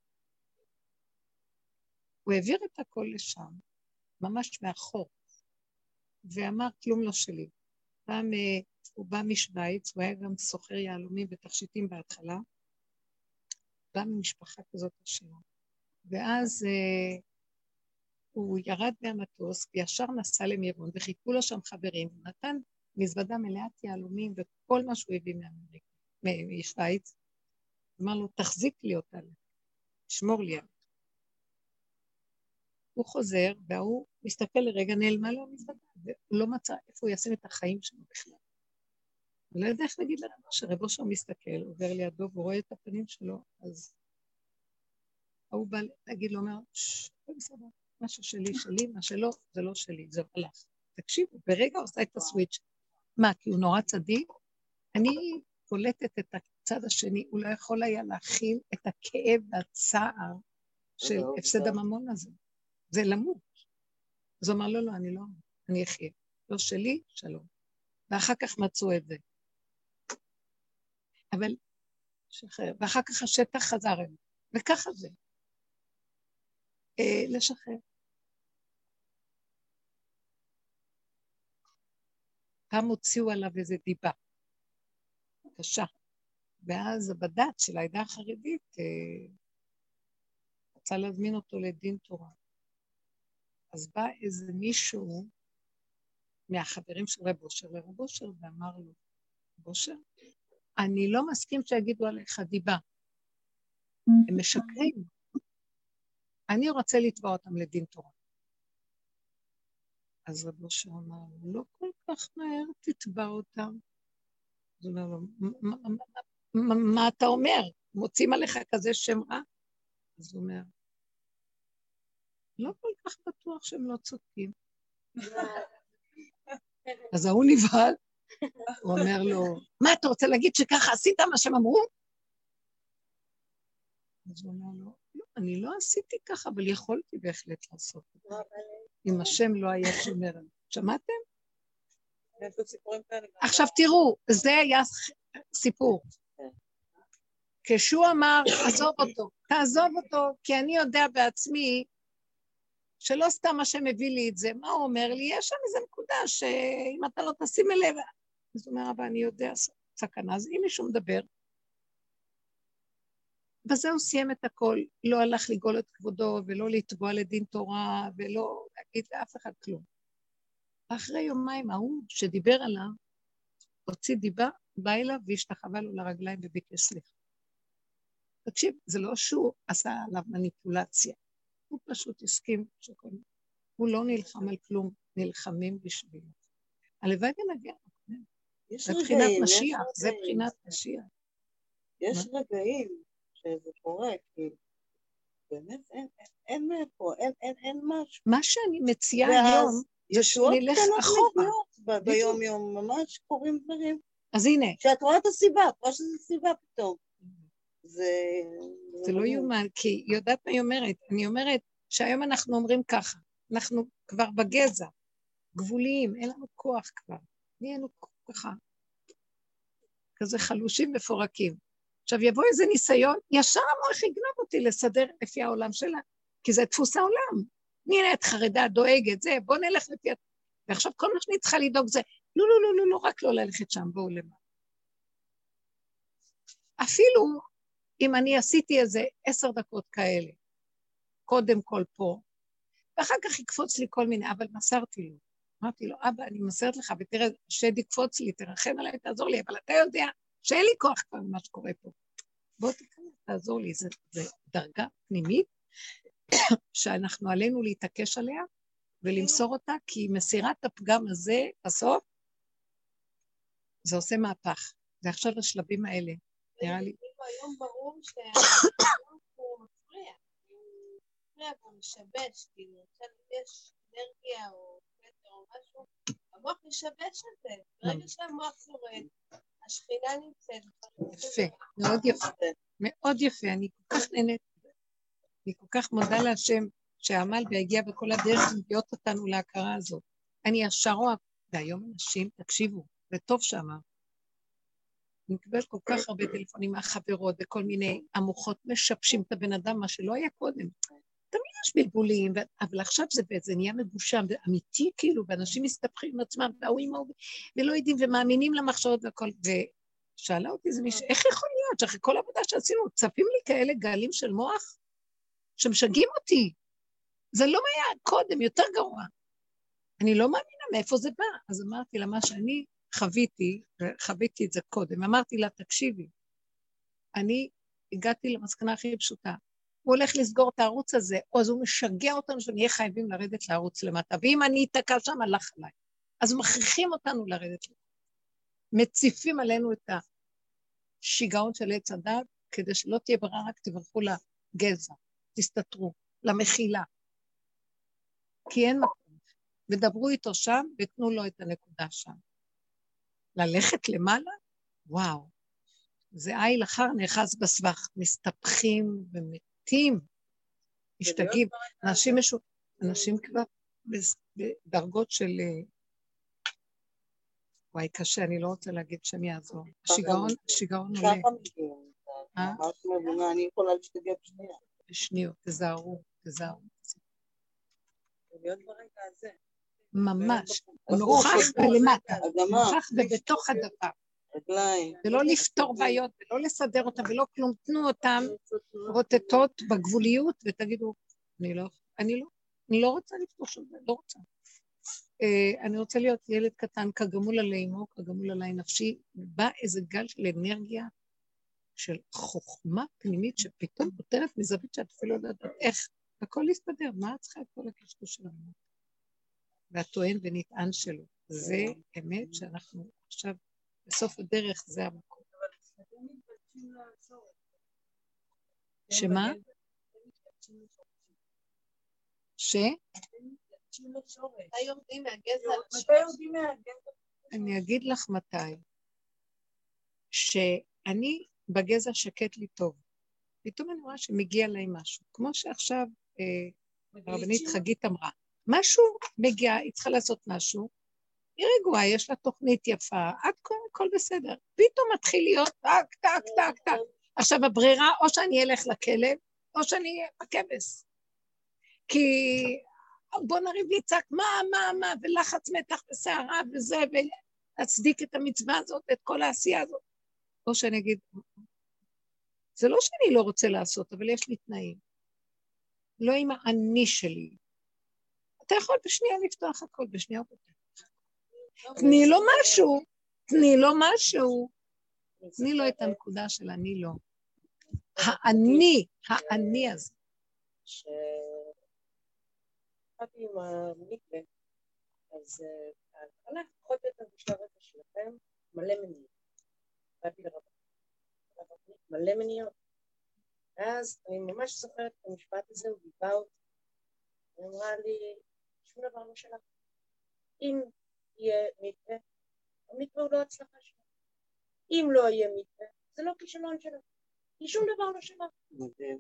הוא העביר את הכל לשם, ממש מאחור, ואמר, כלום לא שלי. פעם הוא בא משוויץ, הוא היה גם סוחר יהלומים ותכשיטים בהתחלה, בא ממשפחה כזאת השנה. ואז אה, הוא ירד מהמטוס, וישר נסע למירון, וחיכו לו שם חברים, ונתן מזוודה מלאת יהלומים, וכל מה שהוא הביא מאמריקה, משוויץ, אמר לו, תחזיק לי אותה, תשמור לי עליה. הוא חוזר, והוא מסתכל לרגע, נעלמה לו המזוודה, והוא לא מצא איפה הוא ישים את החיים שלו בכלל. הוא לא יודע איך להגיד לרב אושר, רב אושר מסתכל, עובר לידו, והוא רואה את הפנים שלו, אז הוא בא להגיד לו, אומר, ששש, בסדר, מה ששלי שלי, מה שלא, זה לא שלי, זה הלך. תקשיבו, ברגע עושה את הסוויץ'. מה, כי הוא נורא צדיק? אני קולטת את הצד השני, הוא לא יכול היה להכיל את הכאב והצער של הפסד הממון הזה. זה למות. אז הוא אמר, לא, לא, אני לא, אני אחיה. לא שלי, שלום. ואחר כך מצאו את זה. אבל, שחרר. ואחר כך השטח חזר אליו. וככה זה. אה, לשחרר. פעם הוציאו עליו איזה דיבה. קשה. ואז הבדת של העדה החרדית אה, רצה להזמין אותו לדין תורה. אז בא איזה מישהו מהחברים של רב אושר לרב אושר ואמר לו, רב אושר, אני לא מסכים שיגידו עליך דיבה. הם משקרים. אני רוצה לתבוע אותם לדין תורה. אז רב אושר אמר, לא כל כך מהר תתבע אותם. אז הוא אומר לו, "מה- מה- מה מה אתה אומר? מוצאים עליך כזה שם רע?" אז הוא אומר, לא כל כך בטוח שהם לא צודקים. אז ההוא נבהל, הוא אומר לו, מה אתה רוצה להגיד שככה עשית מה שהם אמרו? אז הוא אומר לו, לא, אני לא עשיתי ככה, אבל יכולתי בהחלט לעשות את זה. אם השם לא היה שומר עליו. שמעתם? יש לו סיפורים כאלה. עכשיו תראו, זה היה סיפור. כשהוא אמר, עזוב אותו, תעזוב אותו, כי אני יודע בעצמי שלא סתם השם מביא לי את זה. מה הוא אומר לי? יש שם איזו נקודה שאם אתה לא תשים אליו, אז הוא אומר, אבל אני יודע סכנה, אז אם מישהו מדבר, בזה הוא סיים את הכל, לא הלך לגאול את כבודו, ולא לתבוע לדין תורה, ולא להגיד לאף אחד כלום. אחרי יומיים ההוא שדיבר עליו, הוציא דיבה, בא אליו והשתחווה לו לרגליים וביקש סליחה. תקשיב, זה לא שהוא עשה עליו מניפולציה, הוא פשוט הסכים שכל... הוא לא נלחם על כלום, נלחמים בשבילו. הלוואי ונגיע. זה בחינת משיח, זה בחינת משיח. יש רגעים שזה קורה, כי באמת אין מאיפה, אין משהו. מה שאני מציעה היום, זה שנלך אחורה. ביום יום ממש קורים דברים. אז הנה. שאת רואה את הסיבה, את רואה שזו סיבה פתאום. זה... זה לא יומן, כי יודעת מה היא אומרת? אני אומרת שהיום אנחנו אומרים ככה, אנחנו כבר בגזע, גבוליים, אין לנו כוח כבר. נהיינו ככה, כזה חלושים מפורקים. עכשיו יבוא איזה ניסיון, ישר המוח יגנוב אותי לסדר לפי העולם שלה, כי זה דפוס העולם. נהנה את חרדה, דואגת, זה, בוא נלך לפי... ועכשיו כל מה שאני צריכה לדאוג זה, לא, לא, לא, לא, לא, רק לא ללכת שם, בואו למה. אפילו אם אני עשיתי איזה עשר דקות כאלה, קודם כל פה, ואחר כך יקפוץ לי כל מיני, אבל מסרתי לו. אמרתי לו, אבא, אני מסרת לך, ותראה, שד יקפוץ לי, תרחם עליי, תעזור לי, אבל אתה יודע שאין לי כוח כבר ממה שקורה פה. בוא תכנס, תעזור לי, זו דרגה פנימית, שאנחנו עלינו להתעקש עליה, ולמסור אותה, כי מסירת הפגם הזה, בסוף, זה עושה מהפך. זה עכשיו השלבים האלה, נראה לי. היום ברור שהיום הוא מפריע, הוא מפריע והוא משבש, כאילו, עכשיו יש אנרגיה או פטר או משהו, המוח משבש את זה, ברגע שהמוח יורד, השכינה נמצאת. יפה, מאוד יפה, מאוד יפה, אני כל כך נהנית, אני כל כך מודה להשם שעמל והגיע בכל הדרך להיות אותנו להכרה הזאת. אני ישר רואה, והיום אנשים, תקשיבו, זה טוב שאמר, אני מקבל כל כך הרבה טלפונים מהחברות וכל מיני המוחות משבשים את הבן אדם, מה שלא היה קודם. תמיד יש בלבולים, אבל עכשיו זה, זה נהיה מגושם, אמיתי כאילו, ואנשים מסתבכים עם עצמם, ולא יודעים ומאמינים למחשבות והכל, ושאלה אותי זה מישהו, איך יכול להיות שאחרי כל עבודה שעשינו, צפים לי כאלה גלים של מוח, שמשגעים אותי. זה לא היה קודם, יותר גרוע. אני לא מאמינה מאיפה זה בא. אז אמרתי לה, מה שאני חוויתי, וחוויתי את זה קודם, אמרתי לה, תקשיבי, אני הגעתי למסקנה הכי פשוטה, הוא הולך לסגור את הערוץ הזה, או אז הוא משגע אותנו שנהיה חייבים לרדת לערוץ למטה, ואם אני אתקע שם, הלך עליי. אז מכריחים אותנו לרדת למטה. מציפים עלינו את השיגעון של עץ הדת, כדי שלא תהיה ברירה, רק תברכו לגזע, תסתתרו, למחילה. כי אין מקום. ודברו איתו שם, ותנו לו את הנקודה שם. ללכת למעלה? וואו. זה איל אחר נאחז בסבך, מסתפחים ומתים, משתגעים. אנשים משו... אנשים כבר בדרגות של... וואי, קשה, אני לא רוצה להגיד שם יעזור. שיגעון, שיגעון עולה. ככה מגיעים. ממש מבינה, אני יכולה להשתגע בשנייה. בשניות, תזהרו, תזהרו. להיות ברגע הזה. ממש, נוכח ולמטה, נוכח ובתוך הדבר. ולא לפתור בעיות, ולא לסדר אותם, ולא כלום, תנו אותם רוטטות בגבוליות, ותגידו, אני לא, אני לא, אני לא רוצה לפתור שום דבר, לא רוצה. אני רוצה להיות ילד קטן, כגמול עלי אמו, כגמול עלי נפשי, בא איזה גל של אנרגיה, של חוכמה פנימית, שפתאום פותרת מזווית שאת אפילו לא יודעת איך, הכל יסתדר, מה את צריכה את כל הקשקוש שלנו? והטוען ונטען שלו. זה אמת שאנחנו עכשיו, בסוף הדרך זה המקום. שמה? ש? מתי יורדים מהגזע? מתי יורדים מהגזע? אני אגיד לך מתי. שאני בגזע שקט לי טוב. פתאום אני רואה שמגיע להם משהו. כמו שעכשיו הרבנית חגית אמרה. משהו מגיע, היא צריכה לעשות משהו. היא רגועה, יש לה תוכנית יפה. עד כה הכל בסדר. פתאום מתחיל להיות טק, טק, טק, טק. עכשיו הברירה, או שאני אלך לכלב, או שאני אהיה בכבש. כי בוא נריב ויצעק, מה, מה, מה, ולחץ מתח וסערה וזה, ולהצדיק את המצווה הזאת, את כל העשייה הזאת. או שאני אגיד, זה לא שאני לא רוצה לעשות, אבל יש לי תנאים. לא עם האני שלי. אתה יכול בשנייה לפתוח הכל, בשנייה פותח. תני לו משהו, תני לו משהו. תני לו את הנקודה של אני לא. האני, האני הזה. כשהתחלתי עם המקווה, אז ההתחלה, פחות או יותר בשלב הזה שלכם, מלא מניות. באתי לרבנית, מלא מניות. ואז אני ממש זוכרת את המשפט הזה, הוא גיבה אותי. היא אמרה לי, שום דבר לא שלך. אם יהיה מקווה, המקווה הוא לא הצלחה שלך. אם לא יהיה מקווה, זה לא כישלון שלך. כי שום דבר לא שלך. מדהים.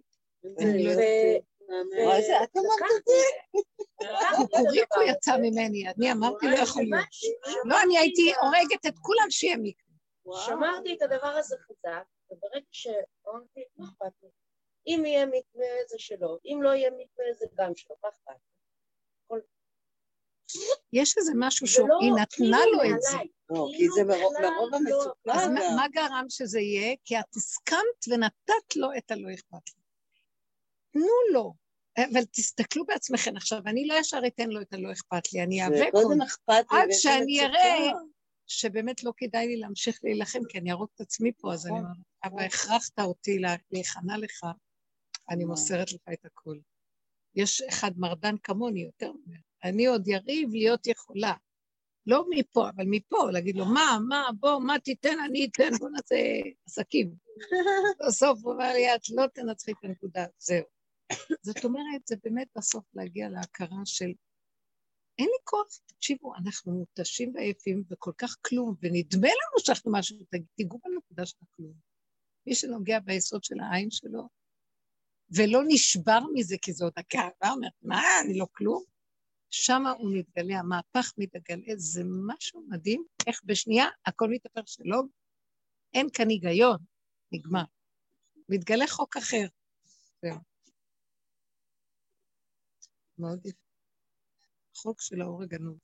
מה זה, את אמרת את זה? ריקו יצא ממני, אני אמרתי לא יכול להיות. לא, אני הייתי הורגת את כולם שיהיה מקווה. שמרתי את הדבר הזה חזק, וברגע שאמרתי, מה אכפת לי? אם יהיה מקווה זה שלו, אם לא יהיה מקווה זה גם שלו, מה אכפת לי? יש איזה משהו שהיא נתנה לו את זה. כי זה לרוב המצוקה. אז מה גרם שזה יהיה? כי את הסכמת ונתת לו את הלא אכפת לי. תנו לו. אבל תסתכלו בעצמכם עכשיו, אני לא ישר אתן לו את הלא אכפת לי, אני אעבק קודם אכפת לי. עד שאני אראה שבאמת לא כדאי לי להמשיך להילחם, כי אני ארוג את עצמי פה, אז אני אומרת, אבל הכרחת אותי להיכנע לך, אני מוסרת לך את הכל. יש אחד מרדן כמוני יותר ממנו, אני עוד יריב להיות יכולה, לא מפה, אבל מפה, להגיד לו, מה, מה, בוא, מה תיתן, אני אתן, בוא נעשה עסקים. בסוף הוא אומר לי, את לא תנצחי את הנקודה, זהו. זאת אומרת, זה באמת בסוף להגיע להכרה של, אין לי כוח, תקשיבו, אנחנו מותשים ועייפים וכל כך כלום, ונדמה לנו שאנחנו משהו, תיגעו בנקודה של הכלום. מי שנוגע ביסוד של העין שלו, ולא נשבר מזה, כי זאת הכאבה, אומרת, מה, אני לא כלום? שמה הוא מתגלה, המהפך מתגלה, זה משהו מדהים, איך בשנייה הכל מתהפך שלא, אין כאן היגיון, נגמר. מתגלה חוק אחר. זהו. מאוד יפה. חוק של האור הגנוב.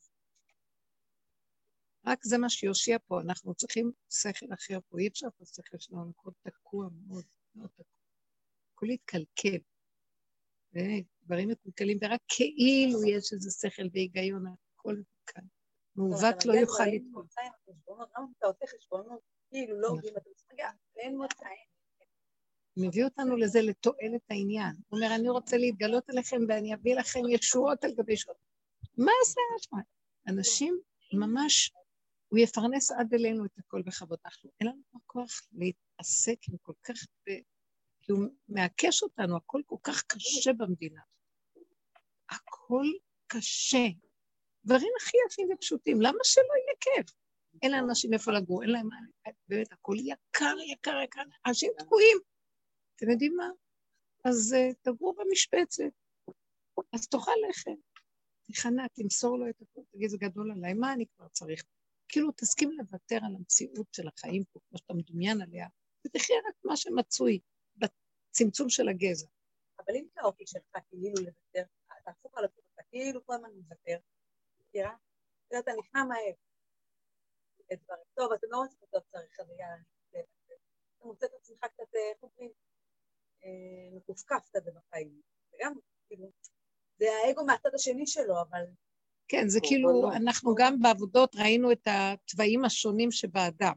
רק זה מה שיושיע פה, אנחנו צריכים שכל אחר פה, אי אפשר את השכל שלנו, הכל תקוע מאוד, מאוד תקוע. הכל יתקלקל. דברים מקולקלים, ורק כאילו יש איזה שכל והיגיון, הכל כאן. מעוות לא יוכל לתקוע. גם אתה עושה חשבונות, כאילו לא, אם אתה מסתגע, אין מוצא. מביא אותנו לזה לתועלת העניין. הוא אומר, אני רוצה להתגלות עליכם ואני אביא לכם ישועות על גבי ישועות. מה עושה השמע? אנשים ממש, הוא יפרנס עד אלינו את הכל בכבוד. אנחנו, אין לנו כוח להתעסק עם כל כך, כי הוא מעקש אותנו, הכל כל כך קשה במדינה. הכל קשה. דברים הכי יפים ופשוטים, למה שלא יהיה כיף? אין לאנשים איפה לגור, אין להם, באמת, הכל יקר, יקר, יקר, אנשים תקועים. אתם יודעים מה? אז uh, תגרו במשבצת, אז תאכל לחם, תיכנע, תמסור לו את הכל, תגיד, זה גדול עליי, מה אני כבר צריך? כאילו, תסכים לוותר על המציאות של החיים פה, כמו שאתה מדומיין עליה, ותחיה רק מה שמצוי בצמצום של הגזע. אבל אם האופי שלך כאילו לוותר, אתה הפוך על הפוך, אתה כאילו כל הזמן מוותר, תראה, אתה נכנע מהר. את דברים, טוב, אתה לא רוצה טוב צריך, אז יאללה, אתה מוצא את עצמך קצת חוקרים, מקופקף כזה בחיים, וגם, כאילו, זה האגו מהצד השני שלו, אבל... כן, זה כאילו, אנחנו גם בעבודות ראינו את הטבעים השונים שבאדם.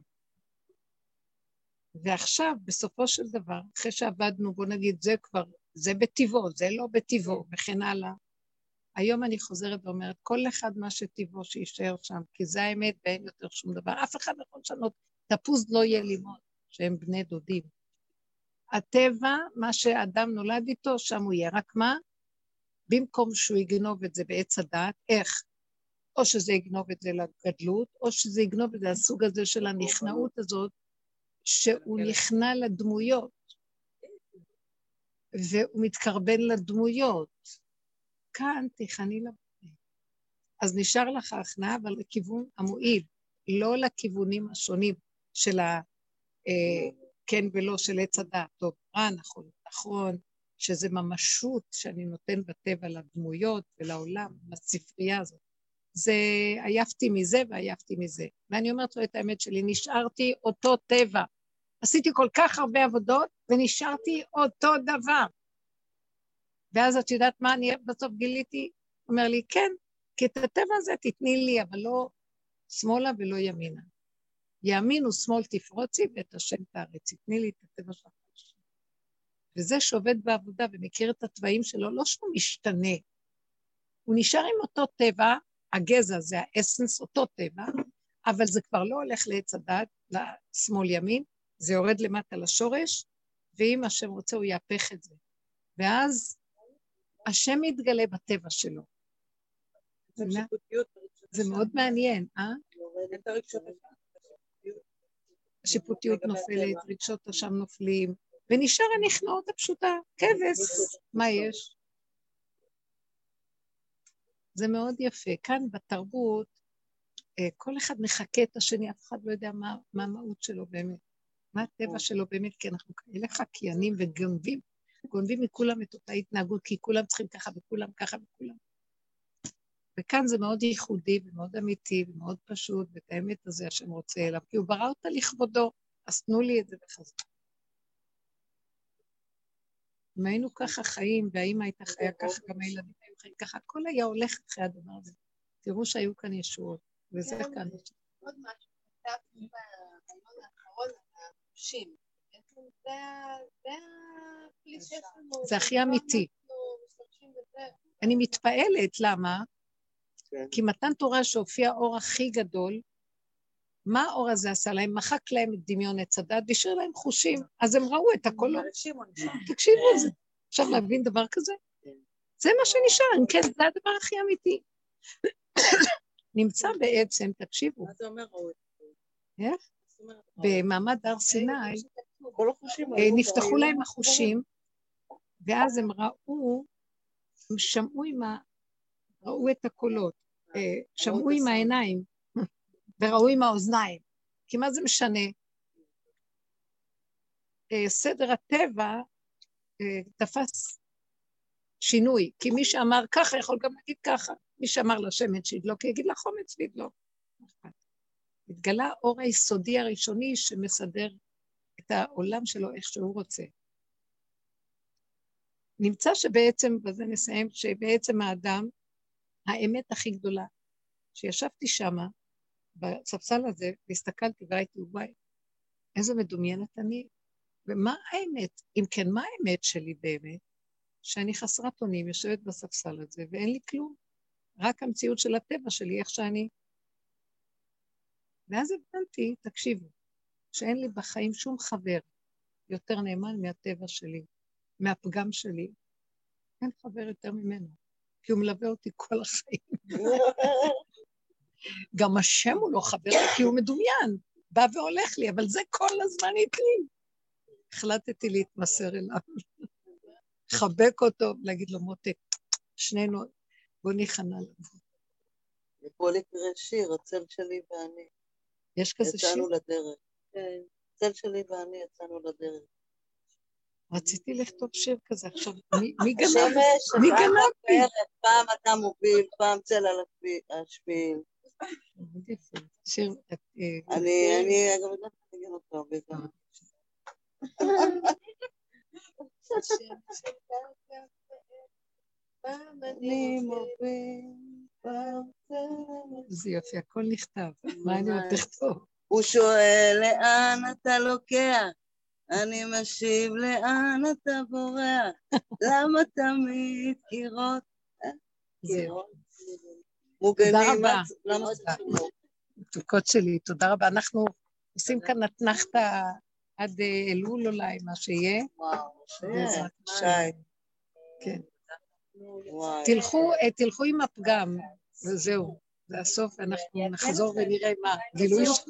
ועכשיו, בסופו של דבר, אחרי שעבדנו, בוא נגיד, זה כבר, זה בטבעו, זה לא בטבעו, וכן הלאה. היום אני חוזרת ואומרת, כל אחד מה שטבעו שישאר שם, כי זה האמת ואין יותר שום דבר. אף אחד לא יכול לשנות, תפוז לא יהיה לימוד, שהם בני דודים. הטבע, מה שאדם נולד איתו, שם הוא יהיה. רק מה? במקום שהוא יגנוב את זה בעץ הדעת, איך? או שזה יגנוב את זה לגדלות, או שזה יגנוב את זה הסוג הזה של הנכנעות הזאת, שהוא נכנע לדמויות, והוא מתקרבן לדמויות. כאן תיכני לבני. אז נשאר לך הכנעה, אבל לכיוון המועיל, לא לכיוונים השונים של ה... כן ולא של עץ הדעת. טוב, רע, נכון, נכון, שזה ממשות שאני נותן בטבע לדמויות ולעולם, לספרייה הזאת. זה, עייפתי מזה ועייפתי מזה. ואני אומרת לו את האמת שלי, נשארתי אותו טבע. עשיתי כל כך הרבה עבודות, ונשארתי אותו דבר. ואז את יודעת מה אני בסוף גיליתי? אומר לי, כן, כי את הטבע הזה תתני לי, אבל לא שמאלה ולא ימינה. ימין ושמאל תפרוצי, ואת השם תארצי. תתני לי את הטבע שלך. וזה שעובד בעבודה ומכיר את הטבעים שלו, לא שהוא משתנה. הוא נשאר עם אותו טבע, הגזע זה האסנס, אותו טבע, אבל זה כבר לא הולך לעץ הדעת, לשמאל ימין, זה יורד למטה לשורש, ואם השם רוצה הוא יהפך את זה. ואז השם מתגלה בטבע שלו. זה מאוד מעניין, אה? השיפוטיות נופלת, רגשות השם נופלים, ונשאר הנכנעות הפשוטה, כבש, מה יש? זה מאוד יפה. כאן בתרבות, כל אחד מחכה את השני, אף אחד לא יודע מה, מה המהות שלו באמת, מה הטבע שלו באמת, כי אנחנו כאלה חקיינים וגנבים, גונבים מכולם את אותה התנהגות, כי כולם צריכים ככה וכולם ככה וכולם. וכאן זה מאוד ייחודי ומאוד אמיתי ומאוד פשוט, ואת האמת הזה השם רוצה אליו, כי הוא ברא אותה לכבודו, אז תנו לי את זה בחזרה. אם היינו ככה חיים, והאמא הייתה חיה ככה, גם הילדים היו חיים ככה, הכל היה הולך אחרי הדבר הזה. תראו שהיו כאן ישועות, וזה כאן. עוד משהו, כתבתי ביום האחרון על החושים. זה הכלי שלנו. זה הכי אמיתי. אני מתפעלת, למה? כי מתן תורה שהופיע האור הכי גדול, מה האור הזה עשה להם? מחק להם את דמיון עץ הדת, והשאיר להם חושים, אז הם ראו את הקולות. תקשיבו את זה. עכשיו להבין דבר כזה? זה מה שנשאר, כן, זה הדבר הכי אמיתי. נמצא בעצם, תקשיבו. מה זה אומר ראו את זה? איך? במעמד הר סיני, נפתחו להם החושים, ואז הם ראו, הם שמעו עם ה... ראו את הקולות, שמעו עם העיניים, וראו עם האוזניים. כי מה זה משנה? סדר הטבע תפס שינוי, כי מי שאמר ככה יכול גם להגיד ככה, מי שאמר לשמן שידלוק, יגיד לחומץ וידלוק. התגלה האור היסודי הראשוני שמסדר את העולם שלו איך שהוא רוצה. נמצא שבעצם, בזה נסיים, שבעצם האדם, האמת הכי גדולה, שישבתי שמה, בספסל הזה, והסתכלתי וראיתי, וואי, איזה מדומיינת אני, ומה האמת? אם כן, מה האמת שלי באמת? שאני חסרת אונים, יושבת בספסל הזה, ואין לי כלום. רק המציאות של הטבע שלי, איך שאני. ואז הבנתי, תקשיבו, שאין לי בחיים שום חבר יותר נאמן מהטבע שלי, מהפגם שלי. אין חבר יותר ממנו, כי הוא מלווה אותי כל החיים. גם השם הוא לא חבר, כי הוא מדומיין, בא והולך לי, אבל זה כל הזמן איתי. החלטתי להתמסר אליו, לחבק אותו, להגיד לו, מותק, שנינו, בוא ניכנע לנו. ופה לקרוא שיר, הצל שלי ואני. יש כזה שיר? יצאנו לדרך. כן, הצל שלי ואני יצאנו לדרך. רציתי לכתוב שיר כזה, עכשיו, מי גנב? מי גנב? פעם אתה מוביל, פעם צל על השביל. שיר... אני, אני, אגב, יודעת להגיד אותו, בגלל. אני מוביל, פעם צל... זה יופי, הכל נכתב. מה אני עוד תכתוב? הוא שואל לאן אתה לוקח, אני משיב לאן אתה בורח, למה תמיד קירות? זהו. מוגנים. תודה רבה. למה צריכים לא? מתוקות שלי, תודה רבה. אנחנו עושים כאן אתנחתא עד אלול אולי, מה שיהיה. וואו, בעזרת שי. כן. וואי. תלכו, תלכו עם הפגם, וזהו. זה הסוף, אנחנו נחזור ונראה מה. גילוי